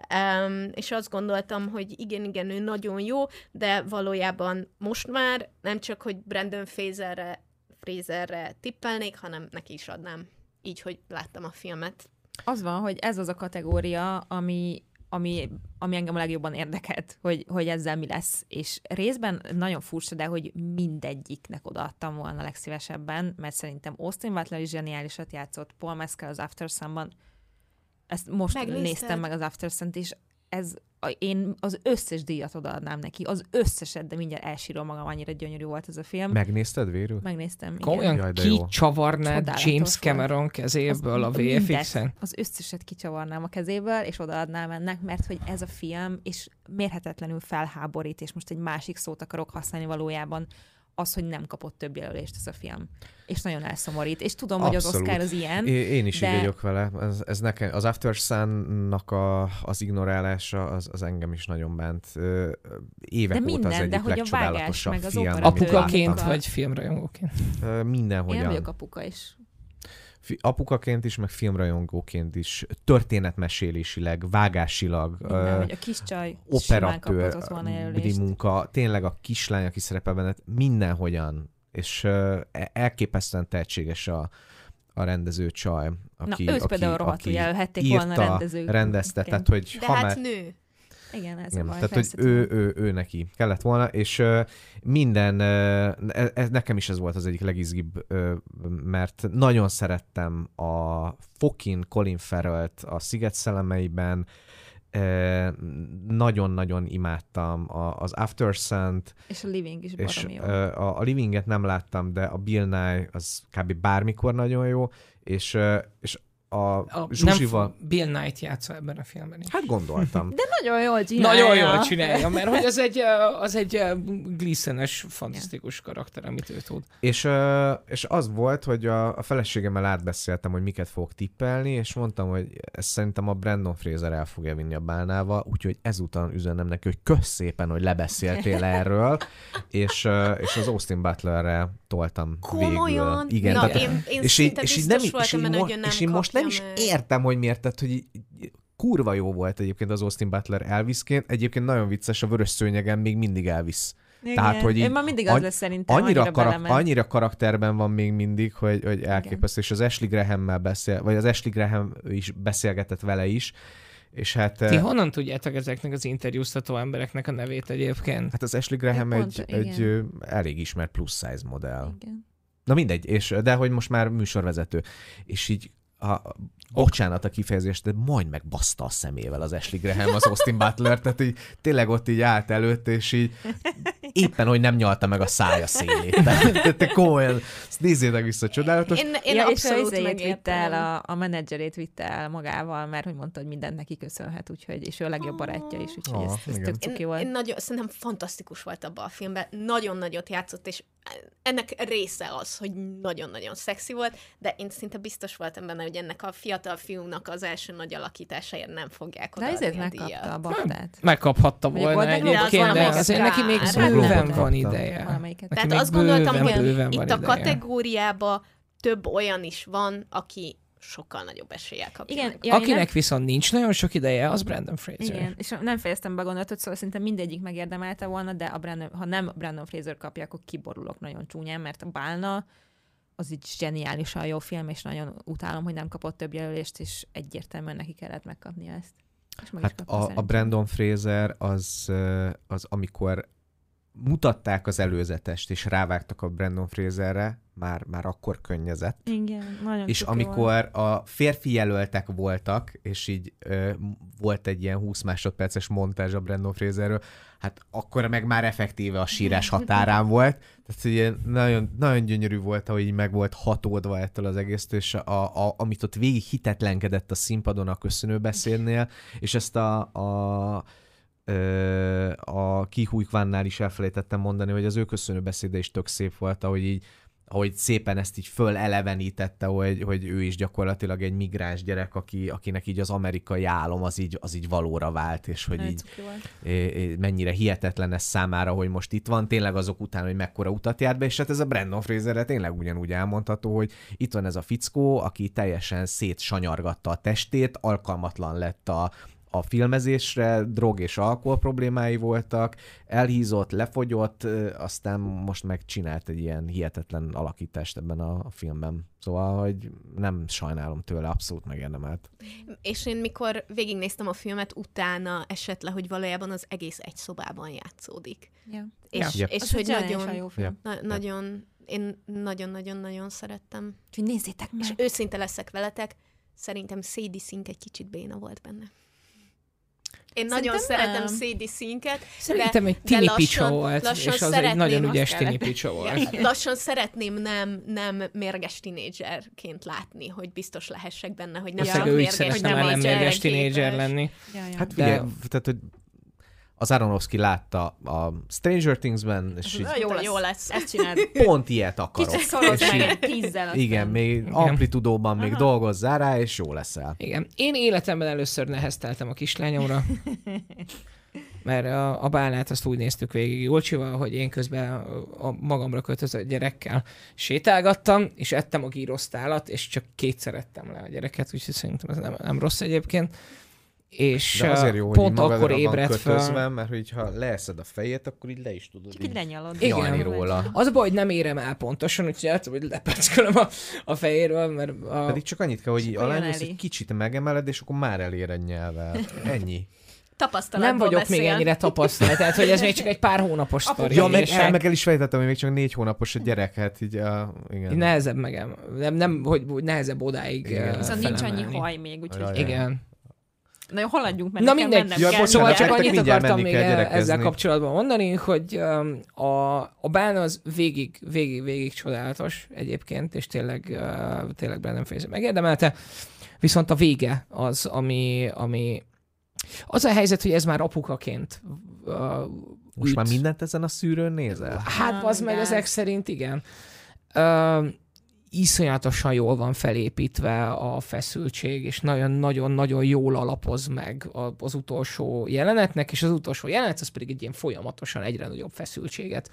Speaker 4: és azt gondoltam, hogy igen, ő nagyon jó, de valójában most már nem csak, hogy Brandon Fraserre tippelnék, hanem neki is adnám. Így, hogy láttam a filmet.
Speaker 1: Az van, hogy ez az a kategória, ami engem a legjobban érdekelt, hogy ezzel mi lesz. És részben nagyon furcsa, de hogy mindegyiknek odaadtam volna legszívesebben, mert szerintem Austin Butler is zseniálisat játszott, Paul Mescal az After Sun-ban. Ezt most
Speaker 4: Megnézted?
Speaker 1: néztem meg az After Sun-t, és én az összes díjat odaadnám neki, az összeset, de mindjárt elsírom magam, annyira gyönyörű volt ez a film.
Speaker 2: Megnézted végül?
Speaker 1: Megnéztem, igen.
Speaker 3: Komolyan
Speaker 2: Jaj, de jó.
Speaker 3: kicsavarnád
Speaker 1: Csodálatos
Speaker 3: James
Speaker 1: volt.
Speaker 3: Cameron kezéből a VFX-en?
Speaker 1: Mindet, az összeset kicsavarnám a kezéből, és odaadnám ennek, mert hogy ez a film, és mérhetetlenül felháborít, és most egy másik szót akarok használni valójában, az, hogy nem kapott több jelölést ez a film. És nagyon elszomorít. És tudom, hogy az
Speaker 2: Abszolút.
Speaker 1: Oscar az ilyen.
Speaker 2: Én is
Speaker 1: de-
Speaker 2: így vagyok vele. Ez nekem, az After Sun-nak az ignorálása, az engem is nagyon bánt. Évek
Speaker 1: De
Speaker 2: óta
Speaker 1: minden,
Speaker 2: az egyik
Speaker 1: de hogy a
Speaker 2: legcsodálatosabb
Speaker 1: vágás, meg az
Speaker 2: film,
Speaker 1: operatőr-
Speaker 2: amit
Speaker 3: Apukaként
Speaker 2: láttam.
Speaker 3: vagy filmrajongóként?
Speaker 1: Én
Speaker 2: Mindenhogyan.
Speaker 1: vagyok apuka is.
Speaker 2: Apukaként is, meg filmrajongóként is, történetmesélésileg, vágásilag,
Speaker 1: Minden, hogy a kis csaj simán
Speaker 2: operatőr,
Speaker 1: kaphatott volna jelölést.
Speaker 2: munka, tényleg a kislány, aki szerepel benne, mindenhogyan, és elképesztően tehetséges a rendező csaj, aki,
Speaker 1: őt például rohadtul jelölhették volna
Speaker 2: írta,
Speaker 1: rendezőként.
Speaker 2: rendezte, tehát hogy
Speaker 4: De
Speaker 2: ha
Speaker 4: hát
Speaker 2: már...
Speaker 4: nő.
Speaker 1: Igen, ez
Speaker 2: Igen,
Speaker 1: a baj.
Speaker 2: tehát, hogy
Speaker 1: persze tudom.
Speaker 2: ő neki kellett volna, és minden, nekem is ez volt az egyik legizgibb, mert nagyon szerettem a fucking Colin Farrellt a Sziget szellemeiben, nagyon-nagyon imádtam az After Sun-t,
Speaker 1: És a Living is
Speaker 2: és
Speaker 1: baromi jó.
Speaker 2: a Livinget nem láttam, de a Bill Nye az kb. Bármikor nagyon jó, és a Zsuzsival...
Speaker 3: Bill Knight játsza ebben a filmben is.
Speaker 2: Hát gondoltam.
Speaker 1: De nagyon jól csinálja.
Speaker 3: Nagyon jól csinálja, mert hogy az egy Gleeson-es, fantasztikus karakter, amit ő tud.
Speaker 2: És az volt, hogy a feleségemmel átbeszéltem, hogy miket fogok tippelni, és mondtam, hogy ezt szerintem a Brandon Fraser el fogja vinni a Bálnával, úgyhogy ezután üzenem neki, hogy kösz szépen, hogy lebeszéltél erről, és az Austin Butlerre toltam
Speaker 4: Komolyan?
Speaker 2: végül. Igen,
Speaker 4: Na,
Speaker 2: tehát,
Speaker 4: én
Speaker 2: és
Speaker 4: szinte
Speaker 2: így nem,
Speaker 4: biztos voltam benne, hogy ő nem
Speaker 2: és én most nem is
Speaker 4: kapja meg.
Speaker 2: értem, hogy miért, tehát, hogy kurva jó volt egyébként az Austin Butler Elvisként, egyébként nagyon vicces, a vörös szőnyegen még mindig Elvis.
Speaker 1: Igen.
Speaker 2: Tehát, hogy így
Speaker 1: Én már mindig az lesz szerintem, annyira
Speaker 2: annyira karakterben van még mindig, hogy elképesztő, és az Ashley Graham-mel vagy az Ashley Graham is beszélgetett vele is, és hát...
Speaker 3: Ti honnan tudjátok ezeknek az interjúztató embereknek a nevét egyébként?
Speaker 2: Hát az Ashley Graham
Speaker 1: pont,
Speaker 2: egy elég ismert plus size modell.
Speaker 1: Igen.
Speaker 2: Na mindegy, de hogy most már műsorvezető. És így bocsánat a kifejezést, de majd megbaszta a szemével az Ashley Graham az Austin Butler, tehát így tényleg ott így állt előtt, és így éppen, hogy nem nyalta meg a szája szélét. Tehát komolyan, nézzétek vissza, csodálatos.
Speaker 4: Én abszolút
Speaker 1: vitte
Speaker 4: megértem.
Speaker 1: el, a menedzserét vitte el magával, mert hogy mondta, hogy mindent neki köszönhet, úgyhogy, és ő a legjobb barátja is, úgyhogy ez tök cuki volt.
Speaker 4: Én szerintem fantasztikus volt abban a filmben, nagyon nagyot játszott, és ennek része az, hogy nagyon-nagyon szexi volt, de én szinte biztos voltam benne, hogy ennek a fiatal fiúnak az első nagy alakításáért nem fogják
Speaker 1: De
Speaker 4: odaadni
Speaker 1: ezért
Speaker 4: a
Speaker 1: megkapta
Speaker 4: díjat.
Speaker 1: a baftát.
Speaker 3: Megkaphatta
Speaker 1: Vagy a
Speaker 3: volna
Speaker 1: Golden Globe,
Speaker 3: egyébként,
Speaker 4: az
Speaker 3: de
Speaker 4: valamelyik
Speaker 3: azért neki még
Speaker 4: Oscar.
Speaker 3: bőven
Speaker 2: Globot
Speaker 3: van
Speaker 2: kapta.
Speaker 3: ideje.
Speaker 1: Valamelyiket.
Speaker 3: Neki
Speaker 4: Tehát
Speaker 3: még
Speaker 4: azt gondoltam,
Speaker 3: bőven
Speaker 4: hogy
Speaker 3: van
Speaker 4: itt a
Speaker 3: ideje.
Speaker 4: kategóriában több olyan is van, aki sokkal nagyobb eséllyel kapja
Speaker 1: Igen,
Speaker 4: meg.
Speaker 1: ja,
Speaker 3: Akinek viszont nincs nagyon sok ideje, az Brandon Fraser.
Speaker 1: Igen, és nem fejeztem be a gondolatot, szóval szerintem mindegyik megérdemelte volna, de ha nem Brandon Fraser kapja, akkor kiborulok nagyon csúnyán, mert a Bálna az így zseniálisan jó film, és nagyon utálom, hogy nem kapott több jelölést, és egyértelműen neki kellett megkapnia ezt. És meg is
Speaker 2: Hát
Speaker 1: kapta,
Speaker 2: a
Speaker 1: szerintem.
Speaker 2: Brandon Fraser az amikor mutatták az előzetest, és rávágtak a Brandon Fraserre, már akkor könnyezett.
Speaker 1: Igen, nagyon
Speaker 2: És
Speaker 1: cuki
Speaker 2: amikor a férfi jelöltek voltak, és így volt egy ilyen 20 másodperces montázs a Brandon Fraserről, hát akkor meg már effektíve a sírás határán volt. Tehát ugye nagyon, nagyon gyönyörű volt, ahogy így meg volt hatódva ettől az egésztől, és amit ott végig hitetlenkedett a színpadon a köszönőbeszédnél, és ezt a Ki Huy Quannál is elfelejtettem mondani, hogy az ő köszönőbeszéde is tök szép volt, ahogy szépen ezt így fölelevenítette, hogy ő is gyakorlatilag egy migráns gyerek, akinek így az amerikai álom az így valóra vált, és hogy így mennyire hihetetlen ez számára, hogy most itt van, tényleg azok után, hogy mekkora utat járt be, és hát ez a Brandon Fraserre tényleg ugyanúgy elmondható, hogy itt van ez a fickó, aki teljesen szétsanyargatta a testét, alkalmatlan lett a filmezésre, drog és alkohol problémái voltak, elhízott, lefogyott, aztán most megcsinált egy ilyen hihetetlen alakítást ebben a filmben. Szóval, hogy nem sajnálom tőle, abszolút megérdemelt.
Speaker 4: És én mikor végignéztem a filmet, utána esett le, hogy valójában az egész egy szobában játszódik.
Speaker 1: Ja.
Speaker 4: És hogy nagyon,
Speaker 1: jó film.
Speaker 4: nagyon, én nagyon-nagyon-nagyon szerettem.
Speaker 1: Úgyhogy nézzétek meg!
Speaker 4: És őszinte leszek veletek, szerintem Sadie Sink egy kicsit béna volt benne. Én nagyon szeretem Sadie Sinket.
Speaker 3: Szerintem egy tini picsa volt, és az egy nagyon ügyes tini picsa volt.
Speaker 4: Lassan szeretném nem mérges tinédzserként látni, hogy biztos lehessek benne, hogy nem csak
Speaker 3: ő is
Speaker 4: mérges
Speaker 3: szeretne már nem mérges tinédzser lenni.
Speaker 2: Hát figyelj, tehát, hogy az Aronofsky látta a Stranger Things-ben, és így
Speaker 4: jó lesz.
Speaker 1: Ezt csináld.
Speaker 2: pont ilyet akarok.
Speaker 1: Kicsit szoroz
Speaker 2: És
Speaker 1: meg
Speaker 2: így-
Speaker 1: egy 10-zel.
Speaker 2: Igen, még amplitudóban még dolgozzál rá, és jó leszel.
Speaker 3: Igen. Én életemben először nehezteltem a kislányomra, mert a bálnát azt úgy néztük végig Jolcsival, hogy én közben a magamra költözött gyerekkel sétálgattam, és ettem a gyrosztálat, és csak kétszer ettem le a gyereket, úgyhogy szerintem ez nem rossz egyébként. És
Speaker 2: De azért jó, hogy
Speaker 3: pont
Speaker 2: így
Speaker 3: akkor
Speaker 2: magadra van
Speaker 3: ébredt
Speaker 2: kötözve,
Speaker 3: fel.
Speaker 2: mert hogy ha leeszed a fejét, akkor így le is tudod
Speaker 1: Csak így lenyalod.
Speaker 3: Igen.
Speaker 2: nyalni róla.
Speaker 3: Az a baj, hogy nem érem el pontosan, úgyhogy el tudom, hogy lepecskölöm a fejéről, mert
Speaker 2: Pedig csak annyit kell, hogy így
Speaker 1: olyan
Speaker 2: alányulsz,
Speaker 1: elé.
Speaker 2: egy kicsit megemeled, és akkor már eléred nyelvvel. Ennyi.
Speaker 4: Tapasztalatból
Speaker 3: nem vagyok
Speaker 4: beszél.
Speaker 3: még ennyire tapasztalt, tehát hogy ez még csak egy pár hónapos sztori.
Speaker 2: Ja,
Speaker 3: és
Speaker 2: meg el is fejtettem, hogy még csak 4 hónapos a gyerek, hát így, igen.
Speaker 3: így nehezebb nem, hogy nehezebb odáig
Speaker 2: Igen.
Speaker 1: Viszont nincs annyi
Speaker 3: felemelni.
Speaker 1: haj még, úgyhogy...
Speaker 2: Jaj.
Speaker 3: Igen.
Speaker 1: Na jó, haladjunk, mert
Speaker 3: Na
Speaker 1: nekem
Speaker 3: mindegy.
Speaker 1: mennem
Speaker 2: Ja,
Speaker 1: kell.
Speaker 2: bocsánat,
Speaker 3: Szóval csak
Speaker 2: nektek
Speaker 3: annyit
Speaker 2: mindjárt
Speaker 3: akartam
Speaker 2: menni
Speaker 3: még
Speaker 2: kell gyerekezni.
Speaker 3: ezzel kapcsolatban mondani, hogy a bán az végig csodálatos egyébként, és tényleg Brandon Fraser megérdemelte. Viszont a vége az, ami az a helyzet, hogy ez már apukaként
Speaker 2: Most
Speaker 3: üt.
Speaker 2: már mindent ezen a szűrőn nézel?
Speaker 3: Hát az meg
Speaker 1: gáz.
Speaker 3: ezek szerint igen. Iszonyatosan jól van felépítve a feszültség, és nagyon-nagyon-nagyon jól alapoz meg az utolsó jelenetnek, és az utolsó jelenet az pedig egy ilyen folyamatosan egyre nagyobb feszültséget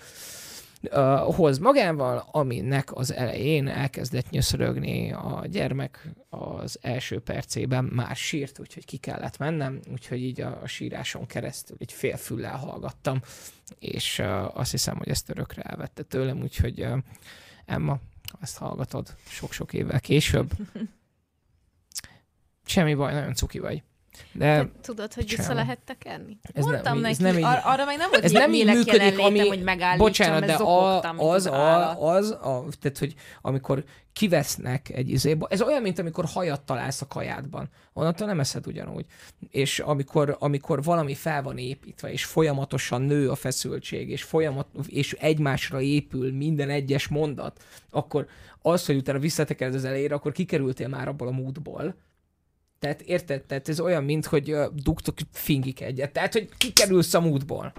Speaker 3: hoz magával, aminek az elején elkezdett nyöszörögni a gyermek az első percében, már sírt, úgyhogy ki kellett mennem, úgyhogy így a síráson keresztül egy fél füllel hallgattam, és azt hiszem, hogy ezt örökre elvette tőlem, úgyhogy Emma, ezt hallgatod sok-sok évvel később. Semmi baj, nagyon cuki vagy. De
Speaker 4: Tudod, hogy
Speaker 3: Sem.
Speaker 4: vissza lehet tekerni?
Speaker 3: ez
Speaker 1: Mondtam
Speaker 3: nem, ez
Speaker 1: neki,
Speaker 3: nem így,
Speaker 1: arra meg nem volt
Speaker 3: ez nem így
Speaker 1: lélek
Speaker 3: működik,
Speaker 1: jelenlétem,
Speaker 3: ami...
Speaker 1: hogy megállítsam,
Speaker 3: Bocsánat,
Speaker 1: mert
Speaker 3: de
Speaker 1: zokogtam, mint az állat.
Speaker 3: tehát, hogy amikor kivesznek egy izéba, ez olyan, mint amikor hajat találsz a kajádban. Onnantól nem eszed ugyanúgy. És amikor valami fel van építve, és folyamatosan nő a feszültség, és egymásra épül minden egyes mondat, akkor az, hogy utána visszatekered az elejére, akkor kikerültél már abból a módból. Tehát érted? Tehát ez olyan, mint hogy dugtok fingik egyet. Tehát, hogy kikerülsz a módból.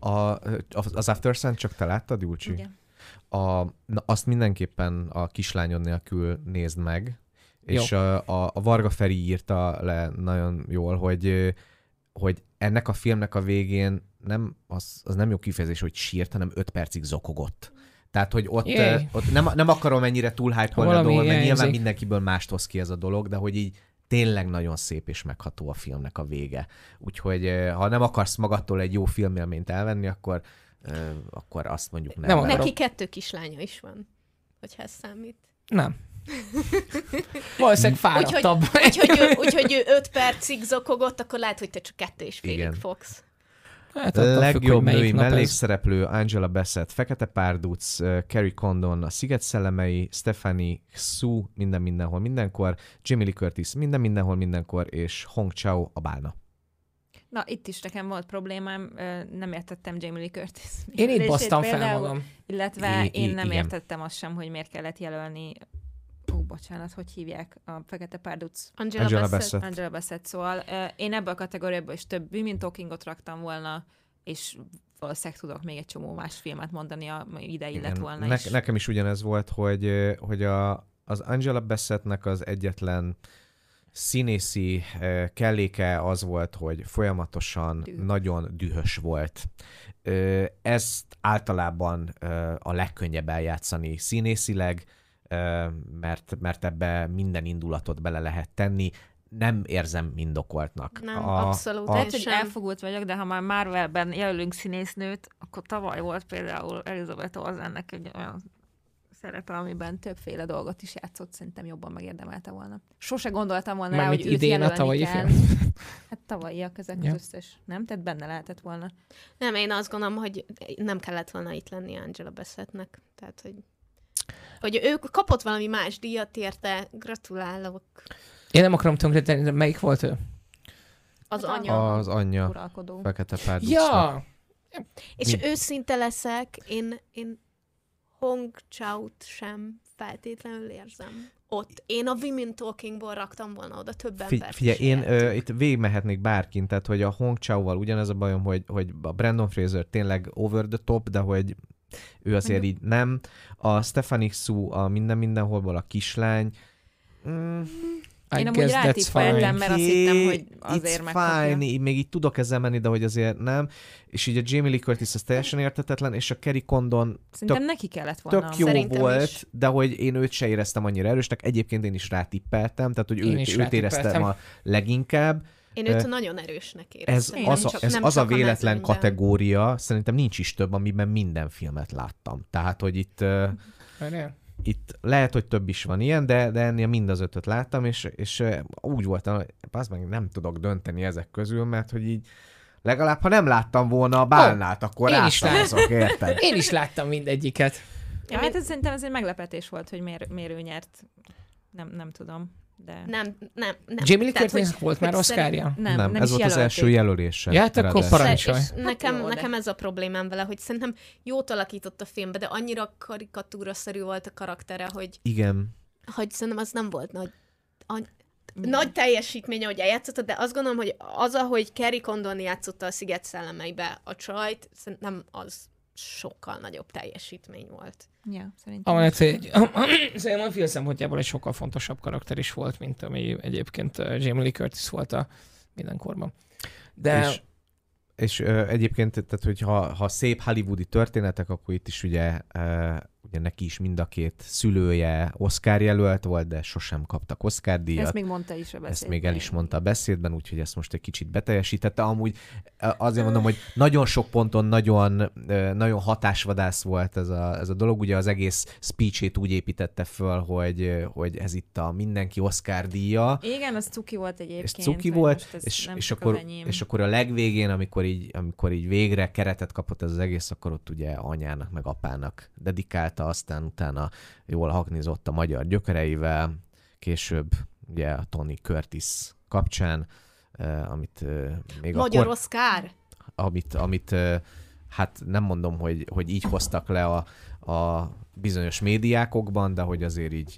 Speaker 2: Az After Sun csak te láttad, Júlcsi?
Speaker 1: Igen.
Speaker 2: Na, azt mindenképpen a kislányod nélkül nézd meg. És a Varga Feri írta le nagyon jól, hogy ennek a filmnek a végén az nem jó kifejezés, hogy sírt, hanem 5 percig zokogott. Tehát, hogy ott nem akarom ennyire túlhype-olni a dolgot, mert nyilván mindenkiből mást hoz ki ez a dolog, de hogy így tényleg nagyon szép és megható a filmnek a vége. Úgyhogy ha nem akarsz magadtól egy jó filmélményt elvenni, akkor azt mondjuk nem.
Speaker 4: Neki 2 kislánya is van, hogyha ez számít.
Speaker 3: Nem. Valószínűleg fáradtabb.
Speaker 4: Úgyhogy ő 5 percig zokogott, akkor lehet, hogy te csak 2,5 fogsz.
Speaker 3: Hát
Speaker 2: legjobb női mellékszereplő Angela Bassett, Fekete Párduc, Carrie Condon, a Sziget szellemei, Stephanie Hsu, Minden mindenhol mindenkor, Jamie Lee Curtis, Minden mindenhol mindenkor, és Hong Chau, a Bálna.
Speaker 1: Na, itt is nekem volt problémám, nem értettem Jamie Lee Curtis.
Speaker 3: Én itt basztam fel magam.
Speaker 1: Illetve én nem
Speaker 2: igen.
Speaker 1: értettem azt sem, hogy miért kellett jelölni, bocsánat, hogy hívják a Fekete Párduc?
Speaker 2: Angela Bassett.
Speaker 1: Angela Bassett, szóval én ebből a kategóriából is több Women Talkingot raktam volna, és valószínűleg tudok még egy csomó más filmet mondani, ami ide illet volna is.
Speaker 2: Nekem is ugyanez volt, hogy az Angela Bassettnek az egyetlen színészi kelléke az volt, hogy folyamatosan nagyon dühös volt. Ezt általában a legkönnyebb eljátszani színészileg, mert ebbe minden indulatot bele lehet tenni. Nem érzem indokoltnak.
Speaker 4: Nem, abszolút.
Speaker 1: Lehet, hogy elfogult vagyok, de ha már Marvelben jelölünk színésznőt, akkor tavaly volt például Elizabeth Olsennek egy olyan szerepe, amiben többféle dolgot is játszott, szerintem jobban megérdemelte volna. Sose gondoltam volna rá, hogy őt jelölni kell. Hát tavalyiak ezek az összes, nem? Tehát benne lehetett volna.
Speaker 4: Nem, én azt gondolom, hogy nem kellett volna itt lenni Angela Bassettnek. Tehát, hogy ő kapott valami más díjat érte, gratulálok.
Speaker 3: Én nem akarom tönkretenni, de melyik volt ő?
Speaker 4: Az anya.
Speaker 2: Az anyja.
Speaker 1: Uralkodó.
Speaker 2: Fekete Párducnak.
Speaker 3: Ja!
Speaker 4: És őszinte leszek, én Hong Chau-t sem feltétlenül érzem. Ott. Én a Women Talkingból raktam volna oda több embert.
Speaker 2: Figyelj, én itt végigmehetnék bárkin, tehát hogy a Hong Chau-val ugyanez a bajom, hogy a Brandon Fraser tényleg over the top, de hogy ő azért így nem. A Stephanie Hsu, a mindenholból a kislány.
Speaker 1: Én amúgy rátippeltem, mert azt hittem, hogy azért megkapja.
Speaker 2: Még így tudok ezzel menni, de hogy azért nem. És így a Jamie Lee Curtis az teljesen érthetetlen, és a Kerry Condon
Speaker 1: szerintem neki kellett volna.
Speaker 2: Tök jó
Speaker 4: szerintem
Speaker 2: volt,
Speaker 4: is.
Speaker 2: de hogy én őt se éreztem annyira erősnek. Egyébként én is rátippeltem, tehát hogy őt éreztem a leginkább.
Speaker 4: Én őt nagyon erősnek éreztem.
Speaker 2: Ez az a véletlen kategória, szerintem nincs is több, amiben minden filmet láttam. Tehát, hogy itt lehet, hogy több is van ilyen, de ennél mind az 5-öt láttam, és úgy voltam, hogy azt meg nem tudok dönteni ezek közül, mert hogy így legalább, ha nem láttam volna a Bálnát, akkor rászavazok, érted?
Speaker 3: Én is láttam mindegyiket.
Speaker 1: Ja, hát szerintem ez egy meglepetés volt, hogy miért ő nyert. Nem tudom. De...
Speaker 4: Nem.
Speaker 3: Jamie Lee Curtis volt már Oscarja?
Speaker 1: Nem
Speaker 2: ez volt az első jelölése.
Speaker 3: Ja, hát akkor parancsolj.
Speaker 4: Nekem ez a problémám vele, hogy szerintem jót alakított a filmbe, de annyira karikatúraszerű volt a karaktere, hogy...
Speaker 2: Igen.
Speaker 4: Hogy szerintem az nem volt nagy teljesítménye, hogy eljátszotta, de azt gondolom, hogy az, ahogy Carrie Condon játszotta a Sziget szellemeibe a csajt, szerintem az sokkal nagyobb teljesítmény volt.
Speaker 1: Ja, szerintem.
Speaker 3: Szerintem a film szempontjából egy sokkal fontosabb karakter is volt, mint ami egyébként Jamie Lee Curtis volt a mindenkorban. De...
Speaker 2: És egyébként, tehát, hogy ha szép hollywoodi történetek, akkor itt is ugye ugye neki is mind a két szülője Oscar jelölt volt, de sosem kaptak Oscar-díjat.
Speaker 1: Ezt még mondta is a beszédben.
Speaker 2: Ezt még el is mondta a beszédben, úgyhogy ezt most egy kicsit beteljesítette. Amúgy azért mondom, hogy nagyon sok ponton nagyon hatásvadász volt ez a dolog. Ugye az egész speech-ét úgy építette föl, hogy ez itt a mindenki Oscar-díja.
Speaker 1: Igen, az cuki volt egyébként.
Speaker 2: És cuki volt, és akkor a legvégén, amikor így végre keretet kapott ez az egész, akkor ott ugye anyának meg apának dedikálta, aztán utána jól haknizott a magyar gyökereivel, később ugye a Tony Curtis kapcsán, amit még
Speaker 4: Magyar
Speaker 2: akkor...
Speaker 4: Oscar!
Speaker 2: Amit hát nem mondom, hogy így hoztak le a bizonyos médiákokban, de hogy azért így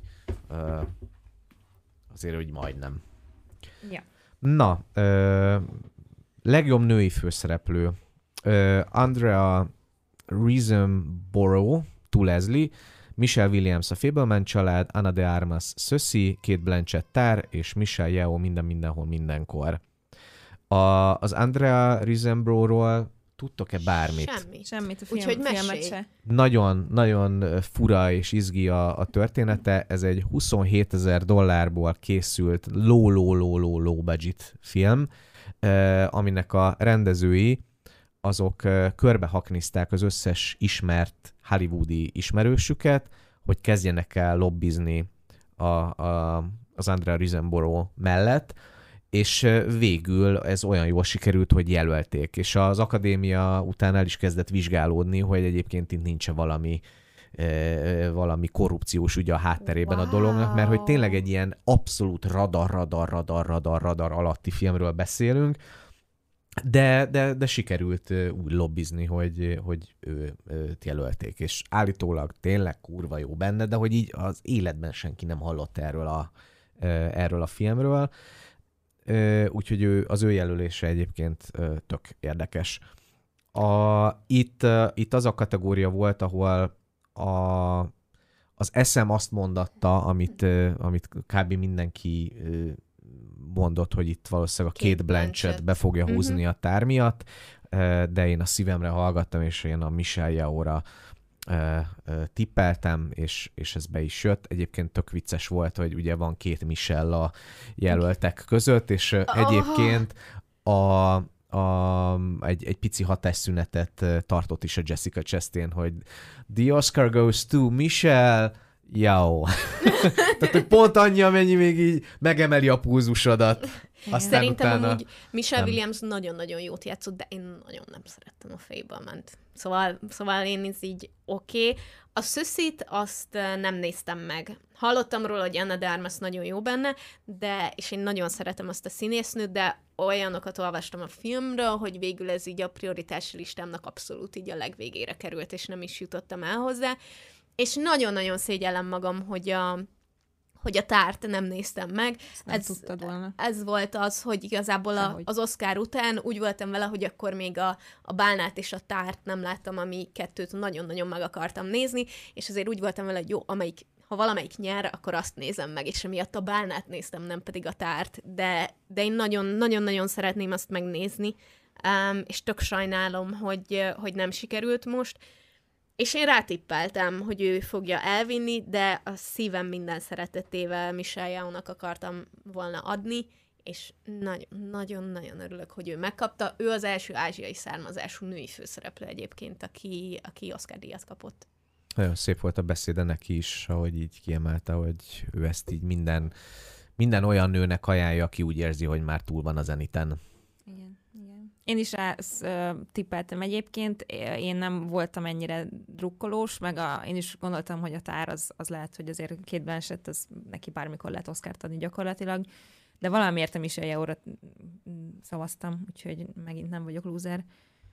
Speaker 2: azért úgy majdnem.
Speaker 1: Ja.
Speaker 2: Na, legjobb női főszereplő. Andrea Riseborough, Leslie, Michelle Williams a Fableman család, Ana de Armas Cersei, Kate Blanchett Tár, és Michelle Yeoh mindenhol, mindenkor. Az Andrea Riseborough-ról tudtok-e bármit?
Speaker 1: Semmit a
Speaker 4: Úgyhogy
Speaker 1: filmet se.
Speaker 2: Nagyon fura és izgi a története. Ez egy $27,000 készült low budget film, aminek a rendezői azok körbehaknizták az összes ismert hollywoodi ismerősüket, hogy kezdjenek el lobbizni az Andrea Riseborough mellett, és végül ez olyan jól sikerült, hogy jelölték. És az akadémia után el is kezdett vizsgálódni, hogy egyébként itt nincs valami korrupciós ügy a hátterében a dolognak, mert hogy tényleg egy ilyen abszolút radar alatti filmről beszélünk, de sikerült úgy lobbizni, hogy őt jelölték. És állítólag tényleg kurva jó benne, de hogy így az életben senki nem hallott erről a filmről. Úgyhogy az ő jelölése egyébként tök érdekes. Itt az a kategória volt, ahol az eszem azt mondatta, amit kb. Mindenki mondott, hogy itt valószínűleg a Kate Blanchett be fogja húzni a Tár miatt, de én a szívemre hallgattam, és én a Michelle Yeoh-ra tippeltem, és ez be is jött. Egyébként tök vicces volt, hogy ugye van 2 Michelle a jelöltek között, és egyébként egy pici hatásszünetet tartott is a Jessica Chastain, hogy the Oscar goes to Michelle Yeoh. Tehát, hogy pont annyi, amennyi még így megemeli a pulzusodat. Aztán
Speaker 4: szerintem
Speaker 2: utána...
Speaker 4: amúgy Michelle Williams nagyon-nagyon jót játszott, de én nagyon nem szerettem a Fableman-t. Szóval én ez így oké. A Cerseit azt nem néztem meg. Hallottam róla, hogy Ana de Armas nagyon jó benne, és én nagyon szeretem azt a színésznőt, de olyanokat olvastam a filmről, hogy végül ez így a prioritási listámnak abszolút így a legvégére került, és nem is jutottam el hozzá. És nagyon-nagyon szégyellem magam, hogy a Tárt nem néztem meg.
Speaker 1: Nem tudtad volna.
Speaker 4: Ez volt az, hogy igazából az Oscar után úgy voltam vele, hogy akkor még a Bálnát és a Tárt nem láttam, ami kettőt nagyon-nagyon meg akartam nézni, és azért úgy voltam vele, hogy jó, ha valamelyik nyer, akkor azt nézem meg, és emiatt a Bálnát néztem, nem pedig a Tárt, de én nagyon-nagyon szeretném azt megnézni, és tök sajnálom, hogy nem sikerült most. És én rátippeltem, hogy ő fogja elvinni, de a szívem minden szeretetével Michelle Yeoh-nak akartam volna adni, és nagyon-nagyon örülök, hogy ő megkapta. Ő az első ázsiai származású női főszereplő egyébként, aki Oscar-díjat kapott.
Speaker 2: Nagyon szép volt a beszéde neki is, ahogy így kiemelte, hogy ő ezt így minden olyan nőnek ajánlja, aki úgy érzi, hogy már túl van a zeniten.
Speaker 1: Igen. Én is tippeltem egyébként, én nem voltam ennyire drukkolós, én is gondoltam, hogy a Tár az lehet, hogy azért Kate Blanchett, az neki bármikor lehet Oscart adni gyakorlatilag, de valamiért a Michelle Yeoh-ra szavaztam, úgyhogy megint nem vagyok lúzer.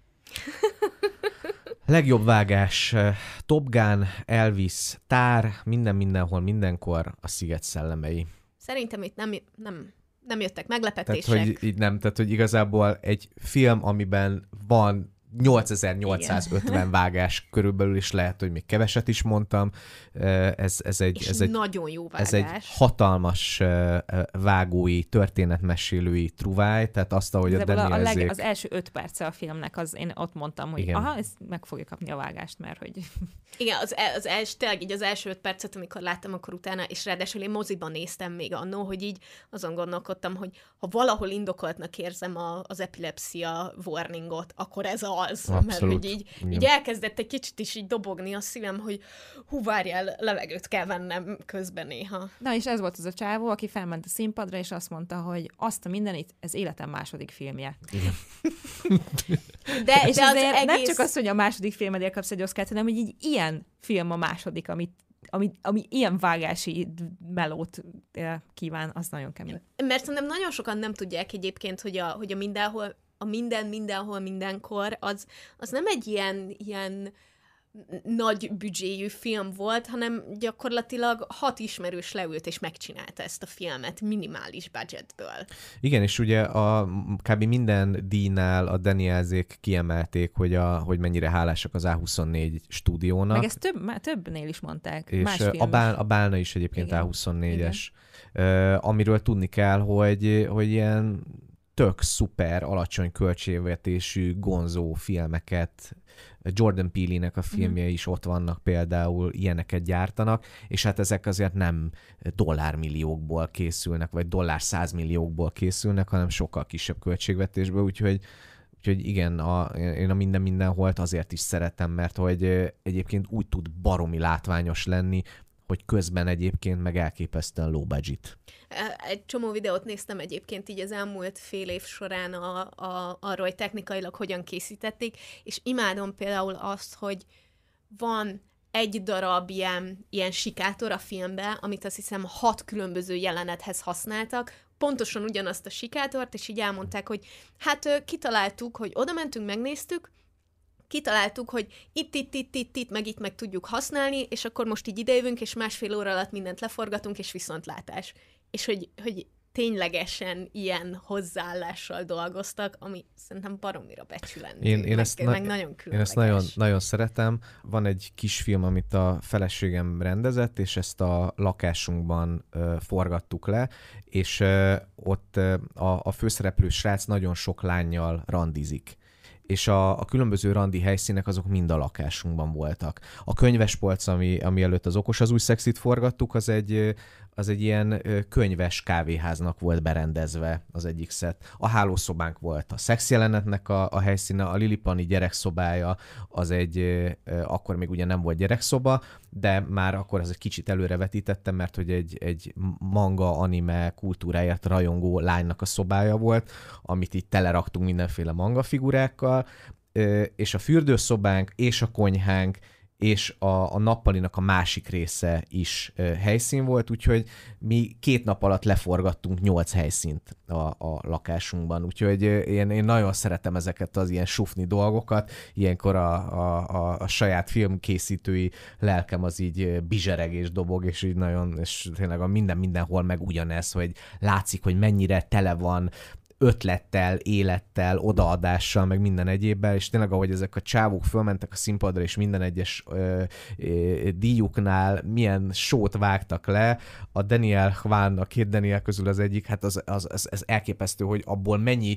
Speaker 2: Legjobb vágás, Top Gun, Elvis, Tár, mindenhol, mindenkor, a Sziget szellemei.
Speaker 4: Szerintem itt nem jöttek meglepetések.
Speaker 2: Tehát, hogy igazából egy film, amiben van 8850 vágás körülbelül, is lehet, hogy még keveset is mondtam. Ez egy
Speaker 4: nagyon jó vágás.
Speaker 2: Ez egy hatalmas vágói, történetmesélői truváj, tehát azt, ahogy a Danielzék...
Speaker 1: Az első 5 perce a filmnek, én ott mondtam, hogy
Speaker 2: igen.
Speaker 1: ez meg fogja kapni a vágást, mert hogy...
Speaker 4: Igen, tényleg így az első 5 percet, amikor láttam, akkor utána, és ráadásul én moziban néztem még annó, hogy így azon gondolkodtam, hogy ha valahol indokoltnak érzem az epilepsia warningot, akkor ez az.
Speaker 2: Abszolút.
Speaker 4: Mert hogy így elkezdett egy kicsit is így dobogni a szívem, hogy hú, várjál, levegőt kell vennem közben néha.
Speaker 1: Na és ez volt az a csávó, aki felment a színpadra, és azt mondta, hogy azt a mindenit, ez életem második filmje.
Speaker 2: Igen.
Speaker 1: De azért egész... nem csak az, hogy a második filmedért kapsz egy Oscart, hanem hogy így ilyen film a második, ami ilyen vágási melót kíván, az nagyon kemény.
Speaker 4: Mert szerintem nagyon sokan nem tudják egyébként, hogy a mindenhol, a mindenhol, mindenkor, az nem egy ilyen nagy büdzséjű film volt, hanem gyakorlatilag 6 ismerős leült és megcsinálta ezt a filmet minimális budgetből.
Speaker 2: Igen, és ugye kb. Minden díjnál a Danielzék kiemelték, hogy mennyire hálásak az A24 stúdiónak.
Speaker 1: Meg ezt többnél is mondták.
Speaker 2: És
Speaker 1: más
Speaker 2: a Bálna is egyébként igen. A24-es. Amiről tudni kell, hogy ilyen tök szuper, alacsony költségvetésű gonzó filmeket, Jordan Peele-nek a filmjei is ott vannak például, ilyeneket gyártanak, és hát ezek azért nem dollármilliókból készülnek, vagy $100 milliókból készülnek, hanem sokkal kisebb költségvetésből, úgyhogy igen, én a mindenholt azért is szeretem, mert hogy egyébként úgy tud baromi látványos lenni, hogy közben egyébként meg elképesztően low budget.
Speaker 4: Egy csomó videót néztem egyébként így az elmúlt fél év során arról, hogy technikailag hogyan készítették, és imádom például azt, hogy van egy darab ilyen sikátor a filmben, amit azt hiszem 6 különböző jelenethez használtak, pontosan ugyanazt a sikátort, és így elmondták, hogy hát kitaláltuk, hogy oda mentünk, megnéztük, kitaláltuk, hogy itt, meg tudjuk használni, és akkor most így idejövünk, és 1,5 óra alatt mindent leforgatunk, és viszontlátás. És hogy ténylegesen ilyen hozzáállással dolgoztak, ami szerintem baromira becsülendő.
Speaker 2: Én ezt
Speaker 4: nagyon különleges.
Speaker 2: Én ezt nagyon szeretem. Van egy kis film, amit a feleségem rendezett, és ezt a lakásunkban forgattuk le, és ott a főszereplő srác nagyon sok lánnyal randizik. És a különböző randi helyszínek azok mind a lakásunkban voltak. A könyvespolc, ami előtt az Okos az új szexit forgattuk, az egy ilyen könyves kávéháznak volt berendezve az egyik szett. A hálószobánk volt a szexjelenetnek a helyszíne, a Lilipani gyerekszobája, az akkor még ugye nem volt gyerekszoba, de már akkor az egy kicsit előrevetítettem, mert hogy egy manga, anime kultúráért rajongó lánynak a szobája volt, amit így teleraktunk mindenféle manga figurákkal, és a fürdőszobánk, és a konyhánk, és a nappalinak a másik része is helyszín volt, úgyhogy mi 2 nap alatt leforgattunk 8 helyszínt a lakásunkban, úgyhogy én nagyon szeretem ezeket az ilyen sufni dolgokat, ilyenkor a saját filmkészítői lelkem az így bizsereg és dobog, és így nagyon, és tényleg a mindenhol meg ugyanez, hogy látszik, hogy mennyire tele van ötlettel, élettel, odaadással, meg minden egyébbel, és tényleg ahogy ezek a csávók fölmentek a színpadra, és minden egyes díjuknál milyen sót vágtak le, a Daniel Hwan, a 2 Daniel közül az egyik, hát az elképesztő, hogy abból mennyi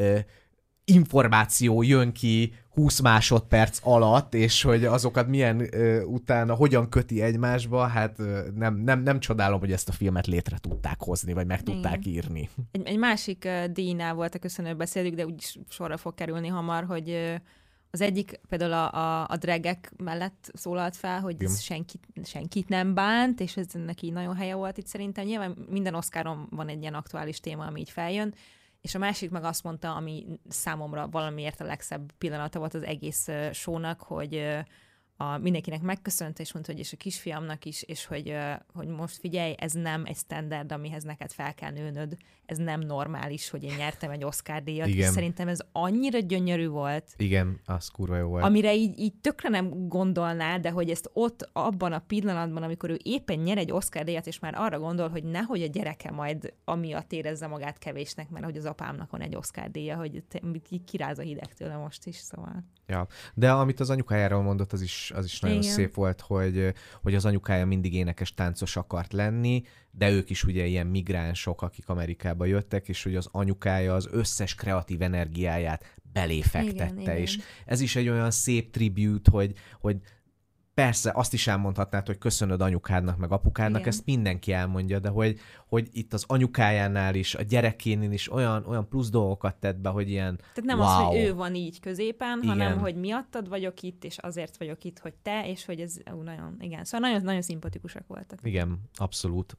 Speaker 2: információ jön ki 20 másodperc alatt, és hogy azokat milyen utána hogyan köti egymásba, hát nem csodálom, hogy ezt a filmet létre tudták hozni, vagy meg tudták írni.
Speaker 1: Egy másik díjnál volt a köszönő beszédük, de úgyis sorra fog kerülni hamar, hogy az egyik például a dragek mellett szólalt fel, hogy ez senkit nem bánt, és ez neki nagyon helye volt itt szerintem. Nyilván minden Oscaron van egy ilyen aktuális téma, ami így feljön, és a másik meg azt mondta, ami számomra valamiért a legszebb pillanata volt az egész show-nak, hogy mindenkinek megköszönte, és mondta, hogy és a kisfiamnak is, és hogy most figyelj, ez nem egy standard, amihez neked fel kell nőnöd. Ez nem normális, hogy én nyertem egy Oscar-díjat, és szerintem ez annyira gyönyörű volt.
Speaker 2: Igen, az kurva jó volt.
Speaker 1: Amire így tökre nem gondolná, de hogy ezt ott abban a pillanatban, amikor ő éppen nyer egy Oscar-díjat, és már arra gondol, hogy nehogy a gyereke majd amiatt érezze magát kevésnek, mert hogy az apámnak van egy Oscar-díja, hogy kiráz a hideg tőle most is, szóval.
Speaker 2: Ja, de amit az anyukájáról mondott, az is nagyon
Speaker 1: Igen.
Speaker 2: szép volt, hogy az anyukája mindig énekes táncos akart lenni, de ők is ugye ilyen migránsok, akik Amerikába jöttek, és hogy az anyukája az összes kreatív energiáját beléfektette,
Speaker 1: Igen.
Speaker 2: és ez is egy olyan szép tribute, hogy persze azt is elmondhatnád, hogy köszönöd anyukádnak, meg apukádnak,
Speaker 1: Igen.
Speaker 2: ezt mindenki elmondja, de hogy itt az anyukájánál is, a gyerekénél is olyan plusz dolgokat tett be, hogy ilyen
Speaker 1: Tehát nem
Speaker 2: wow.
Speaker 1: az, hogy ő van így középen,
Speaker 2: Igen.
Speaker 1: hanem hogy miattad vagyok itt, és azért vagyok itt, hogy te, és hogy ez nagyon, igen. Szóval nagyon, nagyon szimpatikusak voltak.
Speaker 2: Igen, abszolút.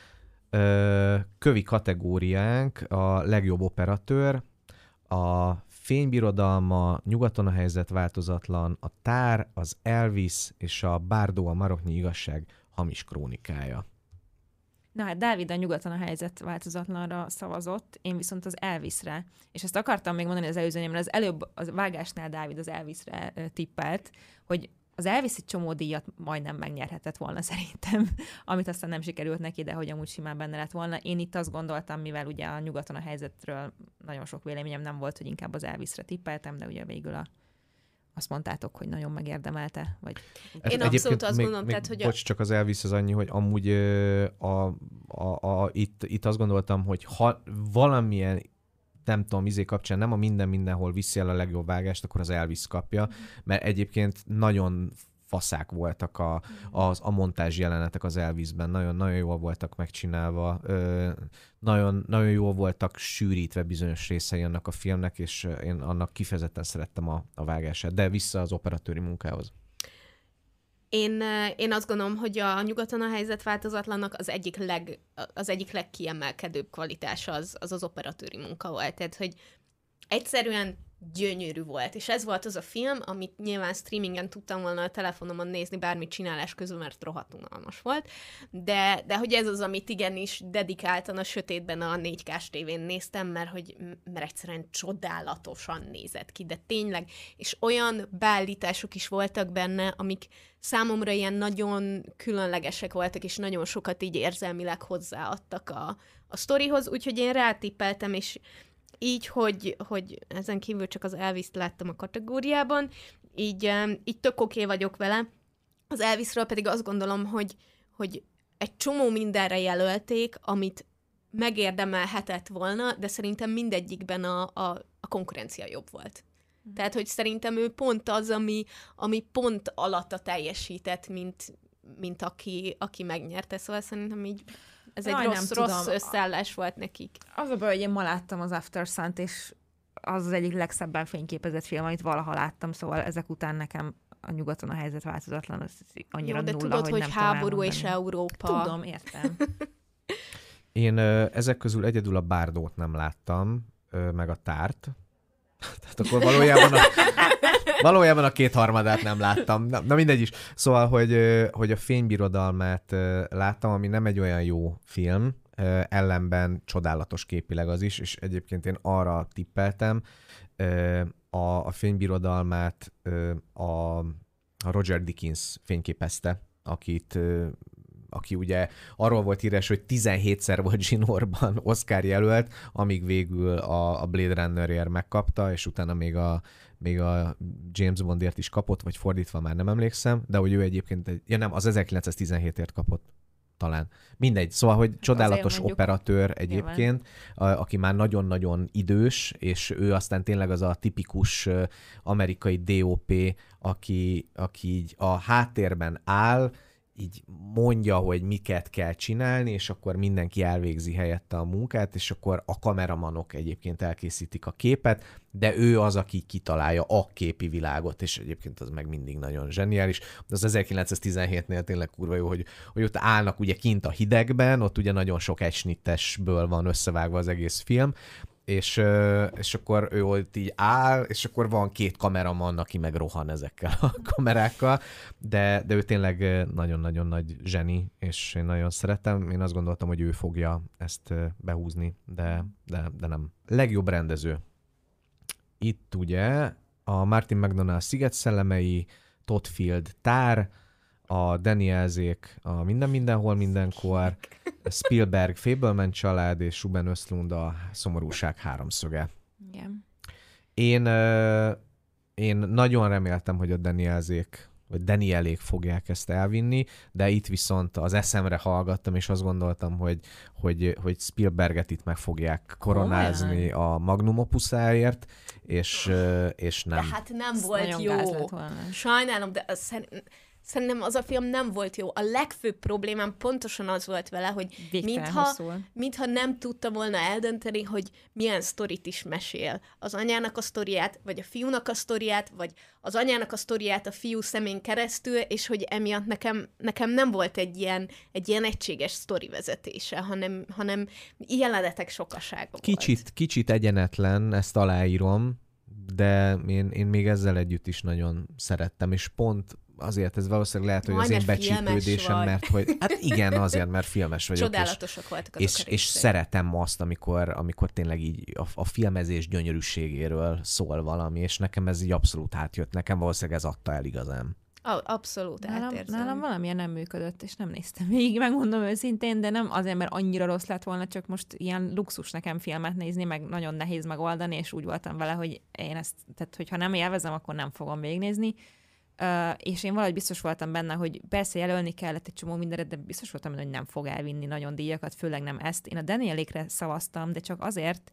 Speaker 2: Kövi kategóriánk a legjobb operatőr, a Fénybirodalma, Nyugaton a helyzet változatlan, a Tár, az Elvis és a Bardot a maroknyi igazság hamis krónikája.
Speaker 1: Na hát Dávid a Nyugaton a helyzet változatlanra szavazott, én viszont az Elvisre. És ezt akartam még mondani az előzőnémre, az előbb a vágásnál Dávid az Elvisre tippelt, hogy az Elvis egy csomó díjat majdnem megnyerhetett volna szerintem, amit aztán nem sikerült neki, de hogy amúgy simán benne lett volna. Én itt azt gondoltam, mivel ugye a Nyugaton a helyzetről nagyon sok véleményem nem volt, hogy inkább az Elvisre tippeltem, de ugye végül azt mondtátok, hogy nagyon megérdemelte. Vagy...
Speaker 4: Én abszolút azt gondolom, tehát, hogy...
Speaker 2: Bocs, csak az Elvis az annyi, hogy amúgy itt azt gondoltam, hogy ha valamilyen nem tudom, kapcsán nem a mindenhol viszi el a legjobb vágást, akkor az Elvis kapja, mert egyébként nagyon faszák voltak a montázs jelenetek az Elvisben, nagyon jól voltak megcsinálva, nagyon jól voltak sűrítve bizonyos részei annak a filmnek, és én annak kifejezetten szerettem a vágását, de vissza az operatőri munkához.
Speaker 4: Én azt gondolom, hogy a Nyugaton a helyzet változatlannak az egyik legkiemelkedőbb kvalitás az operatőri munka volt. Tehát, hogy egyszerűen gyönyörű volt. És ez volt az a film, amit nyilván streamingen tudtam volna a telefonomon nézni bármit csinálás közül, mert rohadt unalmas volt. De hogy ez az, amit igenis dedikáltan a sötétben a 4K-s tévén néztem, mert egyszerűen csodálatosan nézett ki. De tényleg, és olyan beállítások is voltak benne, amik számomra ilyen nagyon különlegesek voltak, és nagyon sokat így érzelmileg hozzáadtak a sztorihoz, úgyhogy én rátippeltem, és így, hogy ezen kívül csak az Elvis-t láttam a kategóriában, így tök oké vagyok vele. Az Elvisről pedig azt gondolom, hogy egy csomó mindenre jelölték, amit megérdemelhetett volna, de szerintem mindegyikben a konkurencia jobb volt. Tehát, hogy szerintem ő pont az, ami pont alatta teljesített, mint aki megnyerte. Szóval szerintem így ez egy rossz összeállás volt nekik.
Speaker 1: Az a baj, hogy én ma láttam az After Sun-t, és az egyik legszebben fényképezett film, amit valaha láttam, szóval ezek után nekem a Nyugaton a helyzet változatlan, az annyira
Speaker 4: jó, de
Speaker 1: nulla,
Speaker 4: tudod, hogy
Speaker 1: nem
Speaker 4: háború és Európa.
Speaker 1: Tudom, értem.
Speaker 2: Én ezek közül egyedül a Bardot nem láttam, meg a Tárt. Tehát akkor valójában a kétharmadát nem láttam. Na mindegy is. Szóval, hogy a Fénybirodalmát láttam, ami nem egy olyan jó film, ellenben csodálatos képileg az is, és egyébként én arra tippeltem, a Fénybirodalmát a Roger Dickens fényképezte, aki ugye arról volt híres, hogy 17-szer volt zsinórban Oscar jelölt, amíg végül a Blade Runnerért megkapta, és utána még a James Bondért is kapott, vagy fordítva már nem emlékszem, de hogy ő egyébként, az 1917-ért kapott talán. Mindegy, szóval, hogy csodálatos operatőr egyébként, aki már nagyon-nagyon idős, és ő aztán tényleg az a tipikus amerikai DOP, aki így a háttérben áll, így mondja, hogy miket kell csinálni, és akkor mindenki elvégzi helyette a munkát, és akkor a kameramanok egyébként elkészítik a képet, de ő az, aki kitalálja a képi világot, és egyébként az meg mindig nagyon zseniális. De az 1917-nél tényleg kurva jó, hogy ott állnak ugye kint a hidegben, ott ugye nagyon sok egysnittesből van összevágva az egész film, és akkor ő ott így áll, és akkor van 2 kameraman, aki meg rohan ezekkel a kamerákkal, de ő tényleg nagyon-nagyon nagy zseni, és én nagyon szeretem. Én azt gondoltam, hogy ő fogja ezt behúzni, de nem. Legjobb rendező. Itt ugye a Martin McDonagh Sziget szellemei, Todd Field Tár, a Danielzék a Mindenhol Mindenkor, Spielberg Fableman család, és Ruben Östlund a Szomorúság háromszöge.
Speaker 1: Igen.
Speaker 2: Én nagyon reméltem, hogy a Danielzék vagy Danielék fogják ezt elvinni, de itt viszont az eszemre hallgattam, és azt gondoltam, hogy Spielberget itt meg fogják koronázni a Magnum Opusáért, és nem.
Speaker 4: De hát nem volt jó. Sajnálom, de szerintem az a film nem volt jó. A legfőbb problémám pontosan az volt vele, hogy mintha nem tudta volna eldönteni, hogy milyen sztorit is mesél. Az anyának a sztoriát, vagy a fiúnak a sztoriát, vagy az anyának a sztoriát a fiú szemén keresztül, és hogy emiatt nekem nem volt egy ilyen egységes sztorivezetése, hanem jelenetek sokasága volt.
Speaker 2: Kicsit egyenetlen, ezt aláírom, de én még ezzel együtt is nagyon szerettem, és pont azért ez valószínűleg lehet, hogy az én becsípődésem, mert hogy hát igen, azért, mert filmes vagyok.
Speaker 4: Csodálatosak voltak azok
Speaker 2: és szeretem azt, amikor tényleg így a filmezés gyönyörűségéről szól valami, és nekem ez így abszolút átjött. Nekem valószínűleg ez adta el igazán.
Speaker 4: Abszolút átérzem.
Speaker 1: Nálam valamilyen nem működött, és nem néztem végig, megmondom őszintén, de nem azért, mert annyira rossz lett volna, csak most ilyen luxus nekem filmet nézni, meg nagyon nehéz megoldani, és úgy voltam vele, hogy én ezt, tehát hogyha nem élvezem, akkor nem fogom végignézni. És én valahogy biztos voltam benne, hogy persze jelölni kellett egy csomó mindenre, de biztos voltam benne, hogy nem fog elvinni nagyon díjakat, főleg nem ezt. Én a Danielékre szavaztam, de csak azért,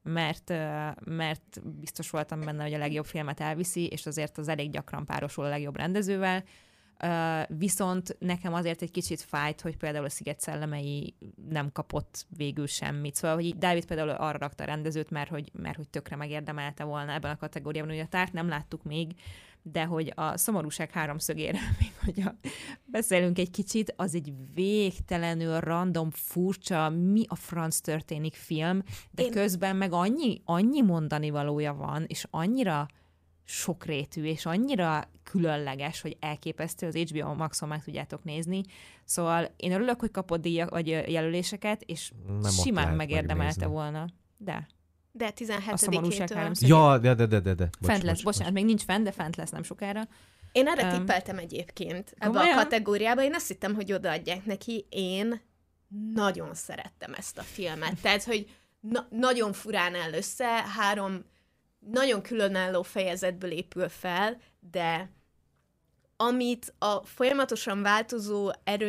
Speaker 1: mert biztos voltam benne, hogy a legjobb filmet elviszi, és azért az elég gyakran párosul a legjobb rendezővel. Viszont nekem azért egy kicsit fájt, hogy például a Sziget szellemei nem kapott végül semmit. Szóval, hogy Dávid például arra rakta a rendezőt, mert hogy tökre megérdemelte volna ebben a kategóriában, hogy a Tárt nem láttuk még, de hogy a Szomorúság háromszögére, még hogyha beszélünk egy kicsit, az egy végtelenül random, furcsa, mi a franc történik film, de közben meg annyi mondani valója van, és annyira sokrétű, és annyira különleges, hogy elképesztő, az HBO Maxon meg tudjátok nézni. Szóval én örülök, hogy kapott díjak, vagy jelöléseket, és nem simán megérdemelte volna. De
Speaker 4: 17-től.
Speaker 2: Ja, de.
Speaker 1: Fent lesz, bocsánat, még nincs fent, de fent lesz nem sokára.
Speaker 4: Én erre tippeltem egyébként ebbe a kategóriába. Én azt hittem, hogy odaadják neki. Én nagyon szerettem ezt a filmet. Tehát, hogy nagyon furán áll össze, 3 nagyon különálló fejezetből épül fel, de amit a folyamatosan változó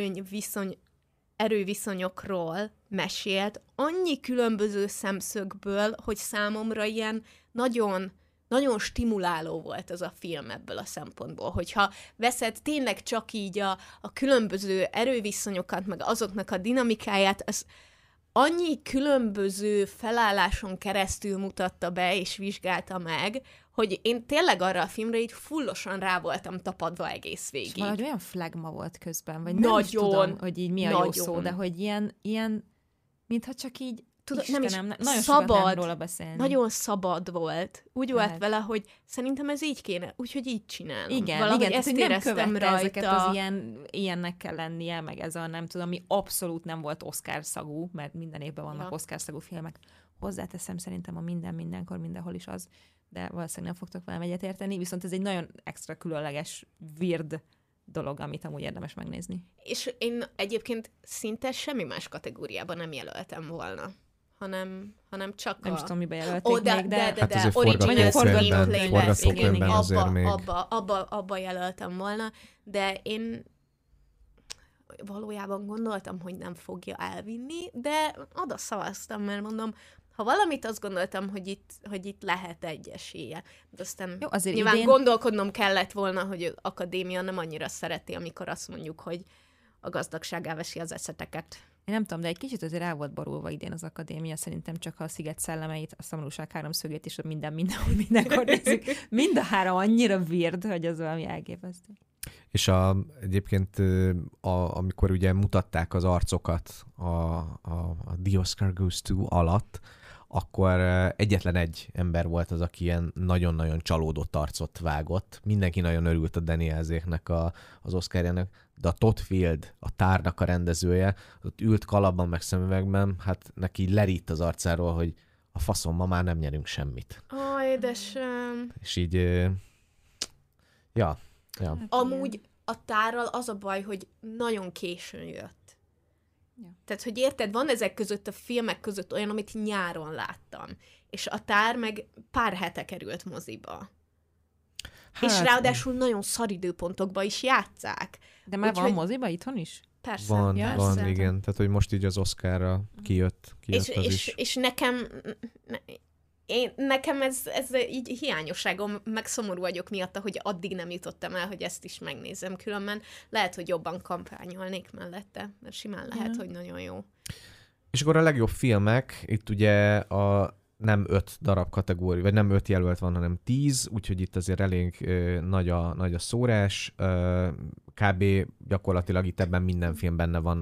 Speaker 4: erőviszonyokról mesélt, annyi különböző szemszögből, hogy számomra ilyen nagyon, nagyon stimuláló volt az a film ebből a szempontból. Hogyha veszed tényleg csak így a különböző erőviszonyokat, meg azoknak a dinamikáját, az annyi különböző felálláson keresztül mutatta be és vizsgálta meg, hogy én tényleg arra a filmre így fullosan rá voltam tapadva egész végig. És
Speaker 1: valahogy olyan flagma volt közben, vagy nagyon, nem is tudom, hogy így mi a jó szó, de hogy ilyen mintha csak így Istenem, nagyon sokat nem róla beszélni.
Speaker 4: Nagyon szabad volt. Úgy volt vele, hogy szerintem ez így kéne, úgyhogy így csinálom.
Speaker 1: Igen, ezt éreztem rajta. Ezeket az ilyennek kell lennie, meg ez a nem tudom, ami abszolút nem volt Oscar szagú, mert minden évben vannak Oscar szagú filmek. Hozzáteszem, szerintem a mindenkor, mindenhol is az, de valószínűleg nem fogtok velem egyetérteni, viszont ez egy nagyon extra különleges, weird dolog, amit amúgy érdemes megnézni.
Speaker 4: És én egyébként szinte semmi más kategóriában nem jelöltem volna. hanem csak
Speaker 1: nem is tudom, mibe jelölték még, de
Speaker 2: hát azért forgatókönyvben azért még.
Speaker 4: Abba jelöltem volna, de én valójában gondoltam, hogy nem fogja elvinni, de oda szavaztam, mert mondom, ha valamit azt gondoltam, hogy itt lehet egy esélye. De aztán jó, azért nyilván gondolkodnom kellett volna, hogy az akadémia nem annyira szereti, amikor azt mondjuk, hogy a gazdagság elveszi az eszeteket.
Speaker 1: Én nem tudom, de egy kicsit azért el volt borulva idén az akadémia, szerintem csak a Sziget szellemeit, a Szomorúság háromszögét és a mindenkor nézzük. Mind a 3 annyira weird, hogy az valami elképesztő.
Speaker 2: És egyébként amikor ugye mutatták az arcokat a The Oscar Goes To alatt, akkor egyetlen egy ember volt az, aki ilyen nagyon-nagyon csalódott arcot vágott. Mindenki nagyon örült a Danielséknek az Oscarjának, de a Todd Field, a Tárnak a rendezője, ott ült kalapban meg szemüvegben, hát neki lerít az arcáról, hogy a faszom, ma már nem nyerünk semmit.
Speaker 4: Ó, édesem.
Speaker 2: És így, ja.
Speaker 4: Amúgy a Tárral az a baj, hogy nagyon későn jött.
Speaker 1: Ja.
Speaker 4: Tehát, hogy érted, van ezek között a filmek között olyan, amit nyáron láttam. És a Tár meg pár hete került moziba.
Speaker 2: Hát,
Speaker 4: és ráadásul nagyon szar időpontokban is játsszák.
Speaker 1: De már van
Speaker 4: Úgyhogy-
Speaker 1: moziba itthon is?
Speaker 4: Persze.
Speaker 2: van,
Speaker 4: persze.
Speaker 2: igen. Tehát, hogy most így az Oscarra kijött az is.
Speaker 4: És nekem... Nekem ez így hiányosságom, meg szomorú vagyok miatta, hogy addig nem jutottam el, hogy ezt is megnézem. Különben lehet, hogy jobban kampányolnék mellette, mert simán lehet, hogy nagyon jó.
Speaker 2: És akkor a legjobb filmek, itt ugye nem 5 darab kategória, vagy nem 5 jelölt van, hanem 10, úgyhogy itt azért elég nagy a szórás. Kb. Gyakorlatilag itt ebben minden film benne van,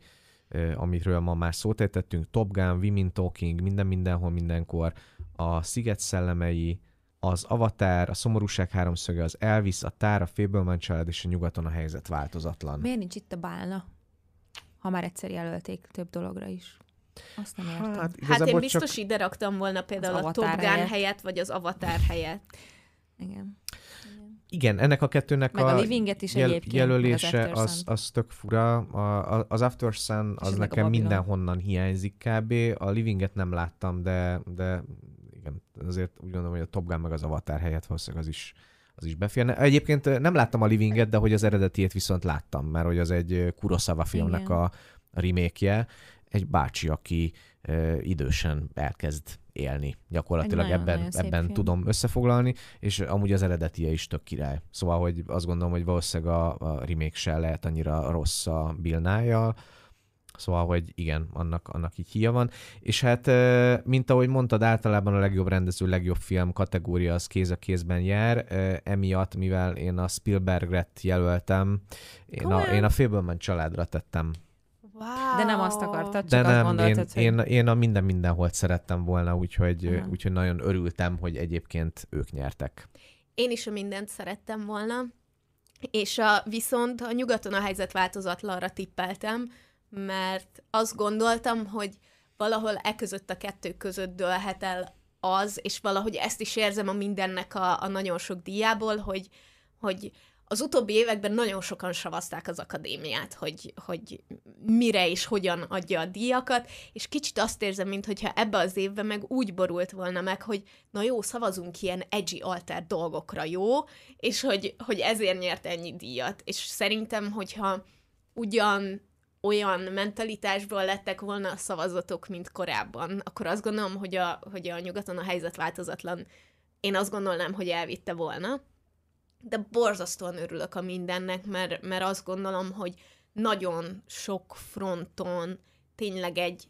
Speaker 2: amiről ma már szót ejtettünk. Top Gun, Women Talking, mindenhol, mindenkor. A Sziget szellemei, az Avatar, a Szomorúság háromszöge, az Elvis, a Tár, a Fableman család és a Nyugaton a helyzet változatlan.
Speaker 1: Miért nincs itt a Bálna? Ha már egyszer jelölték több dologra is. Azt nem értem.
Speaker 4: Hát én biztos ide raktam volna például
Speaker 1: Az
Speaker 4: a Top
Speaker 1: Avatar
Speaker 4: Gun helyett, vagy az Avatar helyett.
Speaker 1: Igen.
Speaker 2: Igen, ennek a kettőnek
Speaker 1: Meg a Livinget is egyébként,
Speaker 2: jelölése
Speaker 1: meg az After Sun.
Speaker 2: az tök fura. Az After Sun az
Speaker 1: meg a
Speaker 2: nekem
Speaker 1: Babylon.
Speaker 2: mindenhonnan hiányzik kb. A Livinget nem láttam, de igen, azért úgy gondolom, hogy a Top Gun meg az Avatar helyett valószínűleg az is beférne. Egyébként nem láttam a Livinget, de hogy az eredetiét viszont láttam, mert hogy az egy Kurosawa filmnek
Speaker 1: Igen.
Speaker 2: a remake-je. Egy bácsi, aki idősen elkezd élni. Gyakorlatilag
Speaker 1: Egy nagyon szép
Speaker 2: ebben
Speaker 1: film.
Speaker 2: tudom összefoglalni, és amúgy az eredetie is tök király. Szóval, hogy azt gondolom, hogy valószínűleg a remake se lehet annyira rossz a Bill Nye-jal. Szóval, hogy igen, annak így híja van. És hát, mint ahogy mondtad, általában a legjobb rendező, legjobb film kategória az kéz a kézben jár. Emiatt, mivel én a Spielbergret jelöltem, én a Fableman családra tettem.
Speaker 4: Wow.
Speaker 1: De nem azt akartad,
Speaker 2: De
Speaker 1: csak azt
Speaker 2: nem,
Speaker 1: gondoltad, hogy...
Speaker 2: én a mindenholt szerettem volna, úgyhogy nagyon örültem, hogy egyébként ők nyertek.
Speaker 4: Én is a mindent szerettem volna, és viszont a Nyugaton a helyzet változatlanra tippeltem, mert azt gondoltam, hogy valahol között a kettő között dőlhet el az, és valahogy ezt is érzem a mindennek a nagyon sok díjából, hogy az utóbbi években nagyon sokan savazták az akadémiát, hogy mire és hogyan adja a díjakat, és kicsit azt érzem, mintha ebbe az évben meg úgy borult volna meg, hogy na jó, szavazunk ilyen edgy alter dolgokra, jó? És hogy ezért nyert ennyi díjat. És szerintem, hogyha olyan mentalitásból lettek volna a szavazatok, mint korábban, akkor azt gondolom, hogy a Nyugaton a helyzet változatlan, én azt gondolnám, hogy elvitte volna. De borzasztóan örülök a mindennek, mert azt gondolom, hogy nagyon sok fronton tényleg egy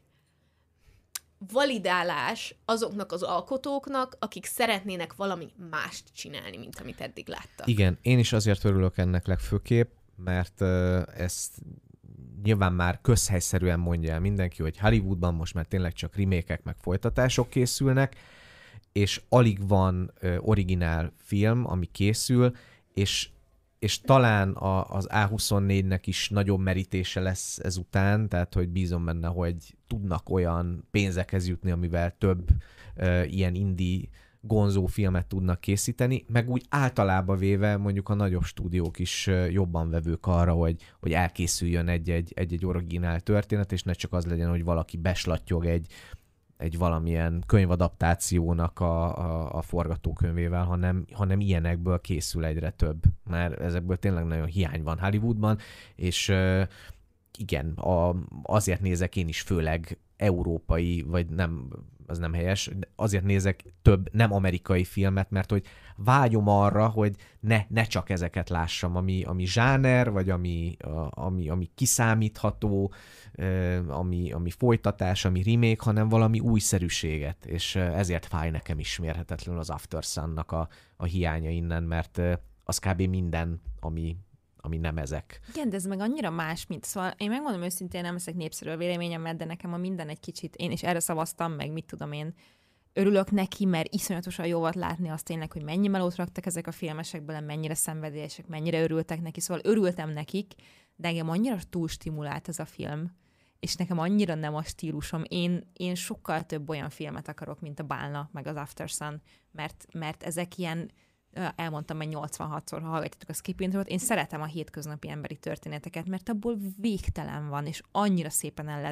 Speaker 4: validálás azoknak az alkotóknak, akik szeretnének valami mást csinálni, mint amit eddig láttak.
Speaker 2: Igen, én is azért örülök ennek legfőképp, mert ezt nyilván már közhelyszerűen mondja el mindenki, hogy Hollywoodban most már tényleg csak remake-ek meg folytatások készülnek, és alig van originál film, ami készül, és talán az A24-nek is nagyobb merítése lesz ezután, tehát hogy bízom benne, hogy tudnak olyan pénzekhez jutni, amivel több ilyen indie gonzó filmet tudnak készíteni, meg úgy általában véve mondjuk a nagyobb stúdiók is jobban vevők arra, hogy elkészüljön egy originál történet, és ne csak az legyen, hogy valaki beslattyog egy valamilyen könyvadaptációnak a forgatókönyvével, hanem ilyenekből készül egyre több. Mert ezekből tényleg nagyon hiány van Hollywoodban, és igen, azért nézek én is főleg európai, vagy nem, az nem helyes, azért nézek több nem amerikai filmet, mert hogy vágyom arra, hogy ne csak ezeket lássam, ami zsáner, vagy ami kiszámítható, ami folytatás, ami remake, hanem valami újszerűséget, és ezért fáj nekem is mérhetetlenül az After Sun-nak a hiánya innen, mert az kb. Minden, ami ami nem ezek.
Speaker 1: Igen, de ez meg annyira más, mint szóval én megmondom őszintén, nem leszek népszerű a véleményem, de nekem a minden egy kicsit, én is erre szavaztam, meg mit tudom én, örülök neki, mert iszonyatosan jó volt látni azt tényleg, hogy mennyi melót raktak ezek a filmesekből, mennyire szenvedélyesek, mennyire örültek neki, szóval örültem nekik, de engem annyira túlstimulált ez a film, és nekem annyira nem a stílusom. Én sokkal több olyan filmet akarok, mint a Bálna, meg az After Sun, mert ezek ilyen, elmondtam meg 86-szor, ha hallgatjátok a skip intrót, én szeretem a hétköznapi emberi történeteket, mert abból végtelen van, és annyira szépen el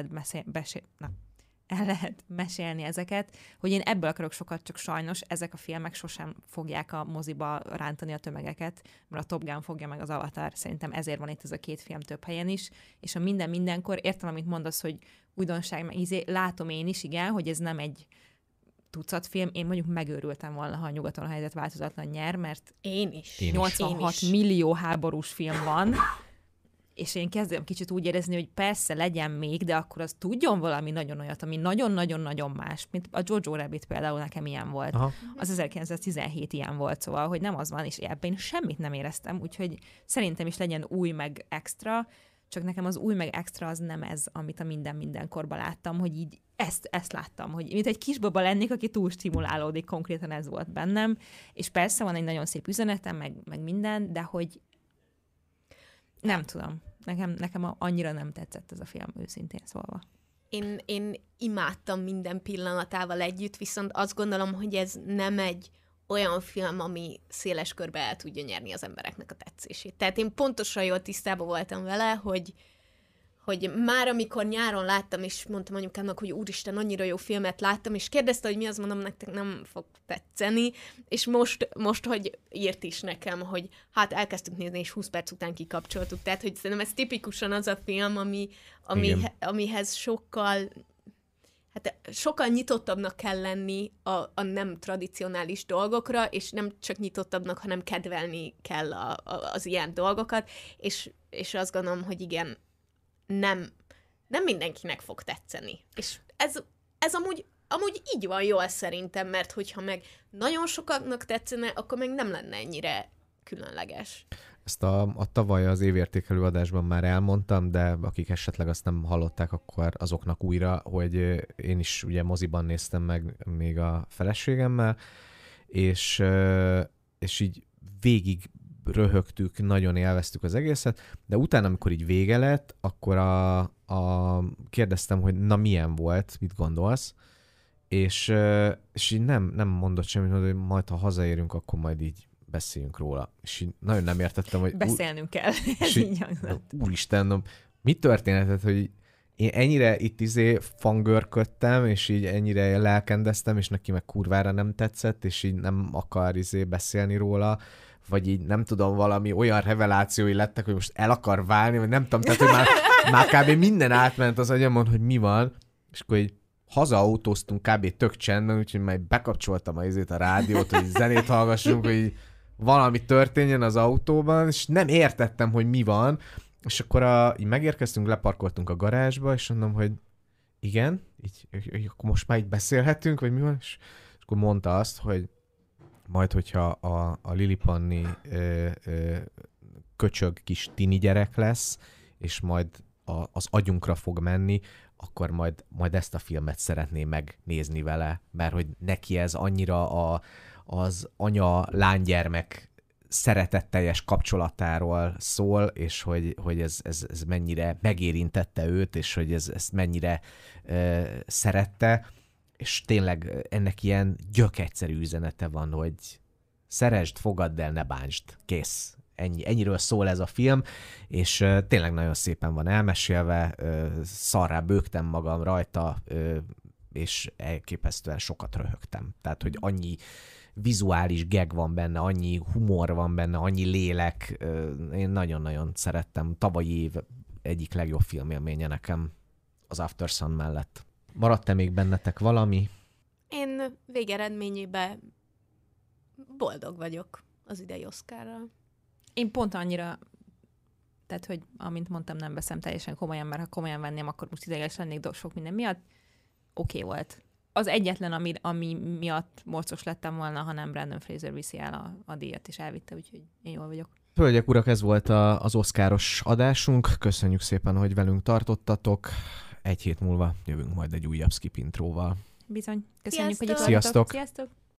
Speaker 1: lehet mesélni ezeket, hogy én ebből akarok sokat, csak sajnos ezek a filmek sosem fogják a moziba rántani a tömegeket, mert a Top Gun fogja meg az Avatar, szerintem ezért van itt ez a két film több helyen is, és a mindenkor értem, amit mondasz, hogy újdonság, meg látom én is, igen, hogy ez nem egy tucat film, én mondjuk megőrültem volna, ha a nyugaton a helyzet változatlan nyer, mert
Speaker 4: Én is.
Speaker 1: 86 millió háborús film van, és én kezdem kicsit úgy érezni, hogy persze legyen még, de akkor az tudjon valami nagyon olyat, ami nagyon-nagyon-nagyon más, mint a Jojo Rabbit például nekem ilyen volt.
Speaker 2: Aha.
Speaker 1: Az 1917 ilyen volt, szóval, hogy nem az van, és ebben semmit nem éreztem, úgyhogy szerintem is legyen új meg extra, csak nekem az új meg extra az nem ez, amit a mindenkorban láttam, hogy így ezt láttam, hogy mint egy kisbaba lennék, aki túl stimulálódik, konkrétan ez volt bennem, és persze van egy nagyon szép üzenetem, meg minden, de hogy nem tudom. Nekem annyira nem tetszett ez a film, őszintén szólva.
Speaker 4: Én imádtam minden pillanatával együtt, viszont azt gondolom, hogy ez nem egy olyan film, ami széles körbe el tudja nyerni az embereknek a tetszését. Tehát én pontosan jól tisztában voltam vele, hogy már amikor nyáron láttam, és mondtam anyukámnak, hogy úristen, annyira jó filmet láttam, és kérdezte, hogy mi az, mondom, nektek nem fog tetszeni, és most hogy írt is nekem, hogy hát elkezdtük nézni, és 20 perc után kikapcsoltuk. Tehát, hogy szerintem ez tipikusan az a film, amihez sokkal nyitottabbnak kell lenni a nem tradicionális dolgokra, és nem csak nyitottabbnak, hanem kedvelni kell az ilyen dolgokat, és azt gondolom, hogy igen, nem mindenkinek fog tetszeni. És ez amúgy így van jól szerintem, mert hogyha meg nagyon sokaknak tetszene, akkor meg nem lenne ennyire különleges.
Speaker 2: Ezt a tavaly az évértékelő adásban már elmondtam, de akik esetleg azt nem hallották, akkor azoknak újra, hogy én is ugye moziban néztem meg még a feleségemmel, és így végig röhögtük, nagyon élveztük az egészet, de utána, amikor így vége lett, akkor kérdeztem, hogy na milyen volt, mit gondolsz, és így nem mondott semmit, hogy majd ha hazaérünk, akkor majd így beszéljünk róla. És így nagyon nem értettem, hogy...
Speaker 1: Beszélnünk kell. Ez így hangzott.
Speaker 2: Úristen, mi történhetett, hogy én ennyire itt fangörködtem, és így ennyire lelkendeztem, és neki meg kurvára nem tetszett, és így nem akar beszélni róla, vagy így nem tudom, valami olyan revelációi lettek, hogy most el akar válni, vagy nem tudom, tehát hogy már kb. Minden átment az agyamon, hogy mi van, és akkor így hazaautóztunk kb. Tök csendben, úgyhogy majd bekapcsoltam a rádiót, hogy zenét hallgassunk, hogy valami történjen az autóban, és nem értettem, hogy mi van, és akkor így megérkeztünk, leparkoltunk a garázsba, és mondom, hogy igen, így akkor most már így beszélhetünk, vagy mi van, és akkor mondta azt, hogy majd, hogyha a Lili Panni köcsög kis tini gyerek lesz, és majd az agyunkra fog menni, akkor majd ezt a filmet szeretné megnézni vele, mert hogy neki ez annyira az anya-lánygyermek szeretetteljes kapcsolatáról szól, és hogy ez mennyire megérintette őt, és hogy ezt mennyire szerette, és tényleg ennek ilyen gyökegyszerű üzenete van, hogy szeresd, fogadd el, ne bántsd, kész. Ennyiről szól ez a film, és tényleg nagyon szépen van elmesélve, szarrá bőgtem magam rajta, és elképesztően sokat röhögtem. Tehát, hogy annyi vizuális gag van benne, annyi humor van benne, annyi lélek, én nagyon-nagyon szerettem. Tavalyi év egyik legjobb filmélménye nekem az After Sun mellett. Maradt-e még bennetek valami?
Speaker 4: Én végeredményében boldog vagyok az idei Oscarral.
Speaker 1: Én pont annyira, tehát, hogy amint mondtam, nem veszem teljesen komolyan, mert ha komolyan venném, akkor most ideges lennék sok minden miatt. Oké volt. Az egyetlen, ami miatt morcos lettem volna, ha nem Brandon Fraser viszi el a díjat, és elvitte, úgyhogy én jól vagyok.
Speaker 2: Hölgyek, urak, ez volt az oszkáros adásunk. Köszönjük szépen, hogy velünk tartottatok. Egy hét múlva jövünk majd egy újabb skip intróval.
Speaker 1: Bizony. Köszönjük, hogy itt
Speaker 4: Sziasztok!
Speaker 1: voltatok. Sziasztok!